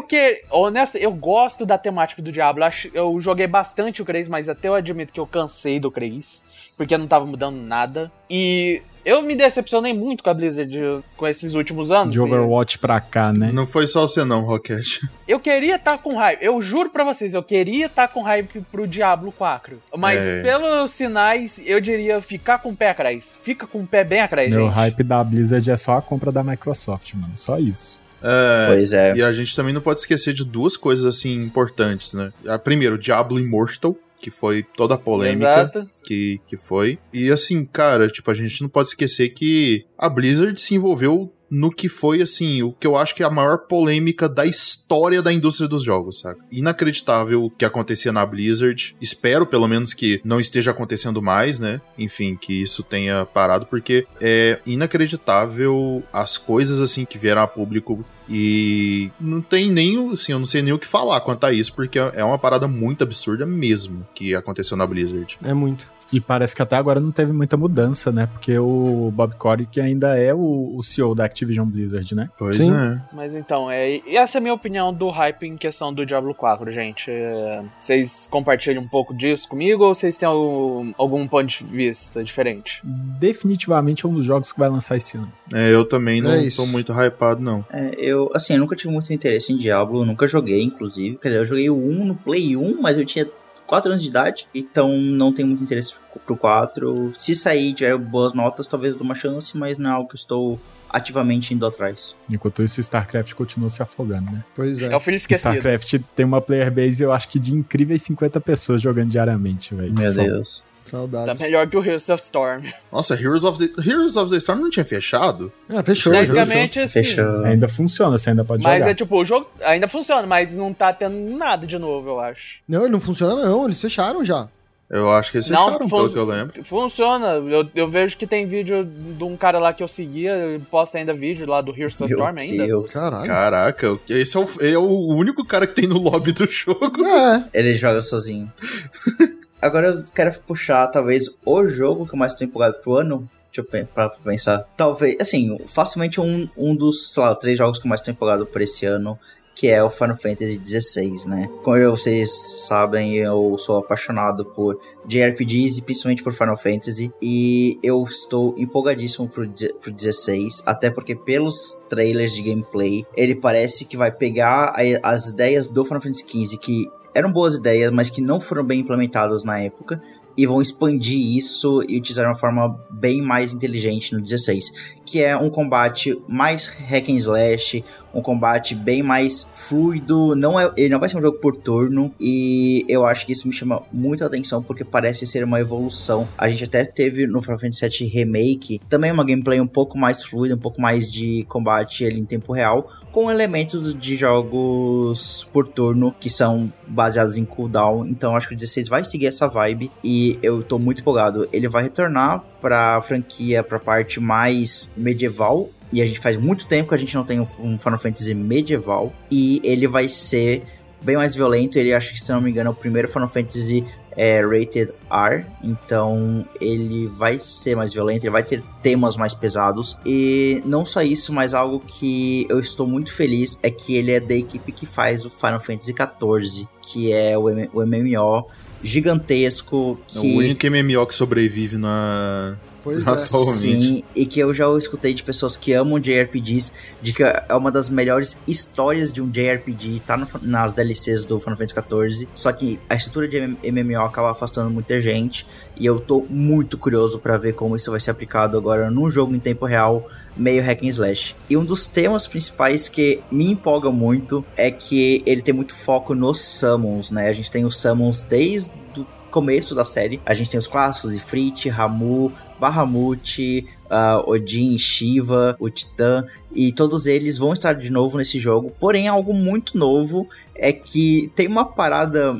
eu gosto da temática do Diablo. Eu joguei bastante o 3, mas até eu admito que eu cansei do 3, porque não tava mudando nada. E eu me decepcionei muito com a Blizzard com esses últimos anos. De Overwatch pra cá, né? Não foi só você não, Rocket. Eu queria estar com hype. Eu juro pra vocês, eu queria estar com hype pro Diablo 4. Mas pelos sinais, eu diria ficar com o pé atrás. Fica com o pé bem atrás, gente. Meu hype da Blizzard é só a compra da Microsoft, mano. Só isso. Pois é. E a gente também não pode esquecer de duas coisas, assim, importantes, né? Primeiro, Diablo Immortal, que foi toda a polêmica que foi. E assim, cara, tipo, a gente não pode esquecer que a Blizzard se envolveu no que foi, assim, o que eu acho que é a maior polêmica da história da indústria dos jogos, saca? Inacreditável o que acontecia na Blizzard. Espero, pelo menos, que não esteja acontecendo mais, né? Enfim, que isso tenha parado, porque é inacreditável as coisas, assim, que vieram a público e não tem nem, assim, eu não sei nem o que falar quanto a isso, porque é uma parada muito absurda mesmo que aconteceu na Blizzard. É muito. E parece que até agora não teve muita mudança, né? Porque o Bob Kotick ainda é o CEO da Activision Blizzard, né? Pois Sim. é. Mas então, essa é a minha opinião do hype em questão do Diablo 4, gente. Vocês compartilham um pouco disso comigo ou vocês têm algum ponto de vista diferente? Definitivamente é um dos jogos que vai lançar esse ano. Eu também não tô muito hypado, não. Eu nunca tive muito interesse em Diablo, eu nunca joguei, inclusive. Quer dizer, eu joguei o 1 no Play 1, mas eu tinha 4 anos de idade, então não tenho muito interesse pro 4. Se sair e tiver boas notas, talvez eu dê uma chance, mas não é algo que eu estou ativamente indo atrás. Enquanto isso, StarCraft continua se afogando, né? Pois é. É o filho esquecido. StarCraft tem uma player base, eu acho que de incríveis 50 pessoas jogando diariamente, velho. Meu Deus. Saudades. Tá melhor que o Heroes of Storm. Nossa, Heroes of the Storm não tinha fechado? Fechou. Tecnicamente, assim. Fechou. Ainda funciona, você ainda pode Mas jogar. é tipo, o jogo ainda funciona, mas não tá tendo nada de novo, eu acho. Não, ele não funciona não, eles fecharam já. Eu acho que eles fecharam, pelo que eu lembro. Funciona. Eu vejo que tem vídeo de um cara lá que eu seguia, ele posta ainda vídeo lá do Heroes of Storm ainda. Deus. Caraca, esse é o único cara que tem no lobby do jogo. Ele joga sozinho. Agora eu quero puxar, talvez, o jogo que eu mais tô empolgado pro ano. Deixa eu pensar. Talvez, assim, facilmente um dos, sei lá, 3 jogos que eu mais tô empolgado por esse ano, que é o Final Fantasy XVI, né? Como vocês sabem, eu sou apaixonado por JRPGs e principalmente por Final Fantasy, e eu estou empolgadíssimo pro 16, até porque pelos trailers de gameplay, ele parece que vai pegar as ideias do Final Fantasy XV, que eram boas ideias, mas que não foram bem implementadas na época, e vão expandir isso e utilizar de uma forma bem mais inteligente no 16, que é um combate mais hack and slash, um combate bem mais fluido, ele não vai ser um jogo por turno, e eu acho que isso me chama muita atenção, porque parece ser uma evolução. A gente até teve no Final Fantasy VII Remake, também uma gameplay um pouco mais fluida, um pouco mais de combate ali em tempo real, com elementos de jogos por turno, que são baseados em cooldown, então acho que o 16 vai seguir essa vibe, e eu tô muito empolgado. Ele vai retornar pra franquia, pra parte mais medieval, e a gente faz muito tempo que a gente não tem um Final Fantasy medieval, e ele vai ser bem mais violento. Ele, acho que, se não me engano, é o primeiro Final Fantasy rated R, então ele vai ser mais violento, ele vai ter temas mais pesados, e não só isso, mas algo que eu estou muito feliz é que ele é da equipe que faz o Final Fantasy XIV, que é o MMO gigantesco, que... O único MMO que sobrevive na... Pois é. Sim, e que eu já escutei de pessoas que amam JRPGs, de que é uma das melhores histórias de um JRPG, tá nas DLCs do Final Fantasy XIV, só que a estrutura de MMO acaba afastando muita gente, e eu tô muito curioso pra ver como isso vai ser aplicado agora num jogo em tempo real, meio hack and slash. E um dos temas principais que me empolga muito é que ele tem muito foco nos summons, né? A gente tem os summons desde começo da série. A gente tem os clássicos, Ifrit, Ramuh, Bahamut, Odin, Shiva, o Titã, e todos eles vão estar de novo nesse jogo. Porém, algo muito novo é que tem uma parada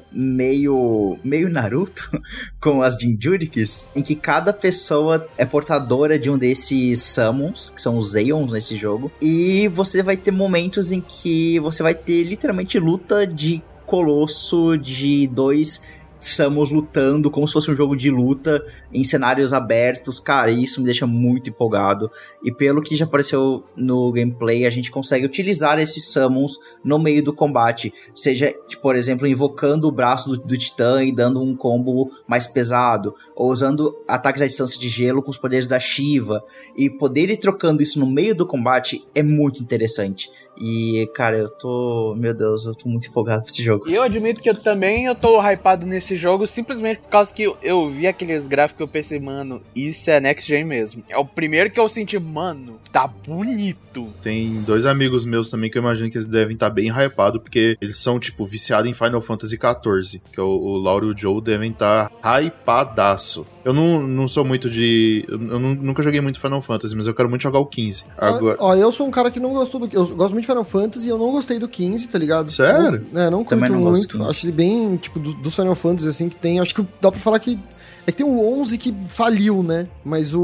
meio Naruto com as Jinchurikis, em que cada pessoa é portadora de um desses summons, que são os Aeons nesse jogo, e você vai ter momentos em que você vai ter literalmente luta de colosso de 2 Samus lutando como se fosse um jogo de luta em cenários abertos. Cara, isso me deixa muito empolgado. E pelo que já apareceu no gameplay, a gente consegue utilizar esses Summons no meio do combate. Seja, por exemplo, invocando o braço do Titã e dando um combo mais pesado, ou usando ataques à distância de gelo com os poderes da Shiva. E poder ir trocando isso no meio do combate é muito interessante. E, cara, meu Deus, eu tô muito empolgado pra esse jogo. E eu admito que eu tô hypado nesse jogo simplesmente por causa que eu vi aqueles gráficos e eu pensei, mano, isso é Next Gen mesmo. É o primeiro que eu senti, mano, tá bonito. Tem 2 amigos meus também que eu imagino que eles devem estar bem hypados, porque eles são, tipo, viciados em Final Fantasy XIV, que o Lauro e o Joe devem estar hypadaço. Eu não sou muito de... Eu nunca joguei muito Final Fantasy, mas eu quero muito jogar o 15. Agora... eu sou um cara que não gostou do... Eu gosto muito de Final Fantasy e eu não gostei do 15, tá ligado? Sério? Não curto muito. Acho ele bem, tipo, dos Final Fantasy, assim, que tem... Acho que dá pra falar que... É que tem o 11 que faliu, né? Mas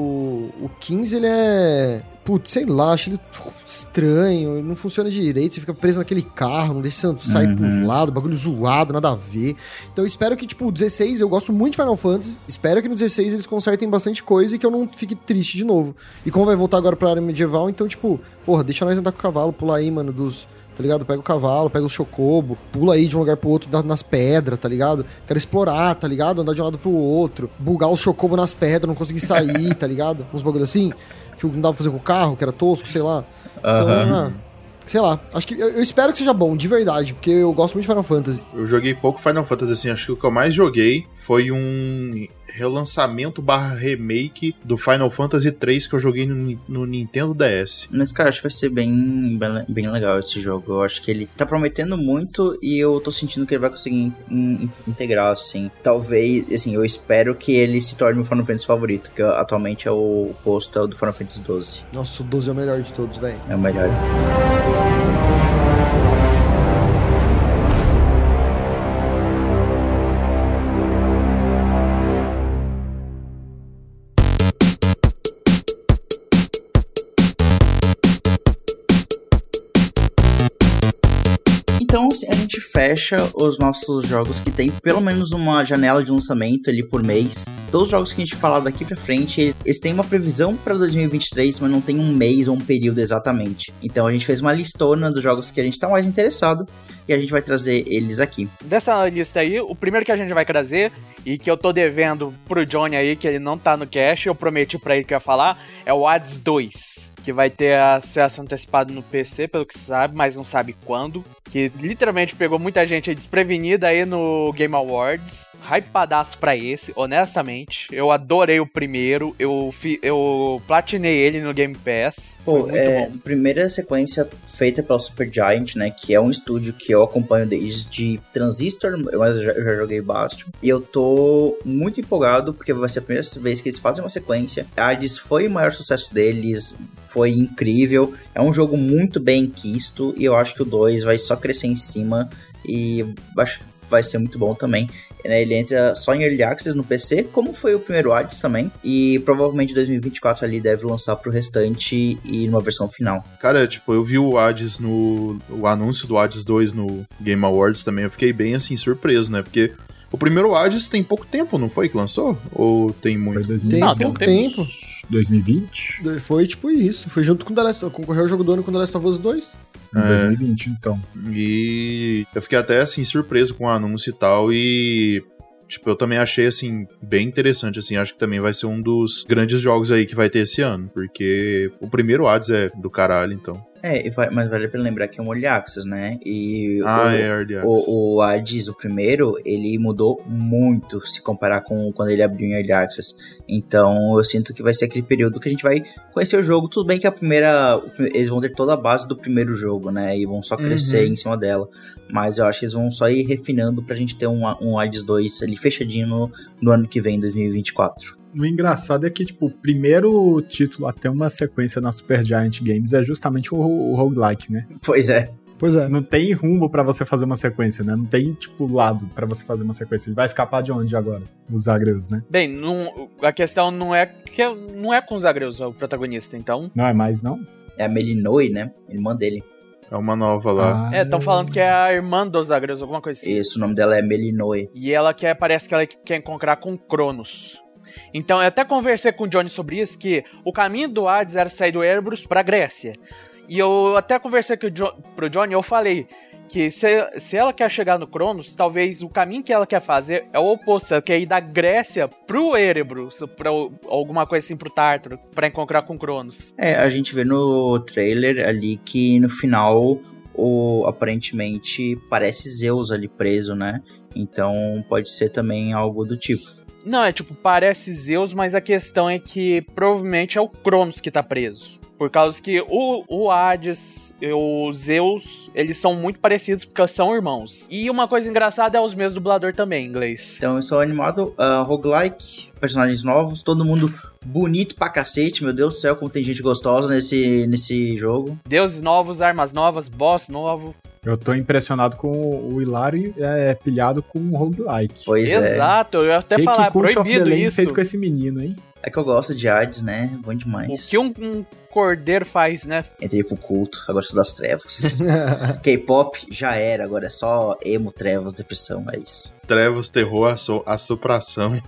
o 15, ele é... Putz, sei lá, acho ele estranho, não funciona direito, você fica preso naquele carro, não deixa você sair pro lado, bagulho zoado, nada a ver. Então eu espero que, tipo, o 16, eu gosto muito de Final Fantasy, espero que no 16 eles consertem bastante coisa e que eu não fique triste de novo. E como vai voltar agora pra área medieval, então, tipo, porra, deixa nós andar com o cavalo, pular aí, mano, tá ligado? Pega o cavalo, pega o chocobo, pula aí de um lugar pro outro nas pedras, tá ligado? Quero explorar, tá ligado? Andar de um lado pro outro, bugar o chocobo nas pedras, não conseguir sair, tá ligado? Uns bagulho assim, que não dava pra fazer com o carro, que era tosco, sei lá. Então, sei lá, acho que eu espero que seja bom, de verdade, porque eu gosto muito de Final Fantasy. Eu joguei pouco Final Fantasy, assim, acho que o que eu mais joguei foi um relançamento / remake do Final Fantasy 3 que eu joguei no Nintendo DS. Mas, cara, acho que vai ser bem legal esse jogo. Eu acho que ele tá prometendo muito e eu tô sentindo que ele vai conseguir integrar, assim. Talvez, assim, eu espero que ele se torne meu Final Fantasy favorito, que atualmente é o posto do Final Fantasy 12. Nossa, o 12 é o melhor de todos, velho. É o melhor. Então a gente fecha os nossos jogos que tem pelo menos uma janela de lançamento ali por mês. Todos os jogos que a gente falar daqui pra frente, eles têm uma previsão pra 2023, mas não tem um mês ou um período exatamente. Então a gente fez uma listona dos jogos que a gente tá mais interessado e a gente vai trazer eles aqui. Dessa lista aí, o primeiro que a gente vai trazer e que eu tô devendo pro Johnny aí, que ele não tá no cache, eu prometi pra ele que eu ia falar, é o Hades 2. Que vai ter acesso antecipado no PC, pelo que se sabe, mas não sabe quando. Que literalmente pegou muita gente desprevenida aí no Game Awards. Hypadaço pra esse, honestamente. Eu adorei o primeiro. Eu platinei ele no Game Pass. Pô, muito bom. Primeira sequência feita pela Supergiant, né? Que é um estúdio que eu acompanho desde Transistor, mas eu já joguei Bastion. E eu tô muito empolgado, porque vai ser a primeira vez que eles fazem uma sequência. Hades foi o maior sucesso deles, foi incrível. É um jogo muito bem quisto, e eu acho que o 2 vai só crescer em cima, e acho que vai ser muito bom também. Ele entra só em Early Access no PC, como foi o primeiro Hades também, e provavelmente 2024 ali deve lançar pro restante e numa versão final. Cara, tipo, eu vi o Hades o anúncio do Hades 2 no Game Awards também, eu fiquei bem, assim, surpreso, né, porque o primeiro Hades tem pouco tempo, não foi que lançou? Ou tem muito? Foi Tem pouco tempo. 2020? Foi tipo isso, foi junto com The Last of Us, concorreu o jogo do ano com The Last of Us 2. Em 2020, então. E eu fiquei até, assim, surpreso com o anúncio e tal, e... Tipo, eu também achei, assim, bem interessante, assim, acho que também vai ser um dos grandes jogos aí que vai ter esse ano, porque o primeiro Hades é do caralho, então. Mas vale a pena lembrar que é um Early Access, né? E Early Access. O Hades, o primeiro, ele mudou muito se comparar com quando ele abriu em Early Access. Então eu sinto que vai ser aquele período que a gente vai conhecer o jogo. Tudo bem que eles vão ter toda a base do primeiro jogo, né? E vão só crescer em cima dela. Mas eu acho que eles vão só ir refinando pra gente ter um Hades 2 ali fechadinho no ano que vem, 2024. O engraçado é que, tipo, o primeiro título a ter uma sequência na Supergiant Games é justamente o roguelike, né? Pois é. Não tem rumo pra você fazer uma sequência, né? Não tem, tipo, lado pra você fazer uma sequência. Ele vai escapar de onde agora? Os Zagreus, né? Bem, a questão não é com os Zagreus o protagonista, então... Não é mais, não? É a Melinoe, né? Irmã dele. É uma nova lá. Estão falando que é a irmã dos Zagreus, alguma coisa assim. Isso, o nome dela é Melinoe. E ela parece que ela quer encontrar com Cronos. Então, eu até conversei com o Johnny sobre isso, que o caminho do Hades era sair do Erebus pra Grécia. E eu até conversei pro Johnny, eu falei que se ela quer chegar no Cronos, talvez o caminho que ela quer fazer é o oposto. Ela quer ir da Grécia pro Erebus, pra alguma coisa assim, pro Tártaro, pra encontrar com Cronos. A gente vê no trailer ali que no final, aparentemente, parece Zeus ali preso, né? Então pode ser também algo do tipo. Não, parece Zeus, mas a questão é que provavelmente é o Cronos que tá preso. Por causa que o Hades e o Zeus, eles são muito parecidos porque são irmãos. E uma coisa engraçada é os mesmos dubladores também, em inglês. Então eu estou animado, roguelike, personagens novos, todo mundo bonito pra cacete, meu Deus do céu, como tem gente gostosa nesse jogo. Deuses novos, armas novas, boss novo. Eu tô impressionado com o Hilário pilhado com o roguelike. Pois é. Exato, eu ia até falar, proibido isso. Fez com esse menino, hein? É que eu gosto de Hades, né? Bom demais. O que um cordeiro faz, né? Entrei pro culto, agora sou das trevas. K-pop já era, agora é só emo, trevas, depressão, é isso. Trevas, terror, assopração.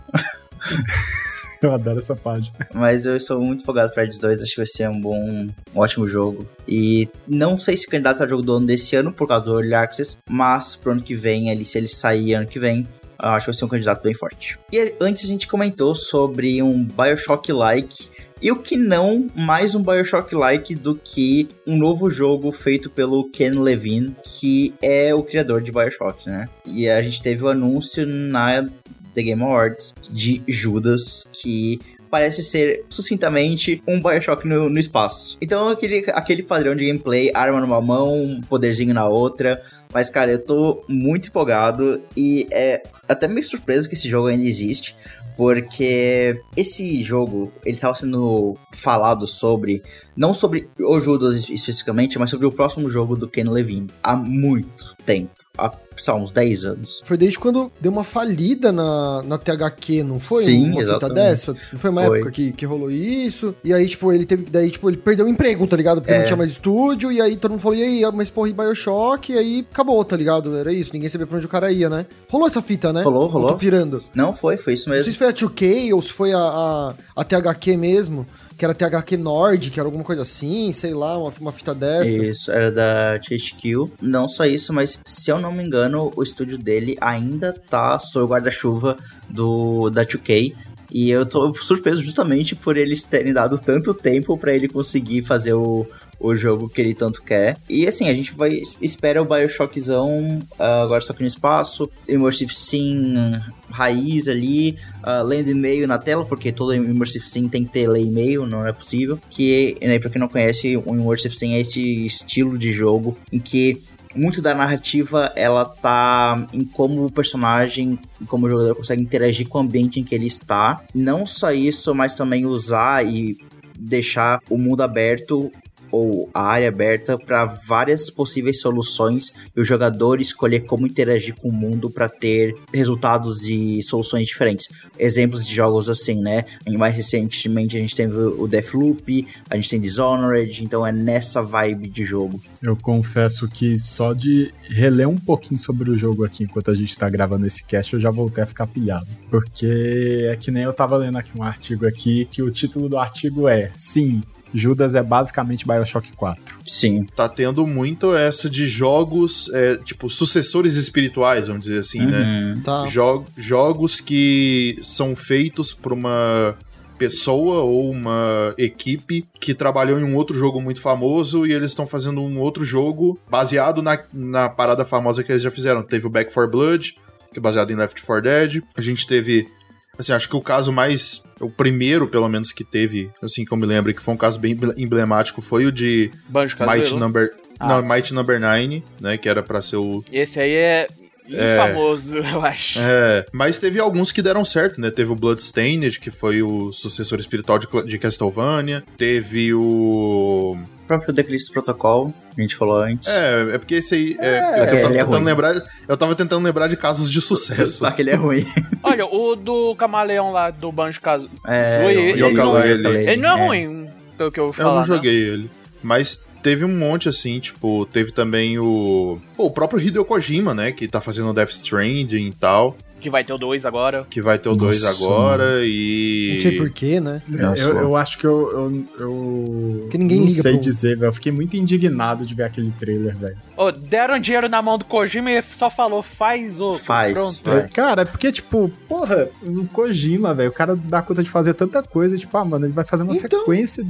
Eu adoro essa página. Mas eu estou muito empolgado para Hades 2, acho que vai ser um ótimo jogo. E não sei se candidato a jogo do ano desse ano, por causa do Early Access, mas pro ano que vem, ali, se ele sair ano que vem, acho que vai ser um candidato bem forte. E antes a gente comentou sobre um Bioshock-like, e o que não, mais um Bioshock-like do que um novo jogo feito pelo Ken Levine, que é o criador de Bioshock, né? E a gente teve o anúncio na The Game Awards de Judas, que parece ser, sucintamente, um Bioshock no espaço. Então, aquele padrão de gameplay, arma numa mão, poderzinho na outra. Mas, cara, eu tô muito empolgado e é até meio surpreso que esse jogo ainda existe, porque esse jogo, ele tava sendo falado sobre, não sobre o Judas especificamente, mas sobre o próximo jogo do Ken Levine, há muito tempo. Há uns 10 anos. Foi desde quando deu uma falida na THQ, não foi? Sim, uma exatamente. Fita dessa? Não foi uma época que rolou isso? E aí, ele teve... Daí, ele perdeu o emprego, tá ligado? Porque não tinha mais estúdio, e aí todo mundo falou, e aí, mas porra, e Bioshock? E aí acabou, tá ligado? Era isso, ninguém sabia pra onde o cara ia, né? Rolou essa fita, né? Rolou. Eu tô pirando. Não, foi isso mesmo. Não sei se foi a 2K ou se foi a THQ mesmo, que era THQ Nord, que era alguma coisa assim, sei lá, uma fita dessa. Isso, era da THQ. Não só isso, mas se eu não me engano, o estúdio dele ainda tá sob o guarda-chuva da 2K. E eu tô surpreso justamente por eles terem dado tanto tempo pra ele conseguir fazer o jogo que ele tanto quer. E assim, a gente espera o Bioshockzão, agora só que no espaço, Immersive Sim raiz ali, lendo e-mail na tela, porque todo Immersive Sim tem que ter ler e-mail, não é possível. Que, né, pra quem não conhece, o Immersive Sim é esse estilo de jogo em que muito da narrativa, ela tá em como o personagem, como o jogador consegue interagir com o ambiente em que ele está. Não só isso, mas também usar e deixar o mundo aberto ou a área aberta para várias possíveis soluções e o jogador escolher como interagir com o mundo para ter resultados e soluções diferentes. Exemplos de jogos assim, né? Mais recentemente a gente teve o Deathloop, a gente tem Dishonored, então é nessa vibe de jogo. Eu confesso que só de reler um pouquinho sobre o jogo aqui enquanto a gente tá gravando esse cast, eu já voltei a ficar pilhado. Porque é que nem eu tava lendo aqui um artigo aqui, que o título do artigo é, sim, Judas é basicamente Bioshock 4. Sim. Tá tendo muito essa de jogos, tipo, sucessores espirituais, vamos dizer assim, né? Tá. Jogos que são feitos por pessoa ou uma equipe que trabalhou em um outro jogo muito famoso e eles estão fazendo um outro jogo baseado na parada famosa que eles já fizeram. Teve o Back 4 Blood, que é baseado em Left 4 Dead. A gente teve, assim, acho que o primeiro, pelo menos, que teve, assim, que eu me lembro, que foi um caso bem emblemático, foi o de Might Number 9, né, que era pra ser o... Esse aí é famoso, eu acho. Mas teve alguns que deram certo, né? Teve o Bloodstained, que foi o sucessor espiritual de Castlevania. Teve o próprio The Callisto Protocol, a gente falou antes. É porque esse aí... eu tava tentando lembrar de casos de sucesso. Só que ele é ruim. Olha, o do Camaleão lá, do Banjo-Kazooie, ele não é ruim, pelo que eu vou falar. Eu não joguei ele, mas... Teve um monte, assim, tipo, teve também o próprio Hideo Kojima, né, que tá fazendo Death Stranding e tal. Que vai ter o 2 agora. Que vai ter o 2 agora e... Não sei porquê, né? Eu acho que eu que ninguém não liga sei dizer, velho. Eu fiquei muito indignado de ver aquele trailer, velho. Deram dinheiro na mão do Kojima e só falou, faz outro. Faz. Cara, é porque, tipo, porra, o Kojima, velho, o cara dá conta de fazer tanta coisa, tipo, mano, ele vai fazer uma sequência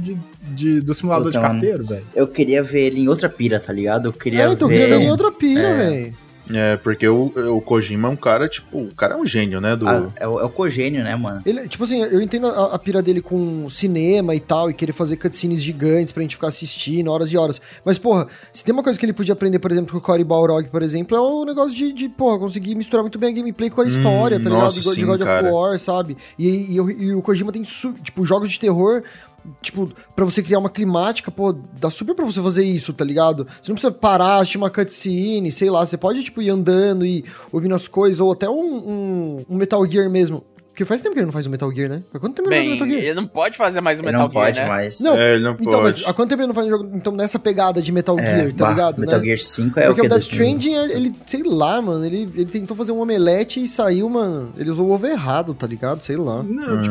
do simulador de carteiro, velho. Eu queria ver ele em outra pira, tá ligado? Eu queria ver... Eu queria ver ele em outra pira, velho. Porque o Kojima é um cara, tipo, o cara é um gênio, né? É o cogênio, né, mano? Ele, tipo assim, eu entendo a pira dele com cinema e tal, e querer fazer cutscenes gigantes pra gente ficar assistindo horas e horas. Mas, porra, se tem uma coisa que ele podia aprender, por exemplo, com o Cory Balrog, por exemplo, é o negócio de conseguir misturar muito bem a gameplay com a história, tá ligado? De God of War, sabe? E o Kojima tem, tipo, jogos de terror... Tipo, pra você criar uma climática, pô, dá super pra você fazer isso, tá ligado? Você não precisa parar, assistir uma cutscene, sei lá, você pode, tipo, ir andando e ouvindo as coisas, ou até um Metal Gear mesmo. Porque faz tempo que ele não faz o Metal Gear, né? Há quanto tempo ele não faz o Metal Gear? Ele não pode fazer mais o Metal Gear, né? Mais. Não, ele não então, pode. Mas há quanto tempo ele não faz um jogo, então, nessa pegada de Metal Gear, tá ligado? Metal né? Gear 5 é porque o que? Porque o Death Stranding, ele, sei lá, mano, ele tentou fazer um omelete e saiu, mano, ele usou o ovo errado, tá ligado? Sei lá.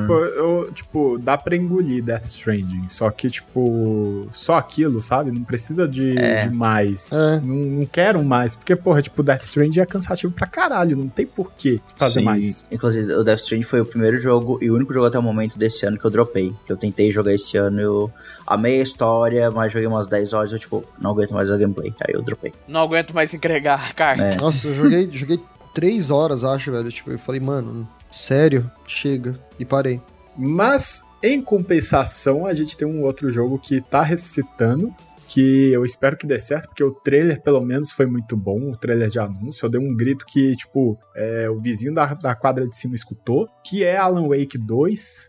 Não, tipo, dá pra engolir Death Stranding, só que, tipo, só aquilo, sabe? Não precisa de mais. Não quero mais, porque, porra, tipo, Death Stranding é cansativo pra caralho, não tem por que fazer mais. Inclusive, o Death Stranding foi o primeiro jogo e o único jogo até o momento desse ano que eu dropei. Que eu tentei jogar esse ano, eu amei a história, mas joguei umas 10 horas e eu, tipo, não aguento mais a gameplay. Aí eu dropei. Não aguento mais entregar carne. Nossa, eu joguei 3 horas, acho, velho. Tipo, eu falei, mano, sério? Chega. E parei. Mas, em compensação, a gente tem um outro jogo que tá ressuscitando, que eu espero que dê certo, porque o trailer, pelo menos, foi muito bom, o trailer de anúncio. Eu dei um grito que, tipo, o vizinho da quadra de cima escutou, que é Alan Wake 2,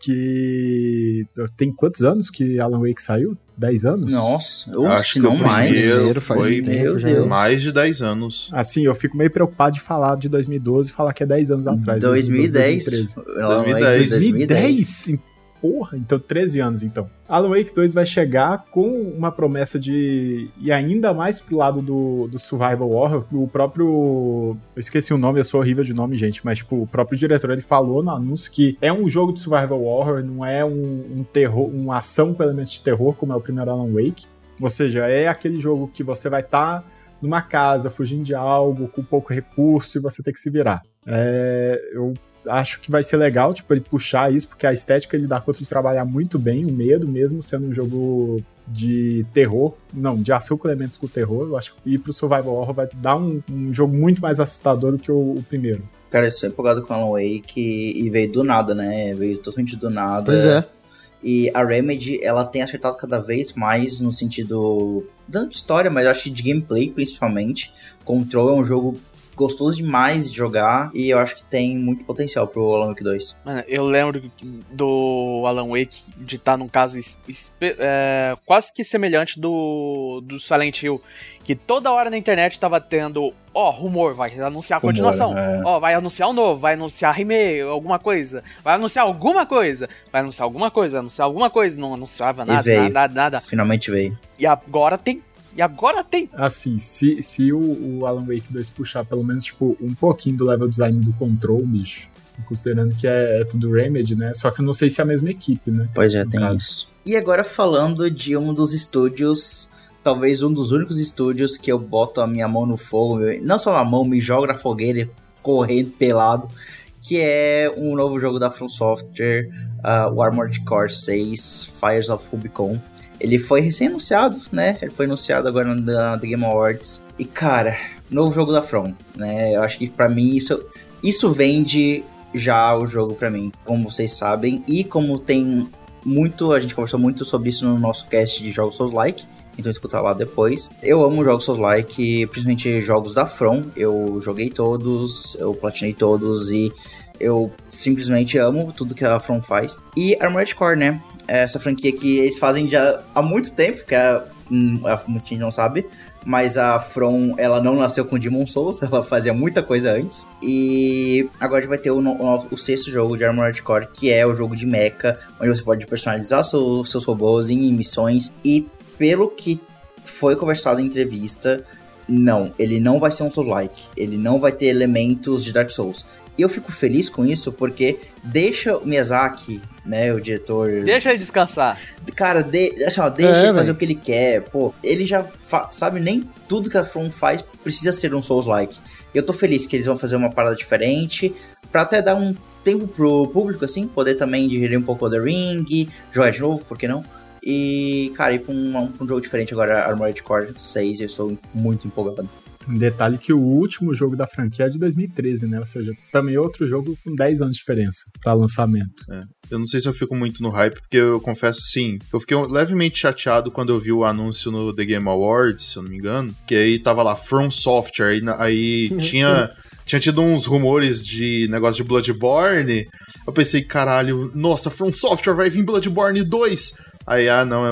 que tem quantos anos que Alan Wake saiu? 10 anos? Nossa, acho que não mais. Foi mais de 10 anos. Assim, eu fico meio preocupado de falar de 2012 e falar que é 10 anos atrás. 2010. 2010? Porra, então 13 anos, então. Alan Wake 2 vai chegar com uma promessa de... E ainda mais pro lado do survival horror, o próprio... Eu esqueci o nome, eu sou horrível de nome, gente, mas, tipo, o próprio diretor, ele falou no anúncio que é um jogo de survival horror, não é um terror, uma ação com elementos de terror, como é o primeiro Alan Wake. Ou seja, é aquele jogo que você vai estar numa casa, fugindo de algo, com pouco recurso, e você tem que se virar. Eu acho que vai ser legal, tipo, ele puxar isso, porque a estética ele dá conta de trabalhar muito bem o medo, mesmo sendo um jogo de terror, não, de ação com elementos com terror. Eu acho que ir pro survival horror vai dar um jogo muito mais assustador do que o primeiro. Cara, eu estou empolgado com Alan Wake e veio do nada, né? Veio totalmente do nada. Pois é. E a Remedy, ela tem acertado cada vez mais no sentido, tanto de história, mas eu acho que de gameplay principalmente. Control é um jogo gostoso demais de jogar e eu acho que tem muito potencial pro Alan Wake 2. Mano, eu lembro do Alan Wake de estar num caso quase que semelhante do Silent Hill, que toda hora na internet tava tendo, rumor, vai anunciar a continuação, vai anunciar um novo, vai anunciar remake, alguma coisa, vai anunciar alguma coisa, não anunciava nada. Finalmente veio. E agora tem. Assim, se o Alan Wake 2 puxar pelo menos, tipo, um pouquinho do level design do Control, bicho, considerando que é tudo Remedy, né? Só que eu não sei se é a mesma equipe, né? Pois é, tem isso. E agora falando de um dos estúdios, talvez um dos únicos estúdios que eu boto a minha mão no fogo, não só a mão, me jogo na fogueira, correndo pelado, que é um novo jogo da From Software, o Armored Core 6, Fires of Rubicon. Ele foi recém-anunciado, né? Ele foi anunciado agora na The Game Awards. E, cara, novo jogo da From, né? Eu acho que pra mim isso vende já o jogo pra mim, como vocês sabem. E como tem a gente conversou muito sobre isso no nosso cast de jogos Souls-like, então escuta lá depois. Eu amo jogos Souls-like, principalmente jogos da From. Eu joguei todos, eu platinei todos e eu simplesmente amo tudo que a From faz. E Armored Core, né? Essa franquia que eles fazem já há muito tempo, que muita gente não sabe, mas a From, ela não nasceu com Demon's Souls, ela fazia muita coisa antes. E agora a gente vai ter o 6º jogo de Armored Core, que é o jogo de mecha, onde você pode personalizar seus robôs em missões. E pelo que foi conversado em entrevista, ele não vai ser um Souls-like, ele não vai ter elementos de Dark Souls. E eu fico feliz com isso, porque deixa o Miyazaki, né, o diretor... Deixa ele descansar. Cara, deixa ele fazer o que ele quer. Pô, ele já sabe, nem tudo que a From faz precisa ser um Souls-like. E eu tô feliz que eles vão fazer uma parada diferente, pra até dar um tempo pro público, assim, poder também digerir um pouco o The Ring, jogar de novo, por que não? E, cara, ir pra um jogo diferente agora, Armored Core 6, eu estou muito empolgado. Um detalhe que o último jogo da franquia é de 2013, né? Ou seja, também outro jogo com 10 anos de diferença pra lançamento. Eu não sei se eu fico muito no hype, porque eu confesso, sim, eu fiquei levemente chateado quando eu vi o anúncio no The Game Awards, se eu não me engano, que aí tava lá, From Software, aí tinha tido uns rumores de negócio de Bloodborne. Eu pensei, caralho, nossa, From Software vai vir Bloodborne 2! Aí, não,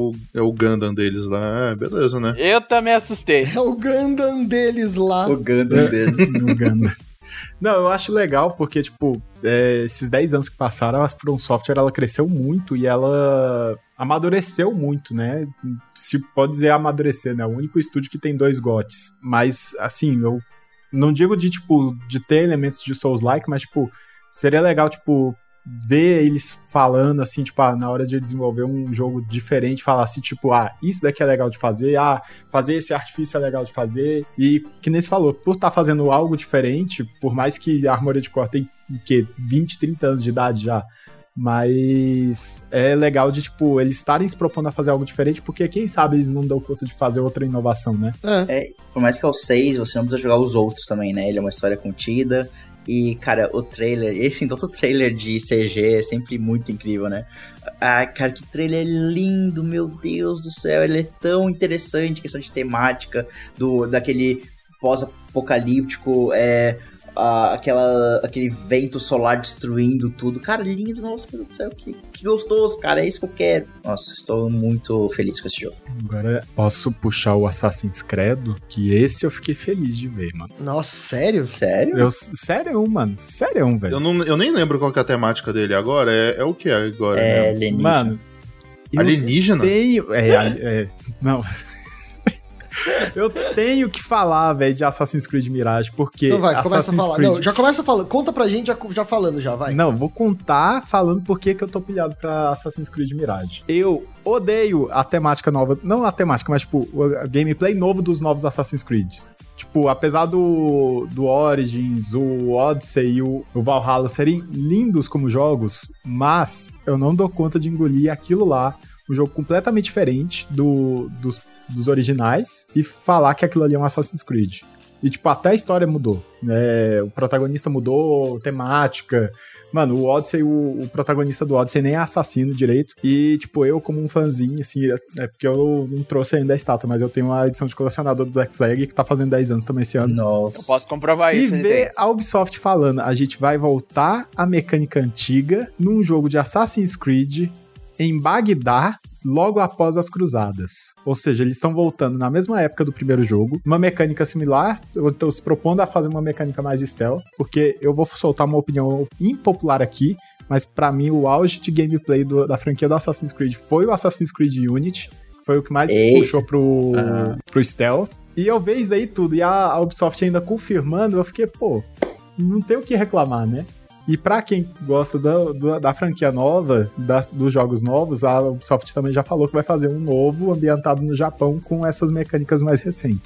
é o Gundam deles lá. Beleza, né? Eu também assustei. É o Gundam deles lá. O Gundam deles. O Gundam. Não, eu acho legal porque, tipo, esses 10 anos que passaram, a From Software, ela cresceu muito e ela amadureceu muito, né? Se pode dizer amadurecer, né? O único estúdio que tem 2 GOTYs. Mas, assim, eu não digo de ter elementos de Souls-like, mas, tipo, seria legal, tipo, ver eles falando assim, tipo, na hora de desenvolver um jogo diferente, falar assim, tipo, isso daqui é legal de fazer, fazer esse artifício é legal de fazer, e que nem se falou, por estar fazendo algo diferente, por mais que a Armored Core tem, 20, 30 anos de idade já, mas é legal de, tipo, eles estarem se propondo a fazer algo diferente, porque quem sabe eles não dão conta de fazer outra inovação, né? Por mais que é o 6, você não precisa jogar os outros também, né? Ele é uma história contida. E, cara, o trailer, todo trailer de CG é sempre muito incrível, né? Cara, que trailer lindo, meu Deus do céu, ele é tão interessante, questão de temática, daquele pós-apocalíptico, aquele vento solar destruindo tudo. Cara, lindo, nossa, meu Deus do céu, que gostoso, cara, é isso que eu quero. Nossa, estou muito feliz com esse jogo. Agora posso puxar o Assassin's Creed, que esse eu fiquei feliz de ver, mano. Nossa, sério? Sério? Sério, mano, velho. Eu nem lembro qual que é a temática dele agora, é o que é agora? Alienígena. Mano, alienígena? Não... Eu tenho que falar, velho, de Assassin's Creed Mirage, porque... Então vai, começa a Assassin's falar. Creed... Não, já começa falando. Conta pra gente já falando já, vai. Não, vou contar falando por que eu tô pilhado pra Assassin's Creed Mirage. Eu odeio a temática nova, não a temática, mas, tipo, o gameplay novo dos novos Assassin's Creed. Tipo, apesar do Origins, o Odyssey e o Valhalla serem lindos como jogos, mas eu não dou conta de engolir aquilo lá, um jogo completamente diferente dos originais, e falar que aquilo ali é um Assassin's Creed. E, tipo, até a história mudou, né? O protagonista mudou, temática. Mano, o Odyssey, o protagonista do Odyssey nem é assassino direito. E, tipo, eu como um fãzinho, assim, porque eu não trouxe ainda a estátua, mas eu tenho uma edição de colecionador do Black Flag que tá fazendo 10 anos também esse ano. Nossa. Eu posso comprovar isso. E ver a Ubisoft falando, a gente vai voltar à mecânica antiga num jogo de Assassin's Creed em Bagdá, logo após as Cruzadas. Ou seja, eles estão voltando na mesma época do primeiro jogo, uma mecânica similar. Eu estou se propondo a fazer uma mecânica mais stealth, porque eu vou soltar uma opinião impopular aqui, mas pra mim o auge de gameplay da franquia do Assassin's Creed foi o Assassin's Creed Unity, foi o que mais puxou pro stealth. E eu vejo isso aí tudo, e a Ubisoft ainda confirmando, eu fiquei, não tem o que reclamar, né? E pra quem gosta da franquia nova, dos jogos novos, a Ubisoft também já falou que vai fazer um novo ambientado no Japão com essas mecânicas mais recentes.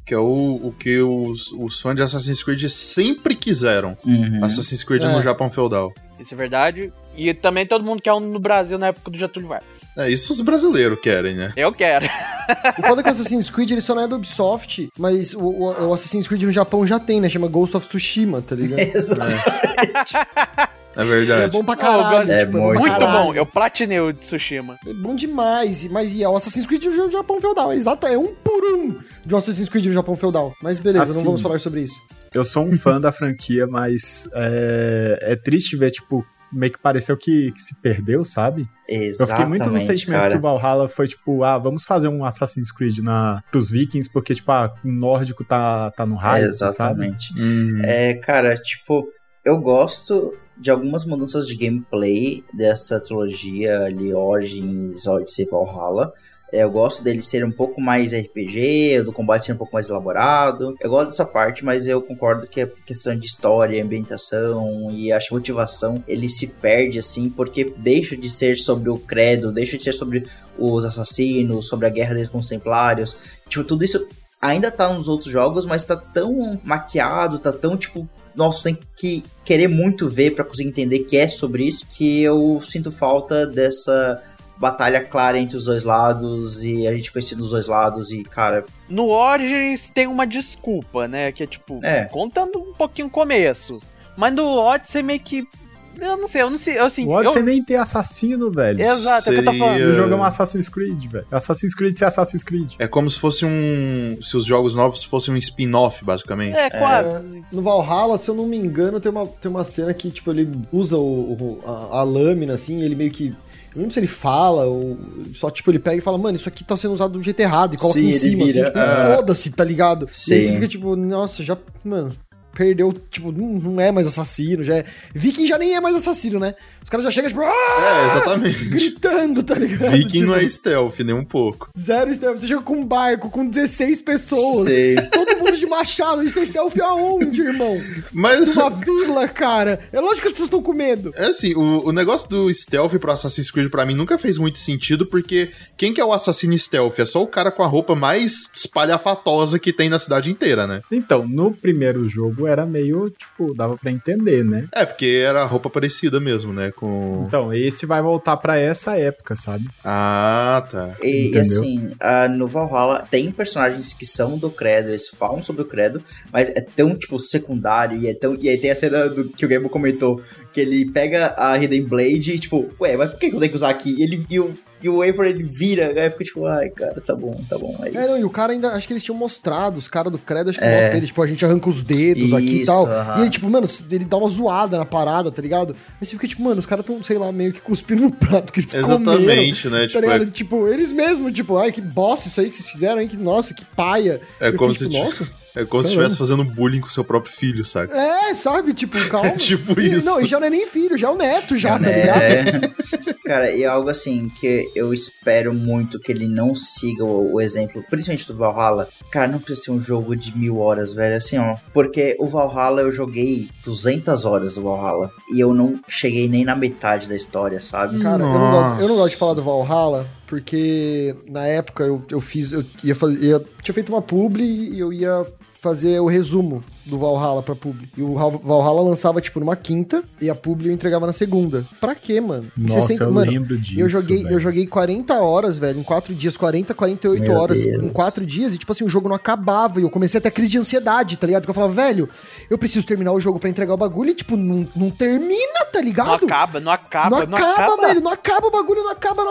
Que é o que os fãs de Assassin's Creed sempre quiseram. Assassin's Creed no Japão feudal. Isso é verdade. E também todo mundo quer um no Brasil na época do Getúlio Vargas. Isso os brasileiros querem, né? Eu quero. O foda é que o Assassin's Creed, ele só não é do Ubisoft, mas o Assassin's Creed no Japão já tem, né? Chama Ghost of Tsushima, tá ligado? Exatamente. É verdade. É bom pra caralho. É muito bom. Eu platinei o Tsushima. É bom demais. Mas o Assassin's Creed no Japão feudal. Exato, é 1 por 1 de um Assassin's Creed no Japão feudal. Mas beleza, Assim, não vamos falar sobre isso. Eu sou um fã da franquia, mas é triste ver, tipo, meio que pareceu que se perdeu, sabe? Exatamente, eu fiquei muito no sentimento que o Valhalla foi, tipo, vamos fazer um Assassin's Creed pros vikings, porque, tipo, o nórdico tá no hype, exatamente. Sabe? Cara, tipo, eu gosto de algumas mudanças de gameplay dessa trilogia ali, Origins, Odyssey e Valhalla. Eu gosto dele ser um pouco mais RPG, do combate ser um pouco mais elaborado. Eu gosto dessa parte, mas eu concordo que a questão de história, ambientação e acho motivação, ele se perde, assim, porque deixa de ser sobre o credo, deixa de ser sobre os assassinos, sobre a guerra com os templários. Tipo, tudo isso ainda tá nos outros jogos, mas tá tão maquiado, tá tão, tipo... Nossa, tem que querer muito ver pra conseguir entender que é sobre isso, que eu sinto falta dessa batalha clara entre os dois lados e a gente conhece dos dois lados e, cara... No Origins tem uma desculpa, né? Que é tipo, contando um pouquinho o começo. Mas no Odyssey meio que... Eu não sei, assim... O Odyssey nem tem assassino, velho. Exato, é o que eu tô falando. O jogo é um Assassin's Creed, velho. Assassin's Creed sem Assassin's Creed. É como se fosse se os jogos novos fossem um spin-off, basicamente. Quase. No Valhalla, se eu não me engano, tem uma cena que, tipo, ele usa a lâmina, assim, ele meio que... Eu não lembro se ele fala, ou só, tipo, ele pega e fala, mano, isso aqui tá sendo usado do jeito errado, e coloca em cima, assim, tipo, foda-se, tá ligado? Sim. E aí você fica, tipo, nossa, já, mano... Perdeu, tipo, não é mais assassino, já é... Viking já nem é mais assassino, né? Os caras já chegam, tipo... Exatamente. Gritando, tá ligado? Viking tipo, não é stealth, nem um pouco. Zero stealth. Você chega com um barco, com 16 pessoas. Sim. Todo mundo de machado. Isso é stealth aonde, irmão? Mas... Numa vila, cara. É lógico que as pessoas estão com medo. É assim, o negócio do stealth pro Assassin's Creed pra mim nunca fez muito sentido, porque quem que é o assassino stealth? É só o cara com a roupa mais espalhafatosa que tem na cidade inteira, né? Então, no primeiro jogo era meio, tipo, dava pra entender, né? Porque era roupa parecida mesmo, né? Então, esse vai voltar pra essa época, sabe? Ah, tá. E assim, no Valhalla tem personagens que são do credo, eles falam sobre o credo, mas é tão, tipo, secundário e aí tem a cena que o Gabriel comentou, que ele pega a Hidden Blade e, tipo, mas por que eu tenho que usar aqui? E o Eivor, ele vira, aí fica tipo, ai, cara, tá bom, é isso. Não, e o cara ainda, acho que eles tinham mostrado, os caras do credo, acho que mostra pra ele, tipo, a gente arranca os dedos isso, aqui e tal. E ele, tipo, mano, ele dá uma zoada na parada, tá ligado? Aí você fica, tipo, mano, os caras tão, sei lá, meio que cuspindo no prato que eles exatamente, comeram, né? Tá ligado? Tipo, eles mesmos, tipo, ai, que bosta isso aí que vocês fizeram, hein? Que, nossa, que paia. É como se... Nossa... É como se estivesse fazendo bullying com seu próprio filho, sabe? Sabe? Tipo, calma. Tipo isso. Não, e já não é nem filho, já é o neto, já, tá ligado? Cara, e algo assim que eu espero muito que ele não siga o exemplo, principalmente do Valhalla. Cara, não precisa ser um jogo de 1000 horas, velho, assim, ó. Porque o Valhalla, eu joguei 200 horas do Valhalla e eu não cheguei nem na metade da história, sabe? Cara, eu não gosto de falar do Valhalla, porque na época eu tinha feito uma publi e eu ia fazer o resumo do Valhalla pra publi. E o Valhalla lançava, tipo, numa quinta e a publi eu entregava na segunda. Pra quê, mano? Nossa, eu lembro disso, eu joguei 40 horas, velho, em 4 dias, 48 Meu horas Deus. em 4 dias e, tipo assim, o jogo não acabava e eu comecei a ter crise de ansiedade, tá ligado? Porque eu falava, velho, eu preciso terminar o jogo pra entregar o bagulho e, tipo, não termina, tá ligado? Não acaba, velho, não acaba o bagulho, não acaba.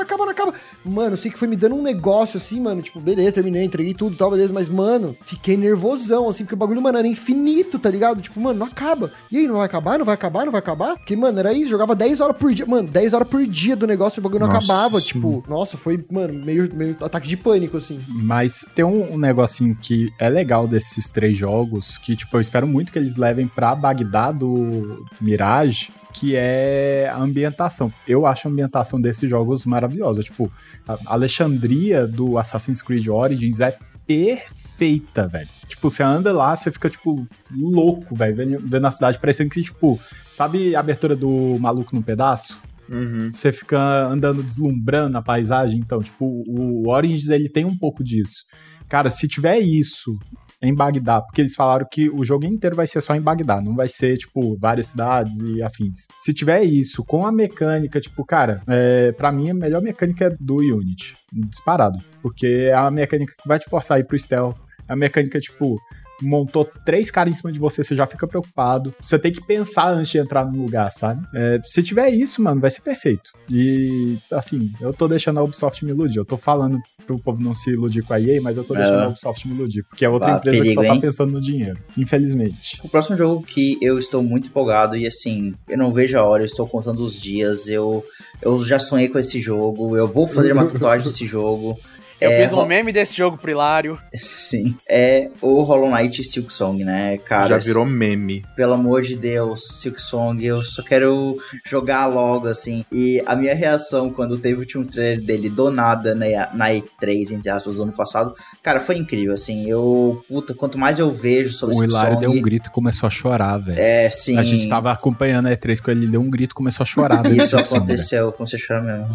Mano, eu sei que foi me dando um negócio assim, mano, tipo, beleza, terminei, entreguei tudo e tal, beleza, mas, mano, fiquei nervosão, assim, porque o bagulho, mano, era infinito, tá ligado? Tipo, mano, não acaba. E aí, não vai acabar? Porque, mano, era isso, jogava 10 horas por dia, mano, 10 horas por dia do negócio e o bagulho não acabava, sim. tipo, nossa, foi, mano, meio ataque de pânico, assim. Mas tem um negocinho que é legal desses 3 jogos, que, tipo, eu espero muito que eles levem pra Bagdá do Mirage, que é a ambientação. Eu acho a ambientação desses jogos maravilhosa. Tipo, a Alexandria do Assassin's Creed Origins é perfeita, velho. Tipo, você anda lá, você fica, tipo, louco, velho, vendo a cidade, parecendo que, tipo, sabe a abertura do Maluco num Pedaço? Uhum. Você fica andando, deslumbrando a paisagem. Então, tipo, o Origins, ele tem um pouco disso. Cara, se tiver isso em Bagdá, porque eles falaram que o jogo inteiro vai ser só em Bagdá, não vai ser, tipo, várias cidades e afins. Se tiver isso, com a mecânica, tipo, cara, pra mim a melhor mecânica é do Unity, disparado, porque é a mecânica que vai te forçar a ir pro stealth, é a mecânica, tipo, montou 3 caras em cima de você, você já fica preocupado. Você tem que pensar antes de entrar no lugar, sabe? Se tiver isso, mano, vai ser perfeito. E, assim, eu tô deixando a Ubisoft me iludir. Eu tô falando pro povo não se iludir com a EA, mas eu tô deixando a Ubisoft me iludir, porque é outra empresa perigo, que só tá pensando no dinheiro, infelizmente. O próximo jogo que eu estou muito empolgado e, assim, eu não vejo a hora, eu estou contando os dias, eu já sonhei com esse jogo, eu vou fazer uma tatuagem desse jogo. Eu fiz um meme desse jogo pro Hilário. Sim. É o Hollow Knight Silksong, né, cara? Já virou meme. Pelo amor de Deus, Silksong, eu só quero jogar logo, assim. E a minha reação quando teve o último trailer dele do nada na E3, entre aspas, do ano passado, cara, foi incrível, assim. Quanto mais eu vejo sobre o Hilário deu um grito e começou a chorar, velho. Sim. A gente tava acompanhando a E3 com ele, deu um grito e começou a chorar, velho. Isso aconteceu, comecei a chorar mesmo.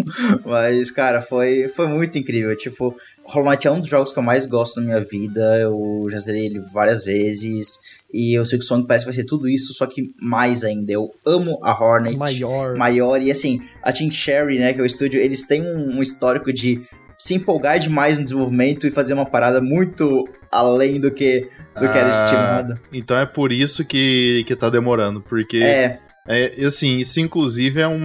Mas, cara, foi muito incrível. Tipo, Hollow Knight é um dos jogos que eu mais gosto na minha vida. Eu já zerei ele várias vezes. E o Silksong parece que vai ser tudo isso, só que mais ainda. Eu amo a Hornet. Maior. E assim, a Team Cherry, né, que é o estúdio, eles têm um histórico de se empolgar demais no desenvolvimento e fazer uma parada muito além do que era estimado. Então é por isso que tá demorando, porque... assim, isso inclusive é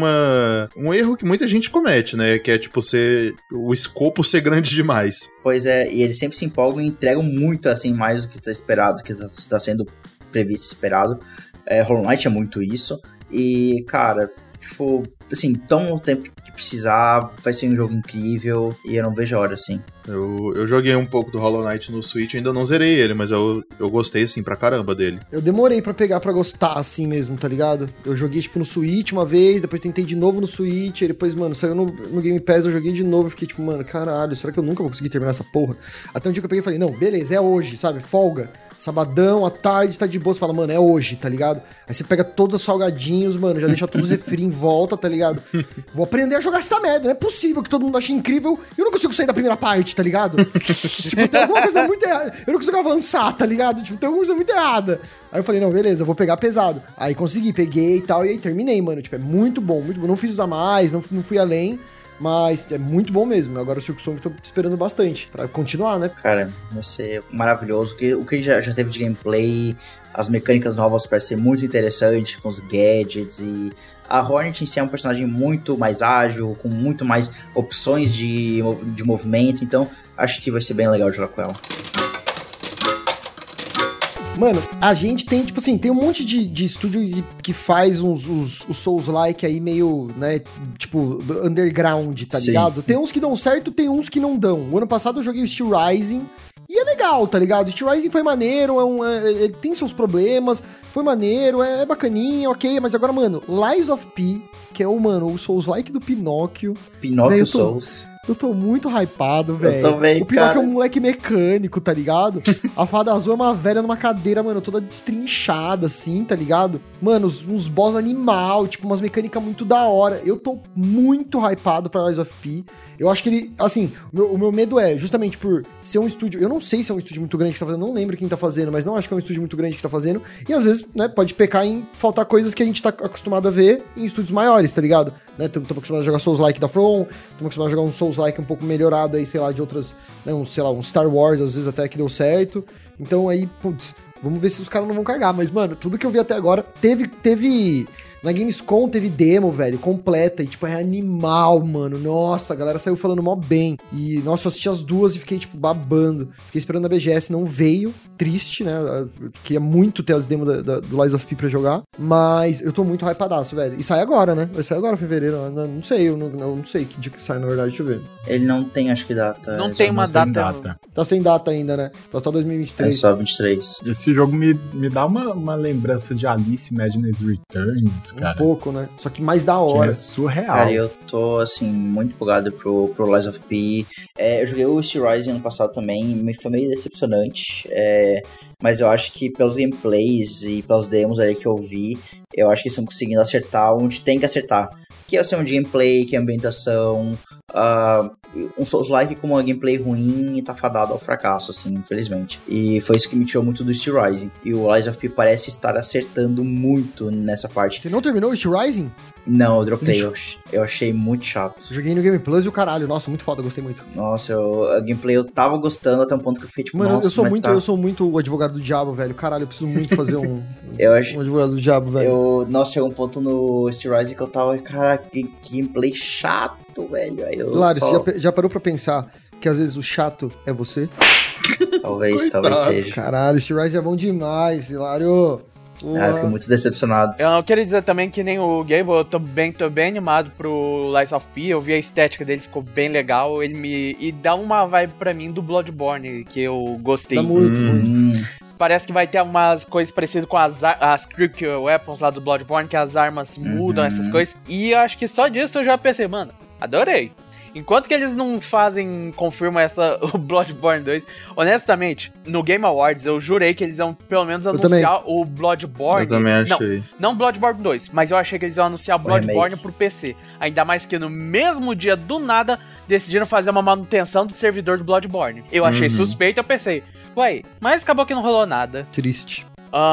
um erro que muita gente comete, né? Que é tipo o escopo ser grande demais. Pois é, e eles sempre se empolgam e entregam muito, assim, mais do que tá esperado, que tá sendo previsto e esperado. Hollow Knight é muito isso. E, cara, tipo, assim, toma o tempo que precisar, vai ser um jogo incrível e eu não vejo a hora, assim. Eu joguei um pouco do Hollow Knight no Switch, ainda não zerei ele, mas eu gostei, assim, pra caramba dele. Eu demorei pra pegar pra gostar, assim mesmo, tá ligado? Eu joguei, tipo, no Switch uma vez, depois tentei de novo no Switch, aí depois, mano, saiu no Game Pass, eu joguei de novo e fiquei tipo, mano, caralho, será que eu nunca vou conseguir terminar essa porra? Até um dia que eu peguei e falei, não, beleza, é hoje, sabe? Folga. Sabadão, à tarde, tá de boa, você fala, mano, é hoje, tá ligado? Aí você pega todos os salgadinhos, mano, já deixa todos os refri em volta, tá ligado? Vou aprender a jogar essa merda, não é possível que todo mundo ache incrível e eu não consigo sair da primeira parte, tá ligado? Tipo, tem alguma coisa muito errada, eu não consigo avançar, tá ligado? Tipo, tem alguma coisa muito errada. Aí eu falei, não, beleza, eu vou pegar pesado. Aí consegui, peguei e tal, e aí terminei, mano, tipo, é muito bom, não fiz usar mais, não fui além. Mas é muito bom mesmo. Agora o Silksong eu tô esperando bastante pra continuar, né? Cara, vai ser maravilhoso. O que já teve de gameplay, as mecânicas novas parecem ser muito interessante, com os gadgets. E a Hornet em si é um personagem muito mais ágil, com muito mais opções de movimento. Então acho que vai ser bem legal jogar com ela. Mano, a gente tem, tipo assim, tem um monte de estúdio que faz os Souls-like aí meio, né, tipo, underground, tá ligado? Tem uns que dão certo, tem uns que não dão. O ano passado eu joguei o Steel Rising e é legal, tá ligado? O Steel Rising foi maneiro, ele tem seus problemas, foi maneiro, é bacaninha, ok, mas agora, mano, Lies of P, que é o Souls-like do Pinóquio. Pinóquio Souls. Eu tô muito hypado, velho. Eu também, o Pinóquio é um moleque mecânico, tá ligado? A Fada Azul é uma velha numa cadeira, mano, toda destrinchada, assim, tá ligado? Mano, uns boss animal, tipo, umas mecânicas muito da hora. Eu tô muito hypado pra Lies of P. Eu acho que ele, assim, o meu medo é justamente por ser um estúdio... Eu não sei se é um estúdio muito grande que tá fazendo, não lembro quem tá fazendo, mas não acho que é um estúdio muito grande que tá fazendo. E às vezes, né, pode pecar em faltar coisas que a gente tá acostumado a ver em estúdios maiores, tá ligado? Né, estamos acostumados a jogar Souls-like da From, estamos acostumados a jogar um Souls-like um pouco melhorado aí, sei lá, de outras, né, um Star Wars, às vezes até que deu certo. Então aí, putz, vamos ver se os caras não vão cagar. Mas, mano, tudo que eu vi até agora, teve na Gamescom teve demo, velho, completa, e tipo, é animal, mano, nossa, a galera saiu falando mó bem, e nossa, eu assisti as duas e fiquei, tipo, babando, fiquei esperando a BGS, não veio, triste, né, eu queria muito ter as demos do Lies of P pra jogar, mas eu tô muito hypadaço, velho, e sai agora, né, vai sair agora, fevereiro, não sei, eu não sei que dia que sai, na verdade, deixa eu ver. Ele não tem, acho que data. Não tem uma data. Tá sem data ainda, né, tá só 2023. É só 23. Esse jogo me dá uma lembrança de Alice Madness Returns, cara. Um pouco, né? Só que mais da hora. Que é surreal. Cara, eu tô, assim, muito empolgado pro Lies of P. Eu joguei o Steel Rising ano passado também, foi meio decepcionante. Mas eu acho que pelos gameplays e pelos demos aí que eu vi, eu acho que estão conseguindo acertar onde tem que acertar. Que é o sistema de gameplay, que é a ambientação. um Souls-like com uma gameplay ruim e tá fadado ao fracasso, assim, infelizmente. E foi isso que me tirou muito do Steel Rising. E o Lies of P parece estar acertando muito nessa parte. Você não terminou o Steel Rising? Não, eu dropei. Eu achei muito chato. Joguei no Game Plus e o caralho. Nossa, muito foda, gostei muito. Nossa, a gameplay eu tava gostando até um ponto que eu fiquei tipo, mano, nossa, eu sou muito o advogado do diabo, velho. Caralho, eu preciso muito fazer um advogado do diabo, velho. Nossa, chegou um ponto no Steel Rising que eu tava, cara, que gameplay chato, velho. Aí claro, você já parou pra pensar que às vezes o chato é você? Talvez seja. Caralho, Steel Rising é bom demais, Hilário. Eu fiquei muito decepcionado. Eu queria dizer também que nem o Gable, eu tô bem animado pro Lies of P. Eu vi a estética dele, ficou bem legal. E dá uma vibe pra mim do Bloodborne, que eu gostei. Dá muito. Parece que vai ter umas coisas parecidas com as Crypt Weapons lá do Bloodborne, que as armas mudam, essas coisas. E eu acho que só disso eu já pensei, mano, adorei. Enquanto que eles não confirmam o Bloodborne 2, honestamente, no Game Awards eu jurei que eles iam pelo menos anunciar o Bloodborne. Eu também achei. Não Bloodborne 2, mas eu achei que eles iam anunciar Bloodborne pro PC. Ainda mais que no mesmo dia, do nada, decidiram fazer uma manutenção do servidor do Bloodborne. Eu achei suspeito, eu pensei, ué, mas acabou que não rolou nada. Triste.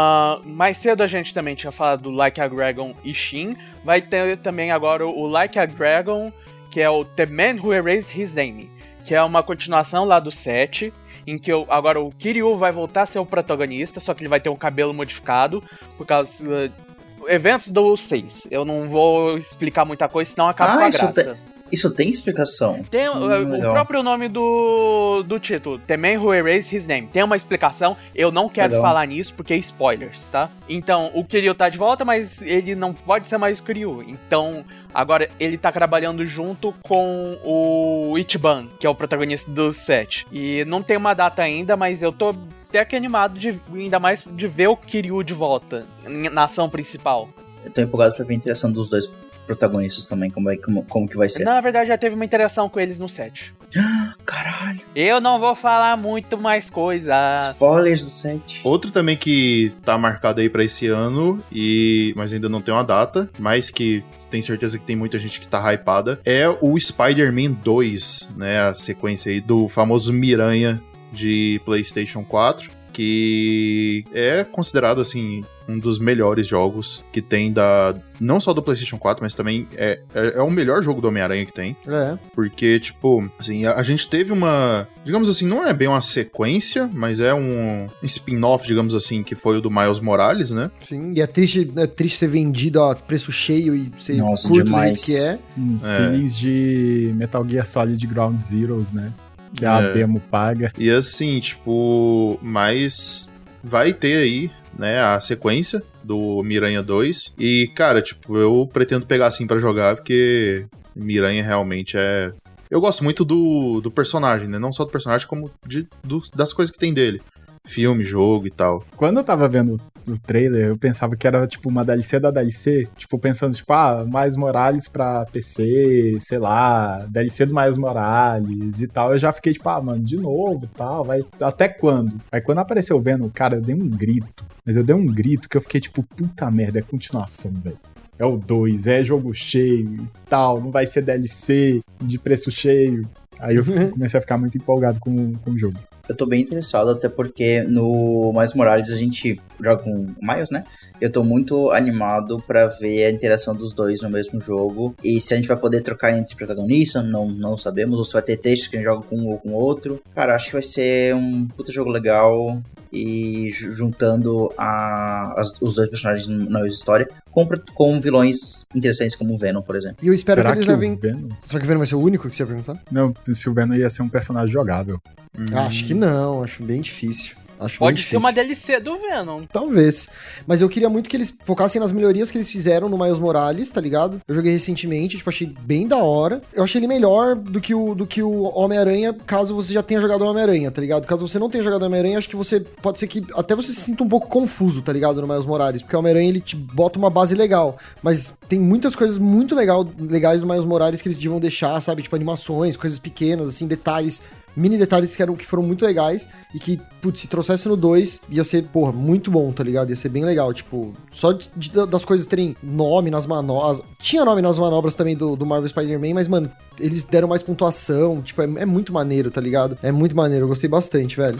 Mais cedo a gente também tinha falado do Like a Dragon e Shin. Vai ter também agora o Like a Dragon, que é o The Man Who Erased His Name, que é uma continuação lá do 7, em que agora o Kiryu vai voltar a ser o protagonista, só que ele vai ter um cabelo modificado, por causa eventos do 6. Eu não vou explicar muita coisa, senão acaba com a graça. Isso tem explicação? Tem o próprio nome do título, The Man Who Erased His Name. Tem uma explicação, eu não quero falar nisso porque é spoilers, tá? Então, o Kiryu tá de volta, mas ele não pode ser mais o Kiryu. Então, agora ele tá trabalhando junto com o Ichiban, que é o protagonista do 7. E não tem uma data ainda, mas eu tô até que animado, ainda mais de ver o Kiryu de volta na ação principal. Eu tô empolgado pra ver a interação dos dois protagonistas também, como que vai ser. Na verdade, já teve uma interação com eles no 7. Caralho. Eu não vou falar muito mais coisa. Spoilers do 7. Outro também que tá marcado aí pra esse ano, mas ainda não tem uma data, mas que tem certeza que tem muita gente que tá hypada, é o Spider-Man 2, né? A sequência aí do famoso Miranha de PlayStation 4, que é considerado, assim, um dos melhores jogos que tem não só do PlayStation 4, mas também é o melhor jogo do Homem-Aranha que tem. Porque, tipo, assim, a gente teve uma, digamos assim, não é bem uma sequência, mas é um spin-off, digamos assim, que foi o do Miles Morales, né? Sim, e é triste ser vendido a preço cheio e ser curto demais. Que é. Feliz de Metal Gear Solid Ground Zeroes, né? Que a demo paga. E assim, tipo, mas vai ter aí, né, a sequência do Miranha 2. E, cara, tipo, eu pretendo pegar assim pra jogar, porque Miranha realmente é... Eu gosto muito do personagem, né? Não só do personagem, como das coisas que tem dele. Filme, jogo e tal. Quando eu tava vendo o trailer, eu pensava que era, tipo, uma DLC da DLC. Tipo, pensando, tipo, Miles Morales pra PC, sei lá, DLC do Miles Morales e tal. Eu já fiquei, tipo, mano, de novo e tal, vai... Até quando? Aí quando apareceu o Venom, cara, eu dei um grito. Mas eu dei um grito que eu fiquei, tipo, puta merda, é continuação, velho. É o 2, é jogo cheio e tal, não vai ser DLC de preço cheio. Aí eu comecei a ficar muito empolgado com o jogo. Eu tô bem interessado, até porque no Miles Morales a gente joga com o Miles, né? Eu tô muito animado pra ver a interação dos dois no mesmo jogo. E se a gente vai poder trocar entre protagonistas, não sabemos. Ou se vai ter textos que a gente joga com um ou com o outro. Cara, acho que vai ser um puta jogo legal. E juntando os dois personagens na mesma história com vilões interessantes como o Venom, por exemplo. E eu espero Será que eles levem... Será que o Venom vai ser o único que você ia perguntar? Não, se o Venom ia ser um personagem jogável. Acho que não, acho bem difícil. Pode ser uma DLC do Venom. Talvez. Mas eu queria muito que eles focassem nas melhorias que eles fizeram no Miles Morales, tá ligado? Eu joguei recentemente, tipo, achei bem da hora. Eu achei ele melhor do que o Homem-Aranha, caso você já tenha jogado o Homem-Aranha, tá ligado? Caso você não tenha jogado o Homem-Aranha, acho que pode ser que até você se sinta um pouco confuso, tá ligado? No Miles Morales. Porque o Homem-Aranha, ele te bota uma base legal. Mas tem muitas coisas muito legais no Miles Morales que eles deviam deixar, sabe? Tipo, animações, coisas pequenas, assim, detalhes mini detalhes que foram muito legais e que, putz, se trouxesse no 2, ia ser, porra, muito bom, tá ligado? Ia ser bem legal, tipo, só das coisas terem nome nas manobras. Tinha nome nas manobras também do Marvel Spider-Man, mas, mano, eles deram mais pontuação, tipo, é muito maneiro, tá ligado? É muito maneiro, eu gostei bastante, velho.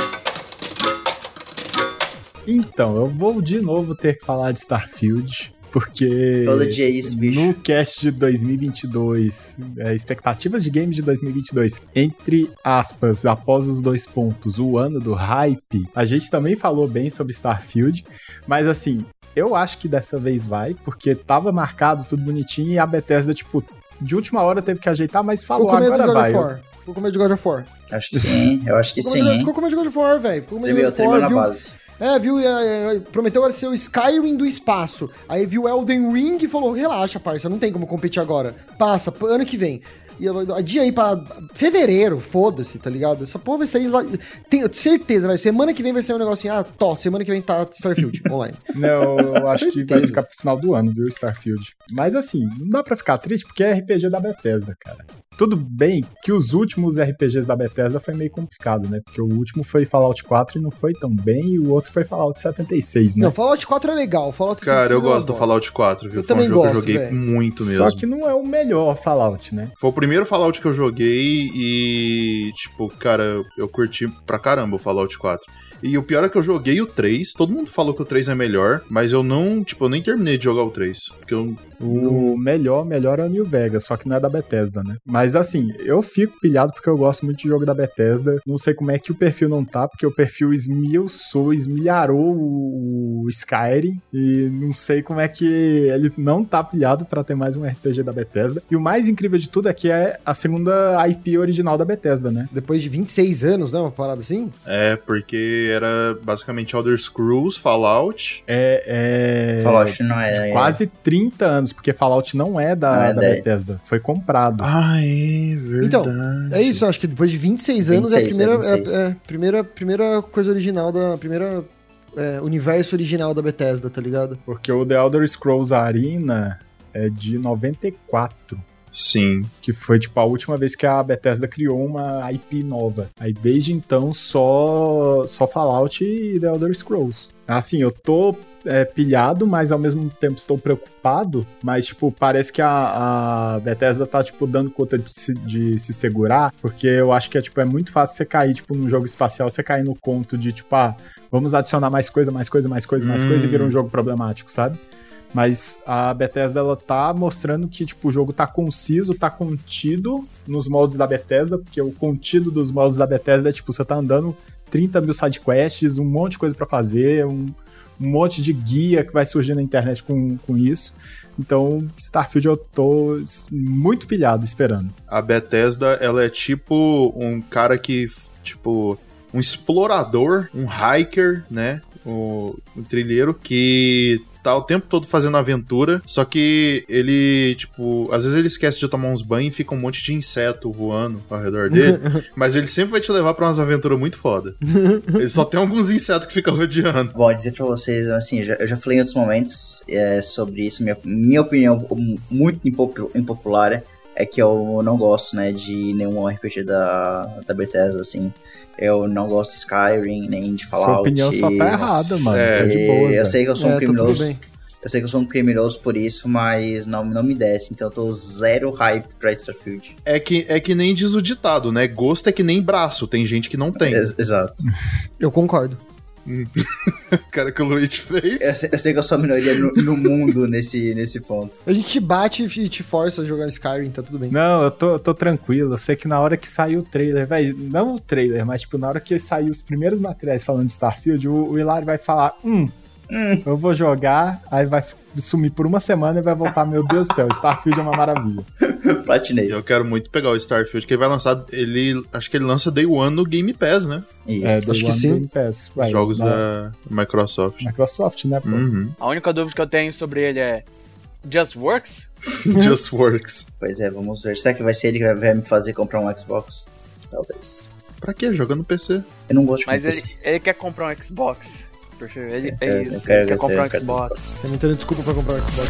Então, eu vou de novo ter que falar de Starfield, porque todo dia é isso, bicho. No cast de 2022, expectativas de games de 2022, entre aspas, após os 2 pontos, o ano do hype, a gente também falou bem sobre Starfield, mas assim, eu acho que dessa vez vai, porque tava marcado tudo bonitinho e a Bethesda, tipo, de última hora teve que ajeitar, mas falou, agora vai. Ficou com medo de God of War. Acho que sim, eu acho que sim. Ficou com medo de God of War, velho. Ficou com medo de God of War, na base. Viu? Prometeu ser o Skyrim do espaço. Aí viu Elden Ring e falou, relaxa, parça, não tem como competir agora. Passa, ano que vem. E adia aí pra fevereiro, foda-se, tá ligado? Essa porra vai sair lá. Tenho certeza, vai. Semana que vem vai ser um negocinho. Semana que vem tá Starfield online. Não, eu acho que vai ficar pro final do ano, viu, Starfield. Mas assim, não dá pra ficar triste porque é RPG da Bethesda, cara. Tudo bem que os últimos RPGs da Bethesda foi meio complicado, né? Porque o último foi Fallout 4 e não foi tão bem, e o outro foi Fallout 76, né? Não, Fallout 4 é legal. Fallout Cara, eu gosto do Fallout 4, viu? Foi um jogo que eu joguei muito mesmo. Só que não é o melhor Fallout, né? Foi o primeiro Fallout que eu joguei e, tipo, cara, eu curti pra caramba o Fallout 4. E o pior é que eu joguei o 3, todo mundo falou que o 3 é melhor, mas eu não, tipo, eu nem terminei de jogar o 3, porque eu... O melhor é o New Vegas, só que não é da Bethesda, né? Mas assim, eu fico pilhado porque eu gosto muito de jogo da Bethesda. Não sei como é que o perfil não tá, porque o perfil esmialhou o Skyrim. E não sei como é que ele não tá pilhado pra ter mais um RPG da Bethesda. E o mais incrível de tudo é que é a segunda IP original da Bethesda, né? Depois de 26 anos, né? Uma parada assim? É, porque era basicamente Elder Scrolls, Fallout. Fallout não é... Quase 30 anos. Porque Fallout não é da Bethesda, foi comprado. Ah, é verdade. Então, é isso, eu acho que depois de 26 anos é a primeira coisa original da... Primeira universo original da Bethesda, tá ligado? Porque o The Elder Scrolls Arena é de 94. Sim. Que foi, tipo, a última vez que a Bethesda criou uma IP nova. Aí, desde então, só Fallout e The Elder Scrolls. Assim, eu tô pilhado, mas ao mesmo tempo estou preocupado. Mas, tipo, parece que a Bethesda tá, tipo, dando conta de se segurar. Porque eu acho que é muito fácil você cair, tipo, num jogo espacial, você cair no conto de, tipo, vamos adicionar mais coisa, e vira um jogo problemático, sabe? Mas a Bethesda, ela tá mostrando que, tipo, o jogo tá conciso, tá contido nos moldes da Bethesda, porque o contido dos moldes da Bethesda é, tipo, você tá andando 30 mil sidequests, um monte de coisa pra fazer, um monte de guia que vai surgir na internet com isso. Então, Starfield eu tô muito pilhado esperando. A Bethesda, ela é tipo um cara que, tipo, um explorador, um hiker, né? Um trilheiro que tá o tempo todo fazendo aventura, só que ele, tipo, às vezes ele esquece de tomar uns banhos e fica um monte de inseto voando ao redor dele, mas ele sempre vai te levar pra umas aventuras muito foda. Ele só tem alguns insetos que ficam rodeando. Bom, dizer pra vocês, assim, eu já falei em outros momentos sobre isso, minha opinião muito impopular é que eu não gosto, né, de nenhum RPG da Bethesda, assim. Eu não gosto de Skyrim, nem de Fallout. Sua opinião só tá errada, mano. De boa, eu sei que eu sou um criminoso. Tá, eu sei que eu sou um criminoso por isso, mas não me desce. Então eu tô zero hype pra Starfield. É que nem diz o ditado, né? Gosto é que nem braço. Tem gente que não tem. Exato. Eu concordo. Cara, que o Luigi fez. Eu sei que eu sou a minoria no mundo nesse ponto. A gente te bate e te força a jogar Skyrim, tá tudo bem. Não, eu tô tranquilo. Eu sei que na hora que saiu o trailer, velho, não o trailer, mas tipo, na hora que saiu os primeiros materiais falando de Starfield, o Hilário vai falar, eu vou jogar, aí vai sumir por uma semana e vai voltar, meu Deus do céu, Starfield é uma maravilha. Platinei. Eu quero muito pegar o Starfield, que ele vai lançar, acho que ele lança Day One no Game Pass, né? Isso. Acho que sim. Game Pass. Jogos da Microsoft. Microsoft, né, pô? Uhum. A única dúvida que eu tenho sobre ele é, Just Works? Just Works. Pois é, vamos ver. Será que vai ser ele que vai me fazer comprar um Xbox? Talvez. Pra quê? Joga no PC. Eu não gosto de Mas PC. ele quer comprar um Xbox. Ele quer comprar um Xbox. Tá me dando desculpa pra comprar um Xbox.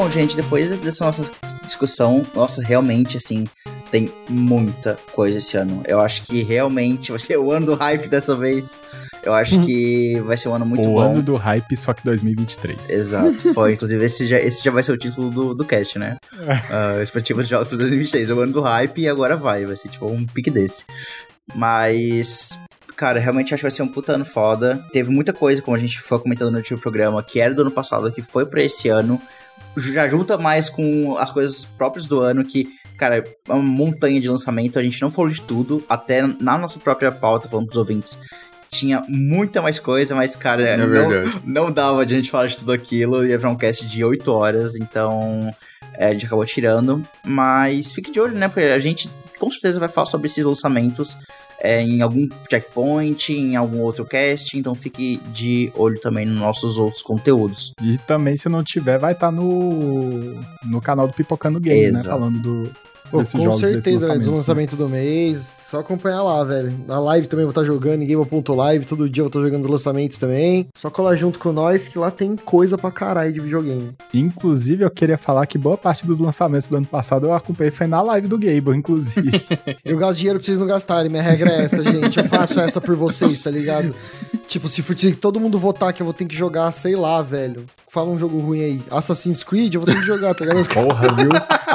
Bom, gente, depois dessa nossa discussão, nossa, realmente, assim, tem muita coisa esse ano. Eu acho que realmente vai ser o ano do hype dessa vez. Eu acho que vai ser um ano muito bom. O ano do hype, só que 2023. Exato. Foi, inclusive, esse já vai ser o título do cast, né? Expectativa de jogos para 2023. É o ano do hype e agora vai ser tipo um pique desse. Mas... Cara, realmente acho que vai ser um puta ano foda. Teve muita coisa, como a gente foi comentando no último programa, que era do ano passado, que foi pra esse ano. Já junta mais com as coisas próprias do ano, que, cara, é uma montanha de lançamento. A gente não falou de tudo, até na nossa própria pauta, falando pros ouvintes. Tinha muita mais coisa, mas, cara, não dava de a gente falar de tudo aquilo. Ia pra um cast de 8 horas, então a gente acabou tirando. Mas fique de olho, né? Porque a gente com certeza vai falar sobre esses lançamentos em algum checkpoint, em algum outro cast, então fique de olho também nos nossos outros conteúdos. E também, se não tiver, vai estar no canal do Pipocando Games, né? Falando com certeza, do lançamento do mês, só acompanhar lá, velho. Na live também vou estar jogando, em Game.live, todo dia eu vou estar jogando os lançamentos também. Só colar junto com nós, que lá tem coisa pra caralho de videogame. Inclusive, eu queria falar que boa parte dos lançamentos do ano passado eu acompanhei foi na live do Gable, inclusive. Eu gasto dinheiro pra vocês não gastarem, minha regra é essa, gente. Eu faço essa por vocês, tá ligado? Tipo, se todo mundo votar que eu vou ter que jogar, sei lá, velho. Fala um jogo ruim aí. Assassin's Creed, eu vou ter que jogar, tá ligado? Porra, viu?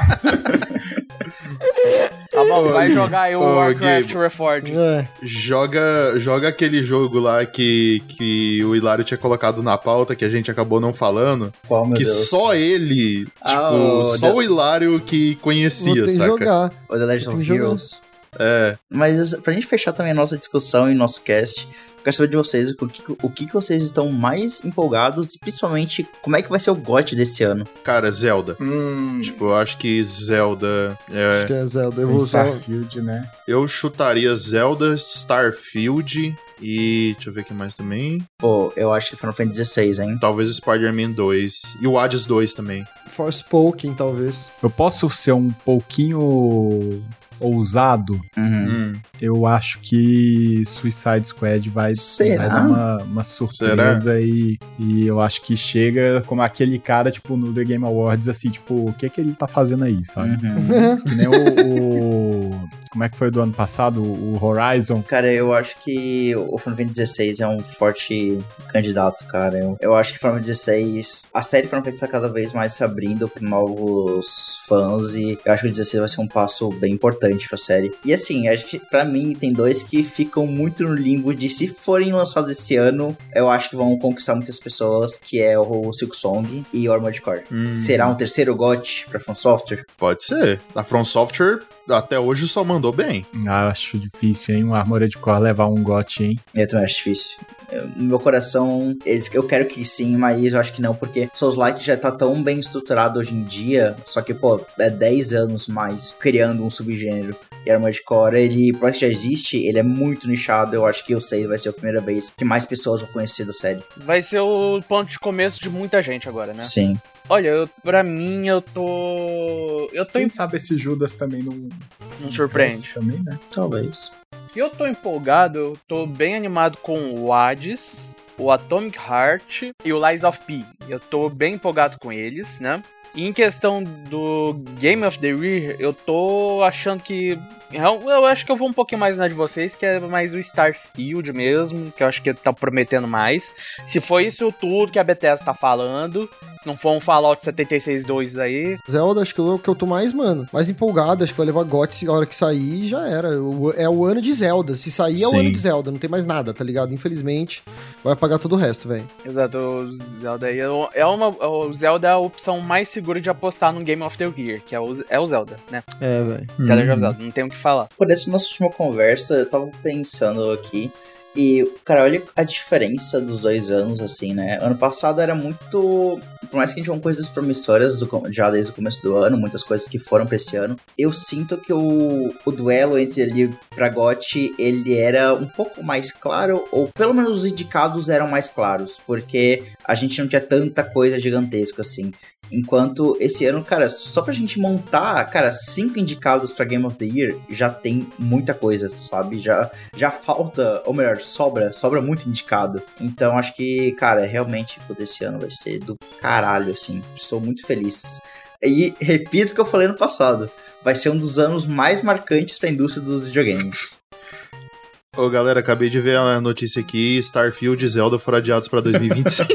Tá bom, vai jogar aí o Warcraft Reforged. Joga aquele jogo lá que o Hilário tinha colocado na pauta, que a gente acabou não falando. Qual, meu que Deus? Só ele, só o Hilário que conhecia, saca? Jogar. O The Legend of Heroes. É. Mas pra gente fechar também a nossa discussão e nosso cast, eu quero saber de vocês o que vocês estão mais empolgados e principalmente como é que vai ser o GOT desse ano. Cara, Zelda. Tipo, eu acho que Zelda... Acho que é Zelda. Eu vou Starfield, né? Eu chutaria Zelda, Starfield e... Deixa eu ver o que mais também. Pô, eu acho que Final Fantasy XVI, hein? Talvez o Spider-Man 2. E o Hades 2 também. Forspoken, talvez. Eu posso ser um pouquinho ousado. Eu acho que Suicide Squad vai dar uma surpresa. E eu acho que chega como aquele cara, tipo, no The Game Awards, assim, tipo, o que ele tá fazendo aí, sabe? Que nem como é que foi do ano passado? O Horizon? Cara, eu acho que o Final Fantasy XVI é um forte candidato, cara. Eu acho que Final Fantasy XVI... A série Final Fantasy tá cada vez mais se abrindo pra novos fãs e eu acho que o 16 vai ser um passo bem importante pra série. E assim, acho que pra mim tem dois que ficam muito no limbo de se forem lançados esse ano, eu acho que vão conquistar muitas pessoas, que é o Silksong e o Armored Core. Será um terceiro GOT pra From Software? Pode ser. A From Software até hoje só mandou bem. Acho difícil, hein? O Armored Core levar um GOT, hein? Eu também acho difícil. No meu coração, eu quero que sim, mas eu acho que não, porque Souls-like já tá tão bem estruturado hoje em dia, só que, pô, é 10 anos mais criando um subgênero. E Armored Core, ele, por mais que já existe, ele é muito nichado. Eu acho que eu sei, vai ser a primeira vez que mais pessoas vão conhecer da série. Vai ser o ponto de começo de muita gente agora, né? Sim. Olha, pra mim, eu tô... Quem sabe esse Judas também não surpreende. Também, né? Talvez. Eu tô empolgado, eu tô bem animado com o Hades, o Atomic Heart e o Lies of P. Eu tô bem empolgado com eles, né? E em questão do Game of the Year, eu tô achando que... Eu acho que eu vou um pouquinho mais na de vocês, que é mais o Starfield mesmo, que eu acho que tá prometendo mais. Se for isso tudo que a Bethesda tá falando, se não for um Fallout 76.2 aí... Zelda, acho que é o que eu tô mais empolgado, acho que vai levar GOT a hora que sair e já era. É o ano de Zelda, se sair é o ano de Zelda, não tem mais nada, tá ligado? Infelizmente, vai apagar todo o resto, velho. Exato, o Zelda aí o Zelda é a opção mais segura de apostar no Game of the Year, que é o Zelda, né? É, velho. The Legend of Zelda, não tem o que falar. Por essa nossa última conversa, eu tava pensando aqui, e, cara, olha a diferença dos 2 anos, assim, né? Ano passado era muito... Por mais que a gente tenha coisas promissoras já desde o começo do ano, muitas coisas que foram pra esse ano, eu sinto que o duelo entre ali pra GOT, ele era um pouco mais claro, ou pelo menos os indicados eram mais claros, porque a gente não tinha tanta coisa gigantesca, assim. Enquanto esse ano, cara, só pra gente montar, cara, 5 indicados pra Game of the Year, já tem muita coisa, sabe? Já falta, ou melhor, sobra muito indicado. Então acho que, cara, realmente esse ano vai ser do caralho, assim. Estou muito feliz. E repito o que eu falei no passado, vai ser um dos anos mais marcantes pra indústria dos videogames. Ô, galera, acabei de ver a notícia aqui, Starfield e Zelda foram adiados pra 2025.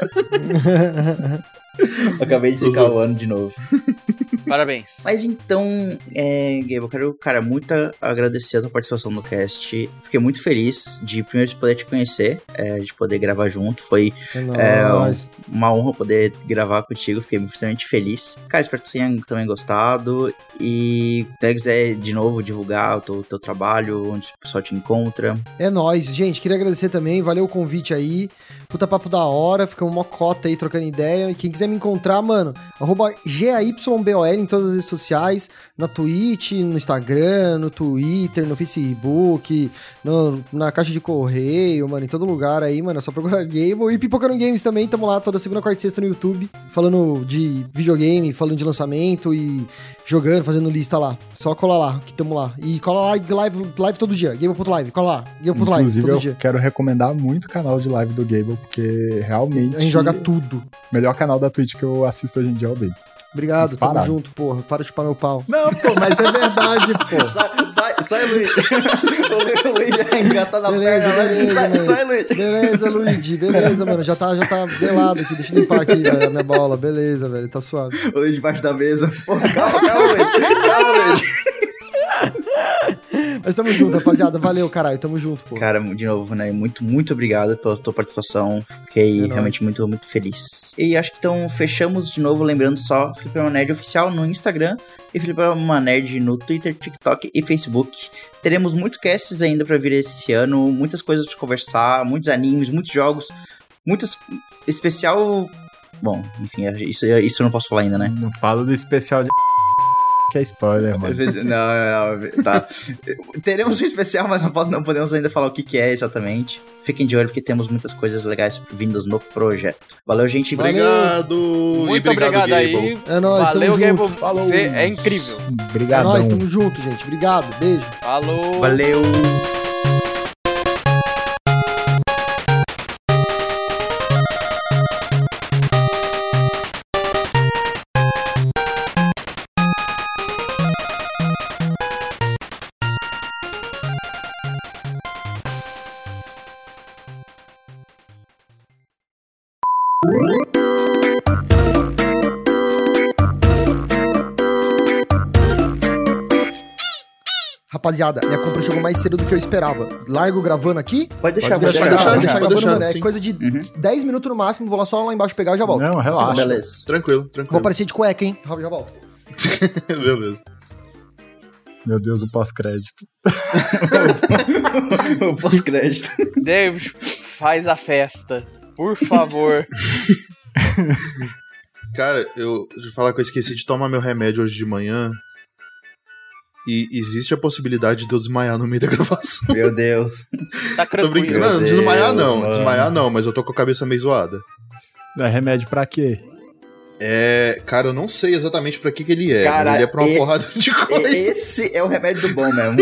Acabei de citar o ano de novo. Parabéns. Mas então, Gabe, eu quero, cara, muito agradecer a tua participação no cast. Fiquei muito feliz de primeiro poder te conhecer, de poder gravar junto. Foi uma honra poder gravar contigo, fiquei extremamente feliz. Cara, espero que você tenha também gostado. E se quiser de novo divulgar o teu trabalho, onde o pessoal te encontra. É nóis, gente, queria agradecer também, valeu o convite aí. Puta papo da hora, ficamos uma cota aí trocando ideia. E quem quiser me encontrar, mano, @GAYBOL em todas as redes sociais, na Twitch, no Instagram, no Twitter, no Facebook, na caixa de correio, mano, em todo lugar aí, mano, é só procurar Gable. E Pipocando Games também, tamo lá toda segunda, quarta e sexta no YouTube, falando de videogame, falando de lançamento e jogando, fazendo lista lá. Só cola lá, que tamo lá. E cola live todo dia, Gable.live, cola lá, Gable.live Inclusive, todo dia. Eu quero recomendar muito o canal de live do Gable, porque realmente... A gente joga tudo. Melhor canal da Twitch que eu assisto hoje em dia é o dele. Obrigado, tamo junto, porra. Para de chupar meu pau. Não, pô, mas é verdade, pô. Sai, Luigi. O Luigi já engata na perna. Sai, Luigi. Beleza, Luigi. Beleza, mano. Já tá velado aqui. Deixa eu limpar aqui, velho, a minha bola. Beleza, velho. Tá suave. O Luigi debaixo da mesa. Pô, calma, Luigi. Mas tamo junto, rapaziada. Valeu, caralho. Tamo junto, pô. Cara, de novo, né? Muito obrigado pela tua participação. Fiquei realmente muito feliz. E acho que então fechamos de novo, lembrando só Fliperama Nerd Oficial no Instagram e Fliperama Nerd no Twitter, TikTok e Facebook. Teremos muitos casts ainda pra vir esse ano, muitas coisas pra conversar, muitos animes, muitos jogos, muitos especial... Bom, enfim, isso eu não posso falar ainda, né? Não falo do especial de... que é spoiler, mano. Não, tá. Teremos um especial, mas não podemos ainda falar o que é exatamente. Fiquem de olho porque temos muitas coisas legais vindas no projeto. Valeu, gente. Obrigado. Muito obrigado aí. É nóis, valeu, tamo junto. Gable. Falou. Você é incrível. Obrigado. É nóis, tamo junto, gente. Obrigado. Beijo. Falou. Valeu. Rapaziada, minha compra chegou mais cedo do que eu esperava. Largo gravando aqui? Pode deixar gravando, né? Coisa de 10 minutos no máximo, vou lá só lá embaixo pegar e já volto. Não, relaxa. Beleza. Tranquilo. Vou aparecer de cueca, hein? Já volto. Beleza. Meu Deus, o pós-crédito. O pós-crédito. David, faz a festa. Por favor. Cara, deixa eu falar que eu esqueci de tomar meu remédio hoje de manhã. E existe a possibilidade de eu desmaiar no meio da gravação. Meu Deus. Tá Tô tranquilo. brincando. Não, desmaiar não, mas eu tô com a cabeça meio zoada. É remédio pra quê? Cara, eu não sei exatamente pra que ele é. Cara, ele é pra uma porrada de coisa. Esse é o remédio do bom mesmo.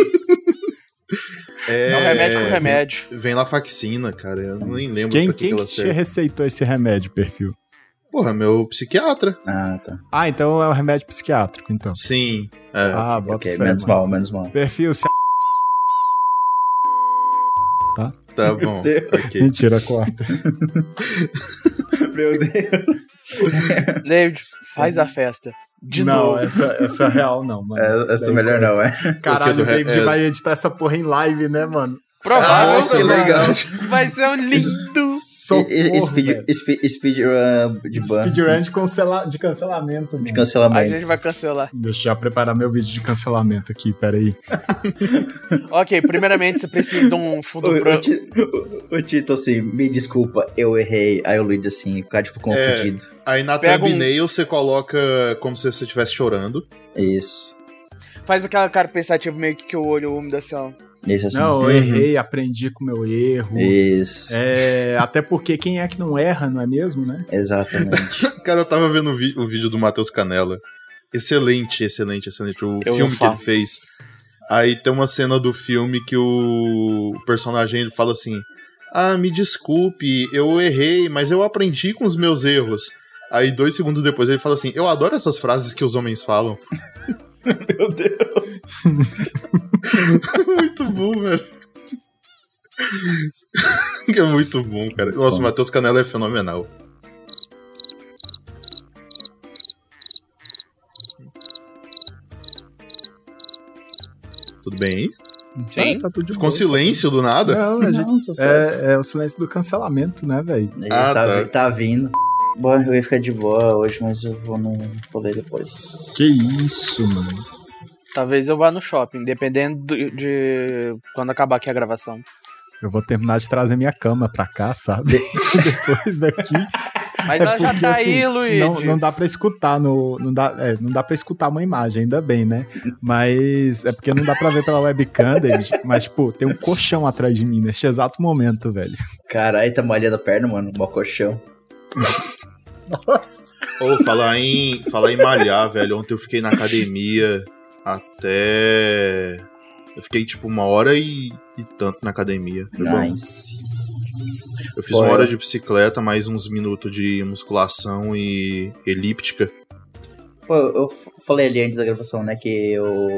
É um remédio com remédio. Vem lá faxina, cara. Eu nem lembro Quem pra que ela te serve. receitou esse remédio, perfil? Porra, meu psiquiatra. Ah, tá. Ah, então é um remédio psiquiátrico, então. Sim. Ah, bota Ok, fé, menos mano. mal. Perfil, se... Tá bom. Deus. Ok. Mentira, corta. Meu Deus. David, faz a festa. De não, novo. essa real não, mano. Essa melhor não, é? Caralho, o David é. vai editar essa porra em live, né, mano? Provável. Que legal. Vai ser um lindo. Socorro, Speedrun de ban. Speedrun de cancelamento, mano. De cancelamento. A gente vai cancelar. Deixa eu já preparar meu vídeo de cancelamento aqui, peraí. Ok, primeiramente você precisa de um fundo O Tito, assim, me desculpa, eu errei. Aí o Luigi, assim, ficar, tipo, confundido. Aí na Pega thumbnail você coloca como se você estivesse chorando. Isso. Faz aquela cara pensativa meio que o olho úmido assim, ó. Esse assim. Não, eu errei, aprendi com o meu erro. Isso. Até porque quem é que não erra, não é mesmo, né? Exatamente. Cara, eu tava vendo o vídeo do Matheus Canella. Excelente. O filme que ele fez. Aí tem uma cena do filme que o personagem ele fala assim: ah, me desculpe, eu errei, mas eu aprendi com os meus erros. Aí 2 segundos depois ele fala assim: eu adoro essas frases que os homens falam. Meu Deus. Muito bom, velho. É muito bom, cara. Nossa, o Matheus Canella é fenomenal. Tudo bem aí? Sim. Tá tudo de Ficou um boa, silêncio do nada? Não, é o silêncio do cancelamento, né, velho? Tá vindo. Bom, eu ia ficar de boa hoje, mas eu vou no rolê depois. Que isso, mano. Talvez eu vá no shopping, dependendo de quando acabar aqui a gravação. Eu vou terminar de trazer minha cama pra cá, sabe? Depois daqui. Mas ela já tá assim, aí, Luigi. Não dá pra escutar não dá pra escutar uma imagem, ainda bem, né? Mas é porque não dá pra ver pela webcam, David. Mas, tipo, tem um colchão atrás de mim neste exato momento, velho. Caralho, tá malhando a perna, mano. Mó colchão. Nossa. Falar em malhar, velho. Ontem eu fiquei na academia até... Eu fiquei, tipo, 1h e tanto na academia. Foi Nice. bom. Eu fiz 1 hora de bicicleta, mais uns minutos de musculação e elíptica. Pô, eu falei ali antes da gravação, né, que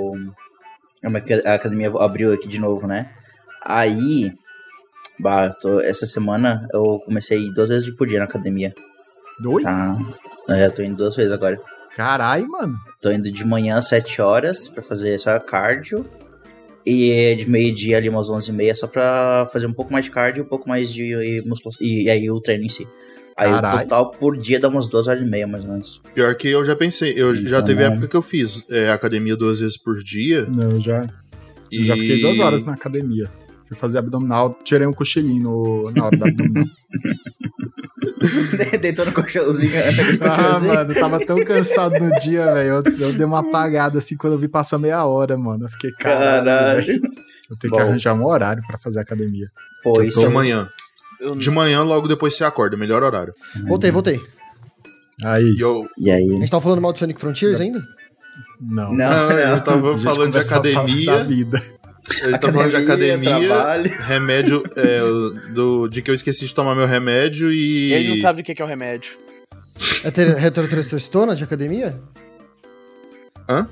a academia abriu aqui de novo, né? Aí, essa semana eu comecei 2 vezes por dia na academia. 2? Tá. Eu tô indo 2 vezes agora. Caralho, mano. Tô indo de manhã às 7 horas pra fazer só cardio. E de meio-dia ali umas 11h30 só pra fazer um pouco mais de cardio e um pouco mais de musculação. E aí o treino em si. Aí o total por dia dá umas 2h30, mais ou menos. Pior que eu já pensei, já teve época que eu fiz academia 2 vezes por dia. Não, eu já fiquei 2 horas na academia. Fui fazer abdominal, tirei um cochilinho na hora da abdominal. Deitou no colchãozinho. Mano, eu tava tão cansado no dia, velho. Eu dei uma apagada assim quando eu vi, passou meia hora, mano. Eu fiquei, caralho. Eu tenho que arranjar um horário pra fazer academia. Pô, isso de manhã. De manhã, logo depois você acorda, melhor horário. Voltei. Aí. E aí? A gente tava falando mal do Sonic Frontiers ainda? Não. Eu tava falando de academia. Da vida. Ele tá falando de academia, remédio, de que eu esqueci de tomar meu remédio e... Ele não sabe o que é o remédio. É retrotestosterona de academia? Hã?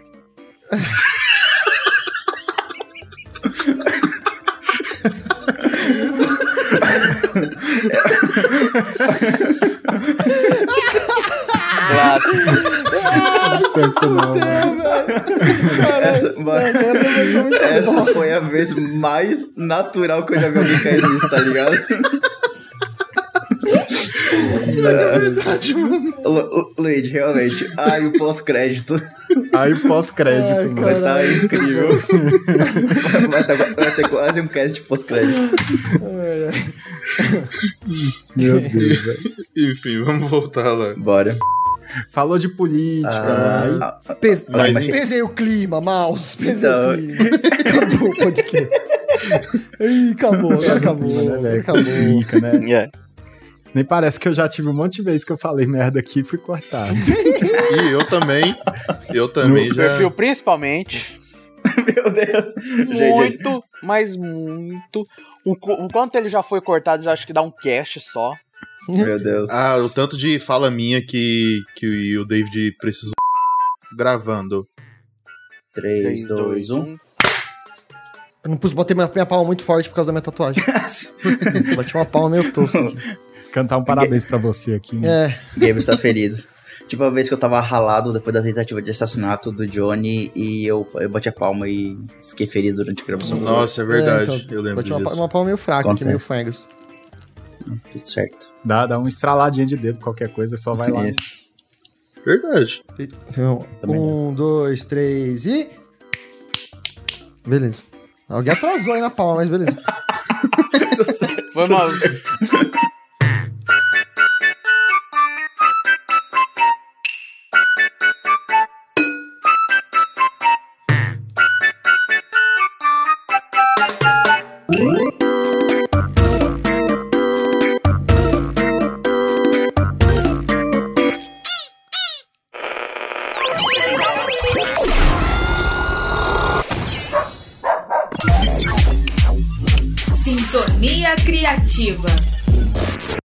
Essa foi a vez mais natural que eu já vi alguém cair nisso, tá ligado? É verdade, mano. Luigi, realmente. Ai, o pós-crédito. Aí o pós-crédito, mano. Vai estar incrível. Vai ter quase um cast de pós-crédito. Meu Deus, velho. Enfim, vamos voltar lá. Bora. Falou de política. Pesei o clima, mouse. Pesei o clima. Acabou o podcast. Ih, acabou. Acabou. Política, né? Nem parece que eu já tive um monte de vezes que eu falei merda aqui e fui cortado. E eu também no já... perfil, principalmente. Meu Deus. Muito, mas muito. O quanto ele já foi cortado, já acho que dá um cast só. Meu Deus. O tanto de fala minha que o David precisou gravando. 3, 2, 1. Eu não botei minha palma muito forte por causa da minha tatuagem. Bati uma palma meio tosca aqui. Cantar um parabéns pra você aqui, né? Gabe está ferido. Tipo a vez que eu tava ralado depois da tentativa de assassinato do Johnny e eu bati a palma e fiquei ferido durante a gravação. Nossa, é verdade. Então, eu lembro disso. Uma palma meio fraca aqui, meio Fergus. Tudo certo. Dá uma estraladinha de dedo, qualquer coisa, só vai lá. Verdade. 1, 2, 3 e... Beleza. Alguém atrasou aí na palma, mas beleza. Foi mal. Sintonia Criativa.